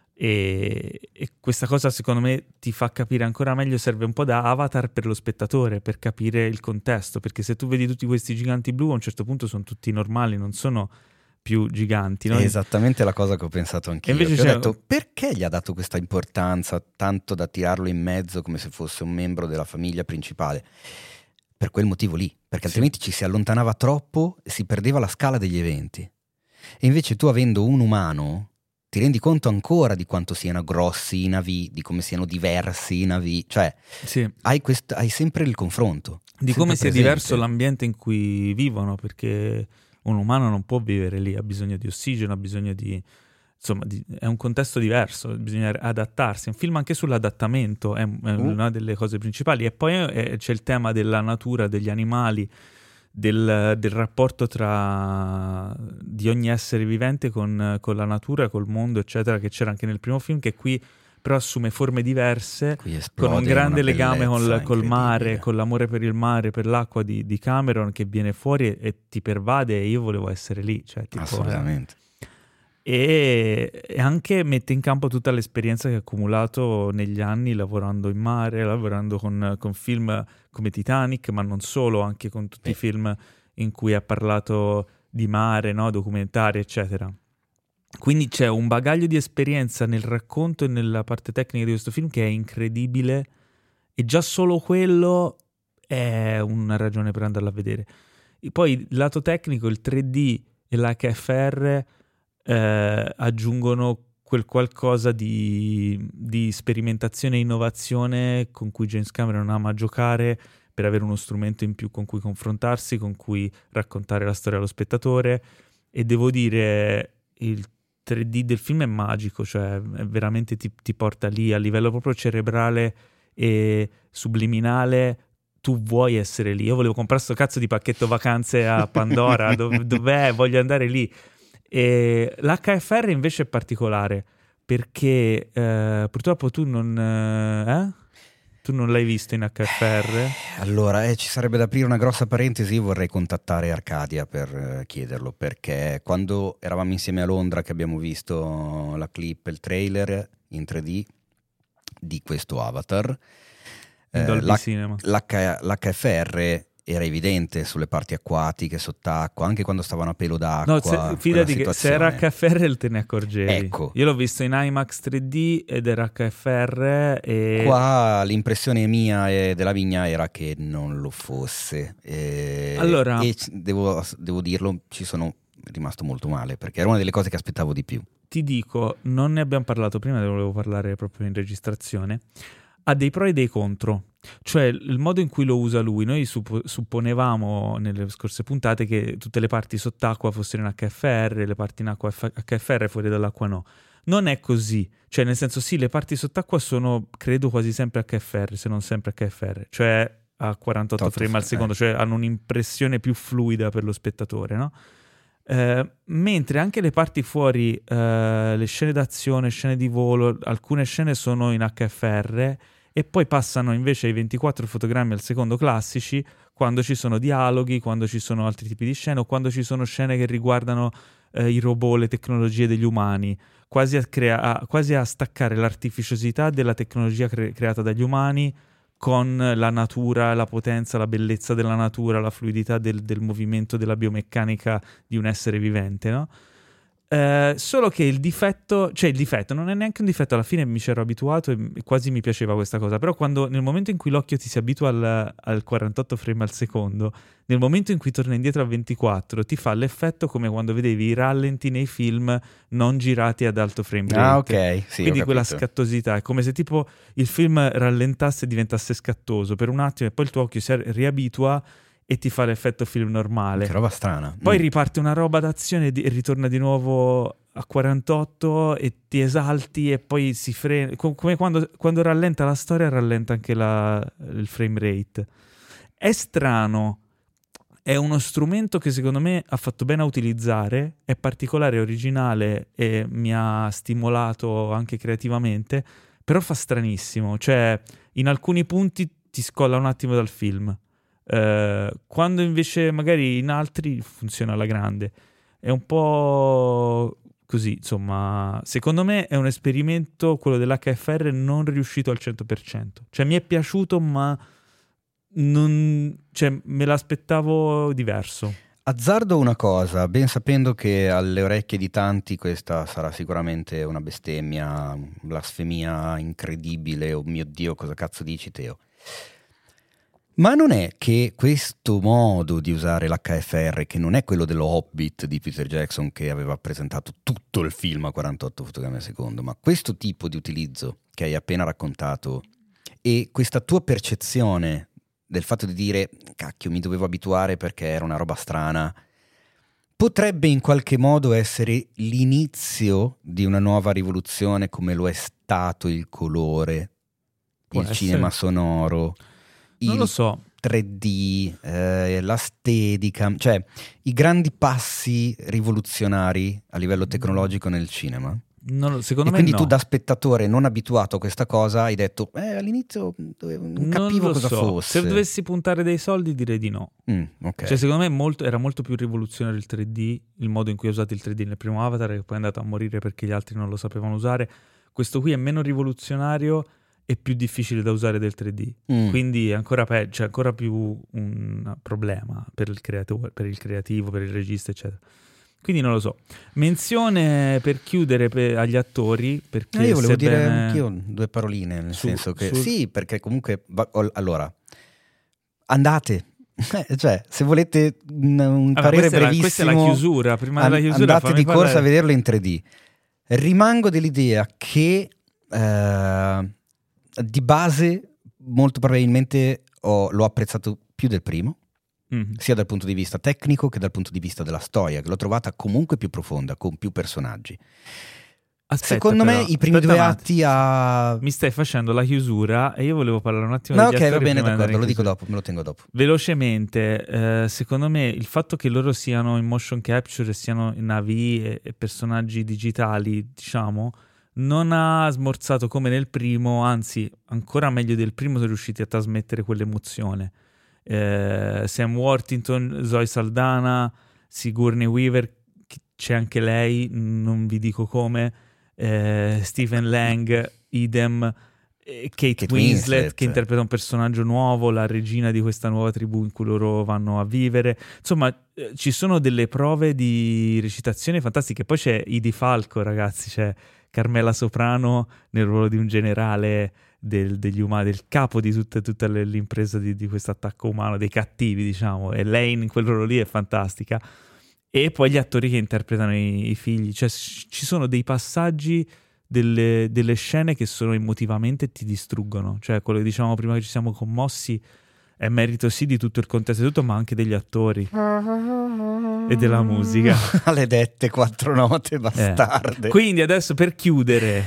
e questa cosa secondo me ti fa capire ancora meglio, serve un po' da Avatar per lo spettatore, per capire il contesto, perché se tu vedi tutti questi giganti blu a un certo punto sono tutti normali, non sono più giganti, no?
È esattamente la cosa che ho pensato anch'io.
E invece
ho detto, perché gli ha dato questa importanza tanto da tirarlo in mezzo come se fosse un membro della famiglia principale? Per quel motivo lì, perché altrimenti ci si allontanava troppo e si perdeva la scala degli eventi. E invece tu, avendo un umano, ti rendi conto ancora di quanto siano grossi i navi, di come siano diversi i navi, cioè hai sempre il confronto.
Di come sia diverso l'ambiente in cui vivono, perché un umano non può vivere lì, ha bisogno di ossigeno, ha bisogno di... Insomma, è un contesto diverso, bisogna adattarsi. Un film anche sull'adattamento è una delle cose principali. E poi c'è il tema della natura, degli animali, del rapporto di ogni essere vivente con la natura, col mondo, eccetera, che c'era anche nel primo film, che qui però assume forme diverse, con un grande legame col mare, con l'amore per il mare, per l'acqua di Cameron, che viene fuori e ti pervade, e io volevo essere lì, cioè, tipo,
assolutamente.
E anche mette in campo tutta l'esperienza che ha accumulato negli anni lavorando in mare, lavorando con film come Titanic, ma non solo, anche con tutti i film in cui ha parlato di mare, no? Documentari, eccetera. Quindi c'è un bagaglio di esperienza nel racconto e nella parte tecnica di questo film che è incredibile, e già solo quello è una ragione per andarla a vedere. E poi il lato tecnico, il 3D e l'HFR aggiungono quel qualcosa di sperimentazione e innovazione con cui James Cameron ama giocare, per avere uno strumento in più con cui confrontarsi, con cui raccontare la storia allo spettatore. E devo dire, il 3D del film è magico, cioè veramente ti porta lì a livello proprio cerebrale e subliminale. Tu vuoi essere lì. Io volevo comprare sto cazzo di pacchetto vacanze a Pandora, dov'è? Voglio andare lì. E l'HFR invece è particolare perché purtroppo tu non l'hai visto in HFR.
Allora ci sarebbe da aprire una grossa parentesi. Io vorrei contattare Arcadia per chiederlo, perché quando eravamo insieme a Londra, che abbiamo visto la clip, il trailer in 3D di questo Avatar,
Dolby Cinema,
l'HFR era evidente sulle parti acquatiche, sott'acqua, anche quando stavano a pelo d'acqua.
No, fidati che se era HFR te ne accorgevi.
Ecco.
Io l'ho visto in IMAX 3D ed era HFR e...
Qua l'impressione mia e della Vigna era che non lo fosse.
Allora...
E devo dirlo, ci sono rimasto molto male, perché era una delle cose che aspettavo di più.
Ti dico, non ne abbiamo parlato prima, ne volevo parlare proprio in registrazione. Ha dei pro e dei contro, cioè il modo in cui lo usa lui. Noi supponevamo nelle scorse puntate che tutte le parti sott'acqua fossero in HFR, le parti in acqua HFR, fuori dall'acqua no. Non è così, cioè nel senso sì, le parti sott'acqua sono credo quasi sempre HFR, se non sempre HFR, cioè a 48 frame al secondo, cioè hanno un'impressione più fluida per lo spettatore, no? Mentre anche le parti fuori, le scene d'azione, scene di volo, alcune scene sono in HFR e poi passano invece ai 24 fotogrammi al secondo classici quando ci sono dialoghi, quando ci sono altri tipi di scene o quando ci sono scene che riguardano i robot, le tecnologie degli umani, quasi a staccare l'artificiosità della tecnologia creata dagli umani con la natura, la potenza, la bellezza della natura, la fluidità del movimento, della biomeccanica di un essere vivente, no? Solo che il difetto non è neanche un difetto, alla fine mi c'ero abituato e quasi mi piaceva questa cosa, però nel momento in cui l'occhio ti si abitua al 48 frame al secondo, nel momento in cui torna indietro a 24 ti fa l'effetto come quando vedevi i rallenti nei film non girati ad alto frame rate.
Ah, ok, sì,
quindi quella scattosità è come se tipo il film rallentasse e diventasse scattoso per un attimo e poi il tuo occhio si riabitua e ti fa l'effetto film normale.
Che roba strana.
Poi riparte una roba d'azione e ritorna di nuovo a 48 e ti esalti e poi si frena. Come quando rallenta la storia, rallenta anche il frame rate. È strano. È uno strumento che secondo me ha fatto bene a utilizzare, è particolare, originale e mi ha stimolato anche creativamente, però fa stranissimo. Cioè, in alcuni punti ti scolla un attimo dal film. Quando invece magari in altri funziona alla grande. È un po' così, insomma, secondo me è un esperimento, quello dell'HFR, non riuscito al 100%. Cioè mi è piaciuto ma me l'aspettavo diverso.
Azzardo una cosa, ben sapendo che alle orecchie di tanti questa sarà sicuramente una bestemmia, blasfemia incredibile, oh mio Dio, cosa cazzo dici Teo? Ma non è che questo modo di usare l'HFR, che non è quello dello Hobbit di Peter Jackson che aveva presentato tutto il film a 48 fotogrammi al secondo, ma questo tipo di utilizzo che hai appena raccontato e questa tua percezione del fatto di dire cacchio mi dovevo abituare perché era una roba strana, potrebbe in qualche modo essere l'inizio di una nuova rivoluzione come lo è stato il colore, cinema sonoro,
non lo so,
3D, la Steadicam, cioè i grandi passi rivoluzionari a livello tecnologico nel cinema.
Secondo me
quindi
no.
Tu da spettatore non abituato a questa cosa hai detto all'inizio non capivo cosa fosse.
Se dovessi puntare dei soldi direi di no.
Okay.
Cioè secondo me era molto più rivoluzionario il 3D, il modo in cui ha usato il 3D nel primo Avatar, che poi è andato a morire perché gli altri non lo sapevano usare. Questo qui è meno rivoluzionario e più difficile da usare del 3D, quindi è ancora peggio, ancora più un problema per il creativo, per il regista, eccetera. Quindi non lo so. Menzione per chiudere agli attori, perché
io volevo dire anch'io due paroline, nel senso che sì, perché comunque allora andate. Cioè, se volete un parere brevissimo,
questa è la chiusura. Prima della chiusura
andate di corsa a vederlo in 3D. Rimango dell'idea che di base molto probabilmente l'ho apprezzato più del primo, sia dal punto di vista tecnico che dal punto di vista della storia, che l'ho trovata comunque più profonda, con più personaggi. Secondo me i primi due atti
mi stai facendo la chiusura e io volevo parlare un attimo
degli
attori.
Ok, va bene, d'accordo, lo dico dopo, me lo tengo dopo.
Velocemente, secondo me il fatto che loro siano in motion capture e siano navi e personaggi digitali, diciamo, non ha smorzato come nel primo, anzi ancora meglio del primo sono riusciti a trasmettere quell'emozione. Sam Worthington, Zoe Saldana, Sigourney Weaver, c'è anche lei, non vi dico come, Stephen Lang, idem, Kate Winslet che interpreta un personaggio nuovo, la regina di questa nuova tribù in cui loro vanno a vivere. Insomma, ci sono delle prove di recitazione fantastiche. Poi c'è Edie Falco, ragazzi, c'è Carmela Soprano nel ruolo di un generale degli umani, del capo di tutta l'impresa di questo attacco umano, dei cattivi, diciamo, e lei in quel ruolo lì è fantastica. E poi gli attori che interpretano i figli, cioè ci sono dei passaggi, delle scene che sono emotivamente ti distruggono, cioè quello che dicevamo prima, che ci siamo commossi, è merito sì di tutto il contesto e tutto, ma anche degli attori e della musica.
Maledette 4 note bastarde.
Quindi adesso per chiudere,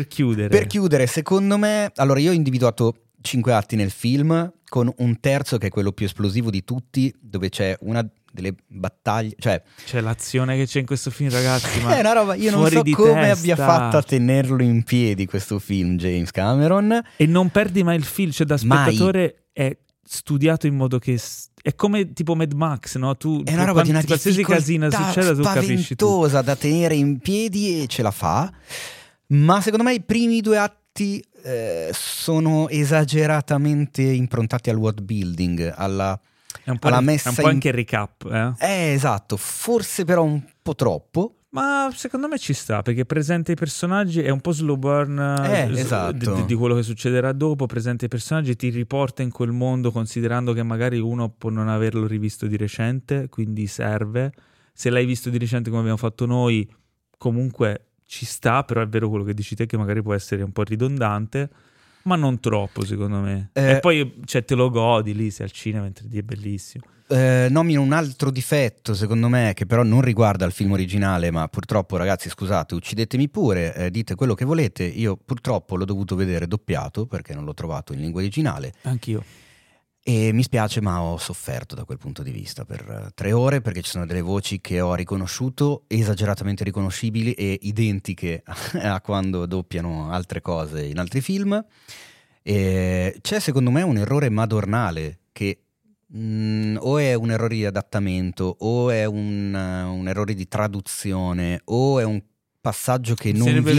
secondo me, allora io ho individuato 5 atti nel film, con un terzo che è quello più esplosivo di tutti, dove c'è una delle battaglie, cioè
c'è l'azione che c'è in questo film, ragazzi, ma
è una roba, io non so come abbia fatto a tenerlo in piedi questo film James Cameron,
e non perdi mai il feel, cioè da spettatore è studiato in modo che è come tipo Mad Max, no?
È una roba di una
qualsiasi casina succeda, tu capisci tutto.
Spaventosa da tenere in piedi, e ce la fa. Ma secondo me i primi 2 atti sono esageratamente improntati al world building, alla messa
è un po' anche il recap,
esatto, forse però un po' troppo.
Ma secondo me ci sta, perché presenta i personaggi, è un po' slow burn
esatto.
di quello che succederà dopo, presenta i personaggi, ti riporta in quel mondo, considerando che magari uno può non averlo rivisto di recente, quindi serve. Se l'hai visto di recente come abbiamo fatto noi, comunque ci sta, però è vero quello che dici te, che magari può essere un po' ridondante, ma non troppo secondo me. E poi te lo godi lì, sei al cinema in 3D, è bellissimo.
Nomino un altro difetto secondo me, che però non riguarda il film originale, ma purtroppo, ragazzi, scusate, uccidetemi pure, dite quello che volete, io purtroppo l'ho dovuto vedere doppiato perché non l'ho trovato in lingua originale.
Anch'io.
E mi spiace, ma ho sofferto da quel punto di vista per 3 ore, perché ci sono delle voci che ho riconosciuto, esageratamente riconoscibili e identiche a quando doppiano altre cose in altri film. E c'è secondo me un errore madornale che o è un errore di adattamento, o è un errore di traduzione, o è un passaggio che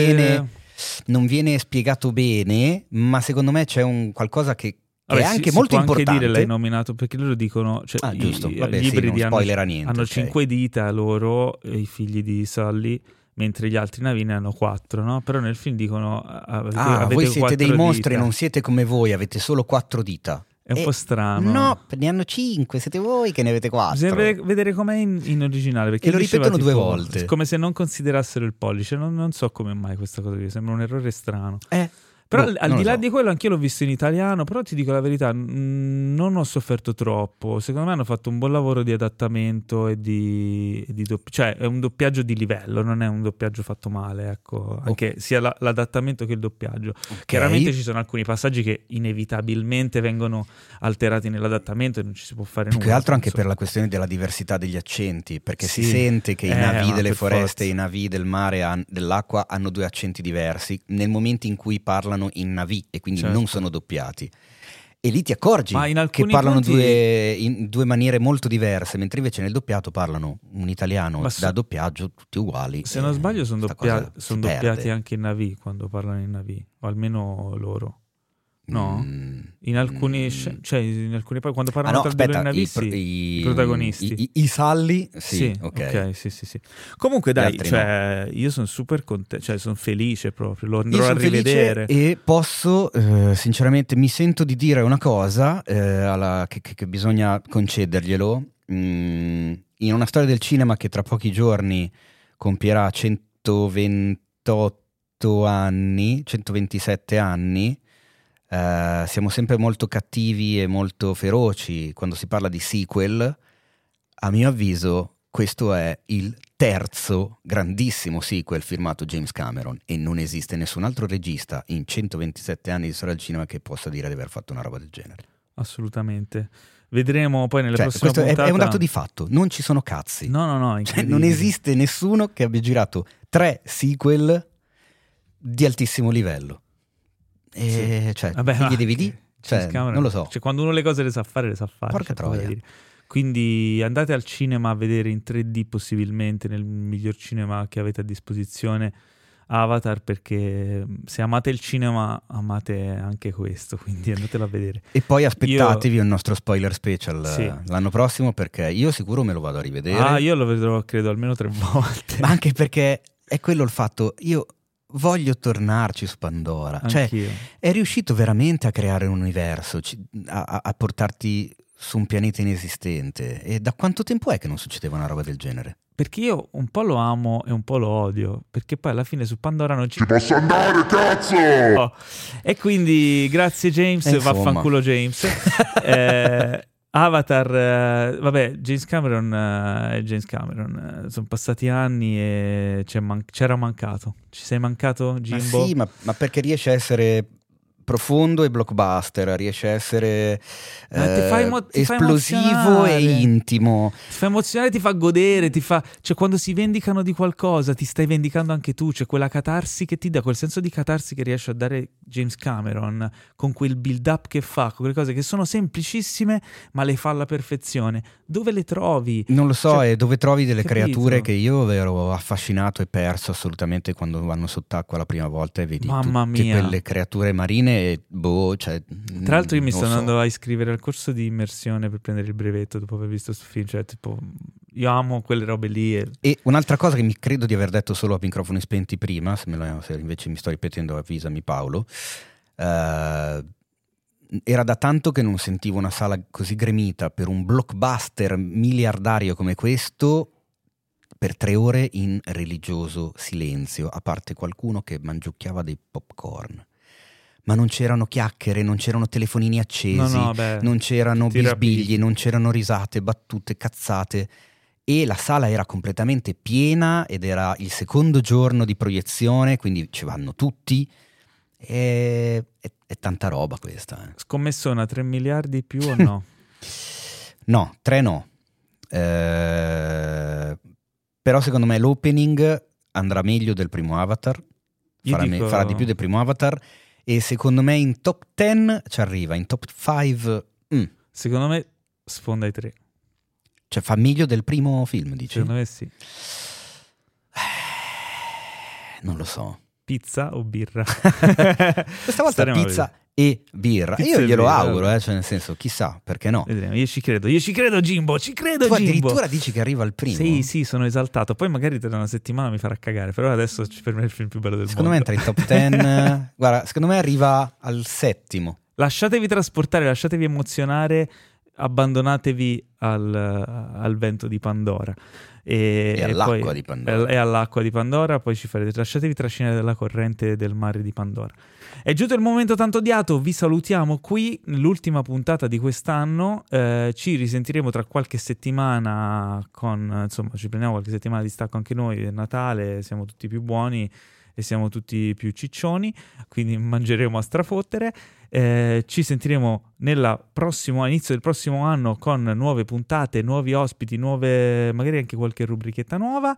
non viene spiegato bene, ma secondo me c'è un qualcosa che è anche molto importante.
Anche dire l'hai nominato, perché loro dicono, cioè,
giusto, vabbè,
gli ibridi
hanno
5 dita loro, i figli di Sully, mentre gli altri navini hanno 4, no? Però nel film dicono avete
voi siete dei mostri,
dita.
Non siete come voi, avete solo 4 dita.
È un po' strano.
No, ne hanno 5, siete voi che ne avete 4.
Bisogna vedere com'è in originale, perché
e lo ripetono 2 volte,
come se non considerassero il pollice. Non so come mai questa cosa qui, sembra un errore strano. Però al di là di quello anch'io l'ho visto in italiano, però ti dico la verità, non ho sofferto troppo. Secondo me hanno fatto un buon lavoro di adattamento e di cioè è un doppiaggio di livello, non è un doppiaggio fatto male, ecco, anche sia l'adattamento che il doppiaggio. Okay. Chiaramente ci sono alcuni passaggi che inevitabilmente vengono alterati nell'adattamento e non ci si può fare nulla.
Più che altro anche per la questione della diversità degli accenti, perché si sente che i navi delle foreste e i navi del mare, dell'acqua, hanno 2 accenti diversi nel momento in cui parlano in navi e quindi non sono doppiati, e lì ti accorgi che parlano in 2 maniere molto diverse, mentre invece nel doppiato parlano un italiano da doppiaggio tutti uguali.
Se non sbaglio sono doppiati anche in navi, quando parlano in navi, o almeno loro. No? In alcuni quando parlano tra loro in navi, i protagonisti,
i Sully,
sì. Comunque dai, io sono super contento, cioè sono felice proprio, lo andrò a rivedere
e posso sinceramente, mi sento di dire una cosa che bisogna concederglielo, in una storia del cinema che tra pochi giorni compierà 127 anni. Siamo sempre molto cattivi e molto feroci quando si parla di sequel. A mio avviso questo è il 3° grandissimo sequel firmato James Cameron, e non esiste nessun altro regista in 127 anni di storia del cinema che possa dire di aver fatto una roba del genere.
Assolutamente. Vedremo poi nelle prossime puntate.
È un dato di fatto, non ci sono cazzi.
No,
non esiste nessuno che abbia girato 3 sequel di altissimo livello. Gli devi dire, non lo so.
Quando uno le cose le sa fare.
Porca troia.
Quindi andate al cinema a vedere in 3D, possibilmente nel miglior cinema che avete a disposizione. Avatar, perché se amate il cinema amate anche questo, quindi andatelo a vedere.
E poi aspettatevi il nostro spoiler special
Sì.
l'anno prossimo, perché io sicuro me lo vado a rivedere.
Io lo vedrò credo almeno 3 volte.
Ma anche perché è quello il fatto, io voglio tornarci su Pandora. Cioè,
Anch'io.
è riuscito veramente a creare un universo, a portarti su un pianeta inesistente. E da quanto tempo è che non succedeva una roba del genere?
Perché io un po' lo amo e un po' lo odio, perché poi alla fine su Pandora non ci
Posso andare, cazzo!
Oh. E quindi grazie James,
Insomma.
vaffanculo James. Avatar, vabbè, James Cameron è James Cameron. Sono passati anni e c'era mancato. Ci sei mancato, Jimbo?
Ma sì, ma perché riesce a essere profondo e blockbuster, riesce a essere
ti fa
esplosivo
emozionare.
e intimo.
Ti fa emozionare, ti fa godere, cioè quando si vendicano di qualcosa ti stai vendicando anche tu, c'è quella catarsi che ti dà, quel senso di catarsi che riesce a dare James Cameron con quel build up che fa, con quelle cose che sono semplicissime ma le fa alla perfezione. Dove le trovi?
Non lo so,
Cioè,
e dove trovi delle
capito?
creature che io ero affascinato e perso assolutamente quando vanno sott'acqua la prima volta e vedi
Mamma
tutte
mia.
quelle creature marine e cioè,
Tra l'altro io mi
non
sto
so.
andando a iscrivere al corso di immersione per prendere il brevetto dopo aver visto questo film, cioè tipo io amo quelle robe lì
E un'altra cosa che mi credo di aver detto solo a microfoni spenti prima, se invece mi sto ripetendo avvisami Paolo, era da tanto che non sentivo una sala così gremita per un blockbuster miliardario come questo per 3 ore in religioso silenzio, a parte qualcuno che mangiucchiava dei popcorn. Ma non c'erano chiacchiere, non c'erano telefonini accesi, non c'erano bisbigli, non c'erano risate, battute, cazzate. E la sala era completamente piena ed era il secondo giorno di proiezione, quindi ci vanno tutti. È tanta roba questa.
Scommessona 3 miliardi più o no?
No, 3 no. Però secondo me l'opening andrà meglio del primo Avatar, farà di più del primo Avatar. E secondo me in top 10 ci arriva, in top 5
Secondo me sfonda i 3.
cioè fa meglio del primo film, dici?
Secondo me sì.
Non lo so.
Pizza o birra?
Questa volta
Staremo a
pizza e birra.
Pizza
Io
e
glielo
birra,
auguro, cioè nel senso, chissà, perché no?
Vedremo, io ci credo Jimbo, ci credo
Tu
Jimbo.
addirittura dici che arriva il primo?
Sì, sono esaltato. Poi magari tra una settimana mi farà cagare, però adesso per me è il film più bello del
Secondo me
mondo.
entra in top 10. Guarda, secondo me arriva al 7º.
Lasciatevi trasportare, lasciatevi emozionare, abbandonatevi al vento di Pandora.
E all'acqua
poi,
di Pandora.
E all'acqua di Pandora, poi lasciatevi trascinare dalla corrente del mare di Pandora. È giunto il momento tanto odiato, vi salutiamo qui, l'ultima puntata di quest'anno, ci risentiremo tra qualche settimana insomma, ci prendiamo qualche settimana di stacco anche noi, è Natale, siamo tutti più buoni e siamo tutti più ciccioni, quindi mangeremo a strafottere. Ci sentiremo all'inizio del prossimo anno con nuove puntate, nuovi ospiti, magari anche qualche rubrichetta nuova.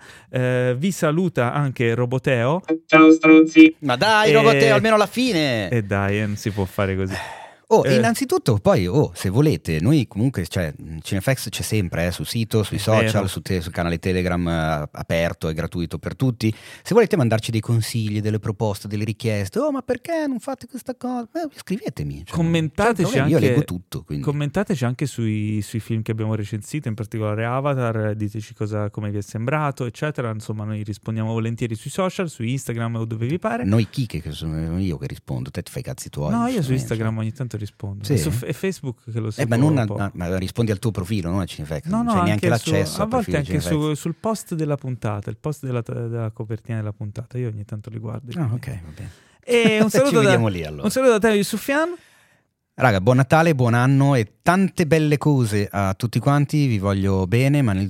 Vi saluta anche Roboteo.
Ciao stronzi.
Ma dai, Roboteo, almeno alla fine!
E dai, non si può fare così.
Innanzitutto, poi, se volete, noi comunque, cioè, Cinefx c'è sempre, sul sito, sui social, sul canale Telegram aperto e gratuito per tutti. Se volete mandarci dei consigli, delle proposte, delle richieste, ma perché non fate questa cosa? Scrivetemi. Cioè,
Commentateci anche,
io leggo tutto. Quindi.
Commentateci anche sui film che abbiamo recensito, in particolare Avatar, diteci come vi è sembrato, eccetera. Insomma, noi rispondiamo volentieri sui social, su Instagram o dove vi pare.
Noi chi che sono io che rispondo, te ti fai i cazzi tuoi.
No, io su Instagram ogni tanto rispondo.
Sì?
E Facebook che lo seguo
ma rispondi al tuo profilo, non a Cinefx.
No,
non c'è neanche l'accesso
a volte anche
Cinefx.
sul post della puntata, il post della copertina della puntata. Io ogni tanto li guardo.
Ok, va bene.
E un saluto
Ci vediamo lì, allora.
Un saluto da te, Yusufian.
Raga, buon Natale, buon anno e tante belle cose a tutti quanti. Vi voglio bene, ma nel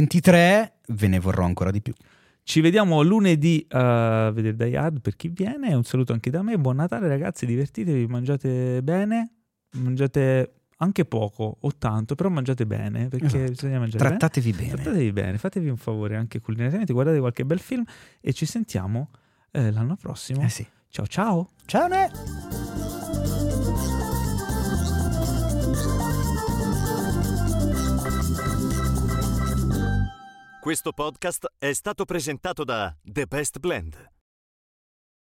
2023 ve ne vorrò ancora di più.
Ci vediamo lunedì a vedere Die Hard per chi viene. Un saluto anche da me. Buon Natale, ragazzi, divertitevi, mangiate bene. Mangiate anche poco o tanto, però mangiate bene, perché bisogna mangiare
Trattatevi bene.
Trattatevi bene, fatevi un favore anche culinariamente, guardate qualche bel film e ci sentiamo l'anno prossimo.
Sì.
Ciao ciao.
Ciao Ne.
Questo podcast è stato presentato da The Best Blend,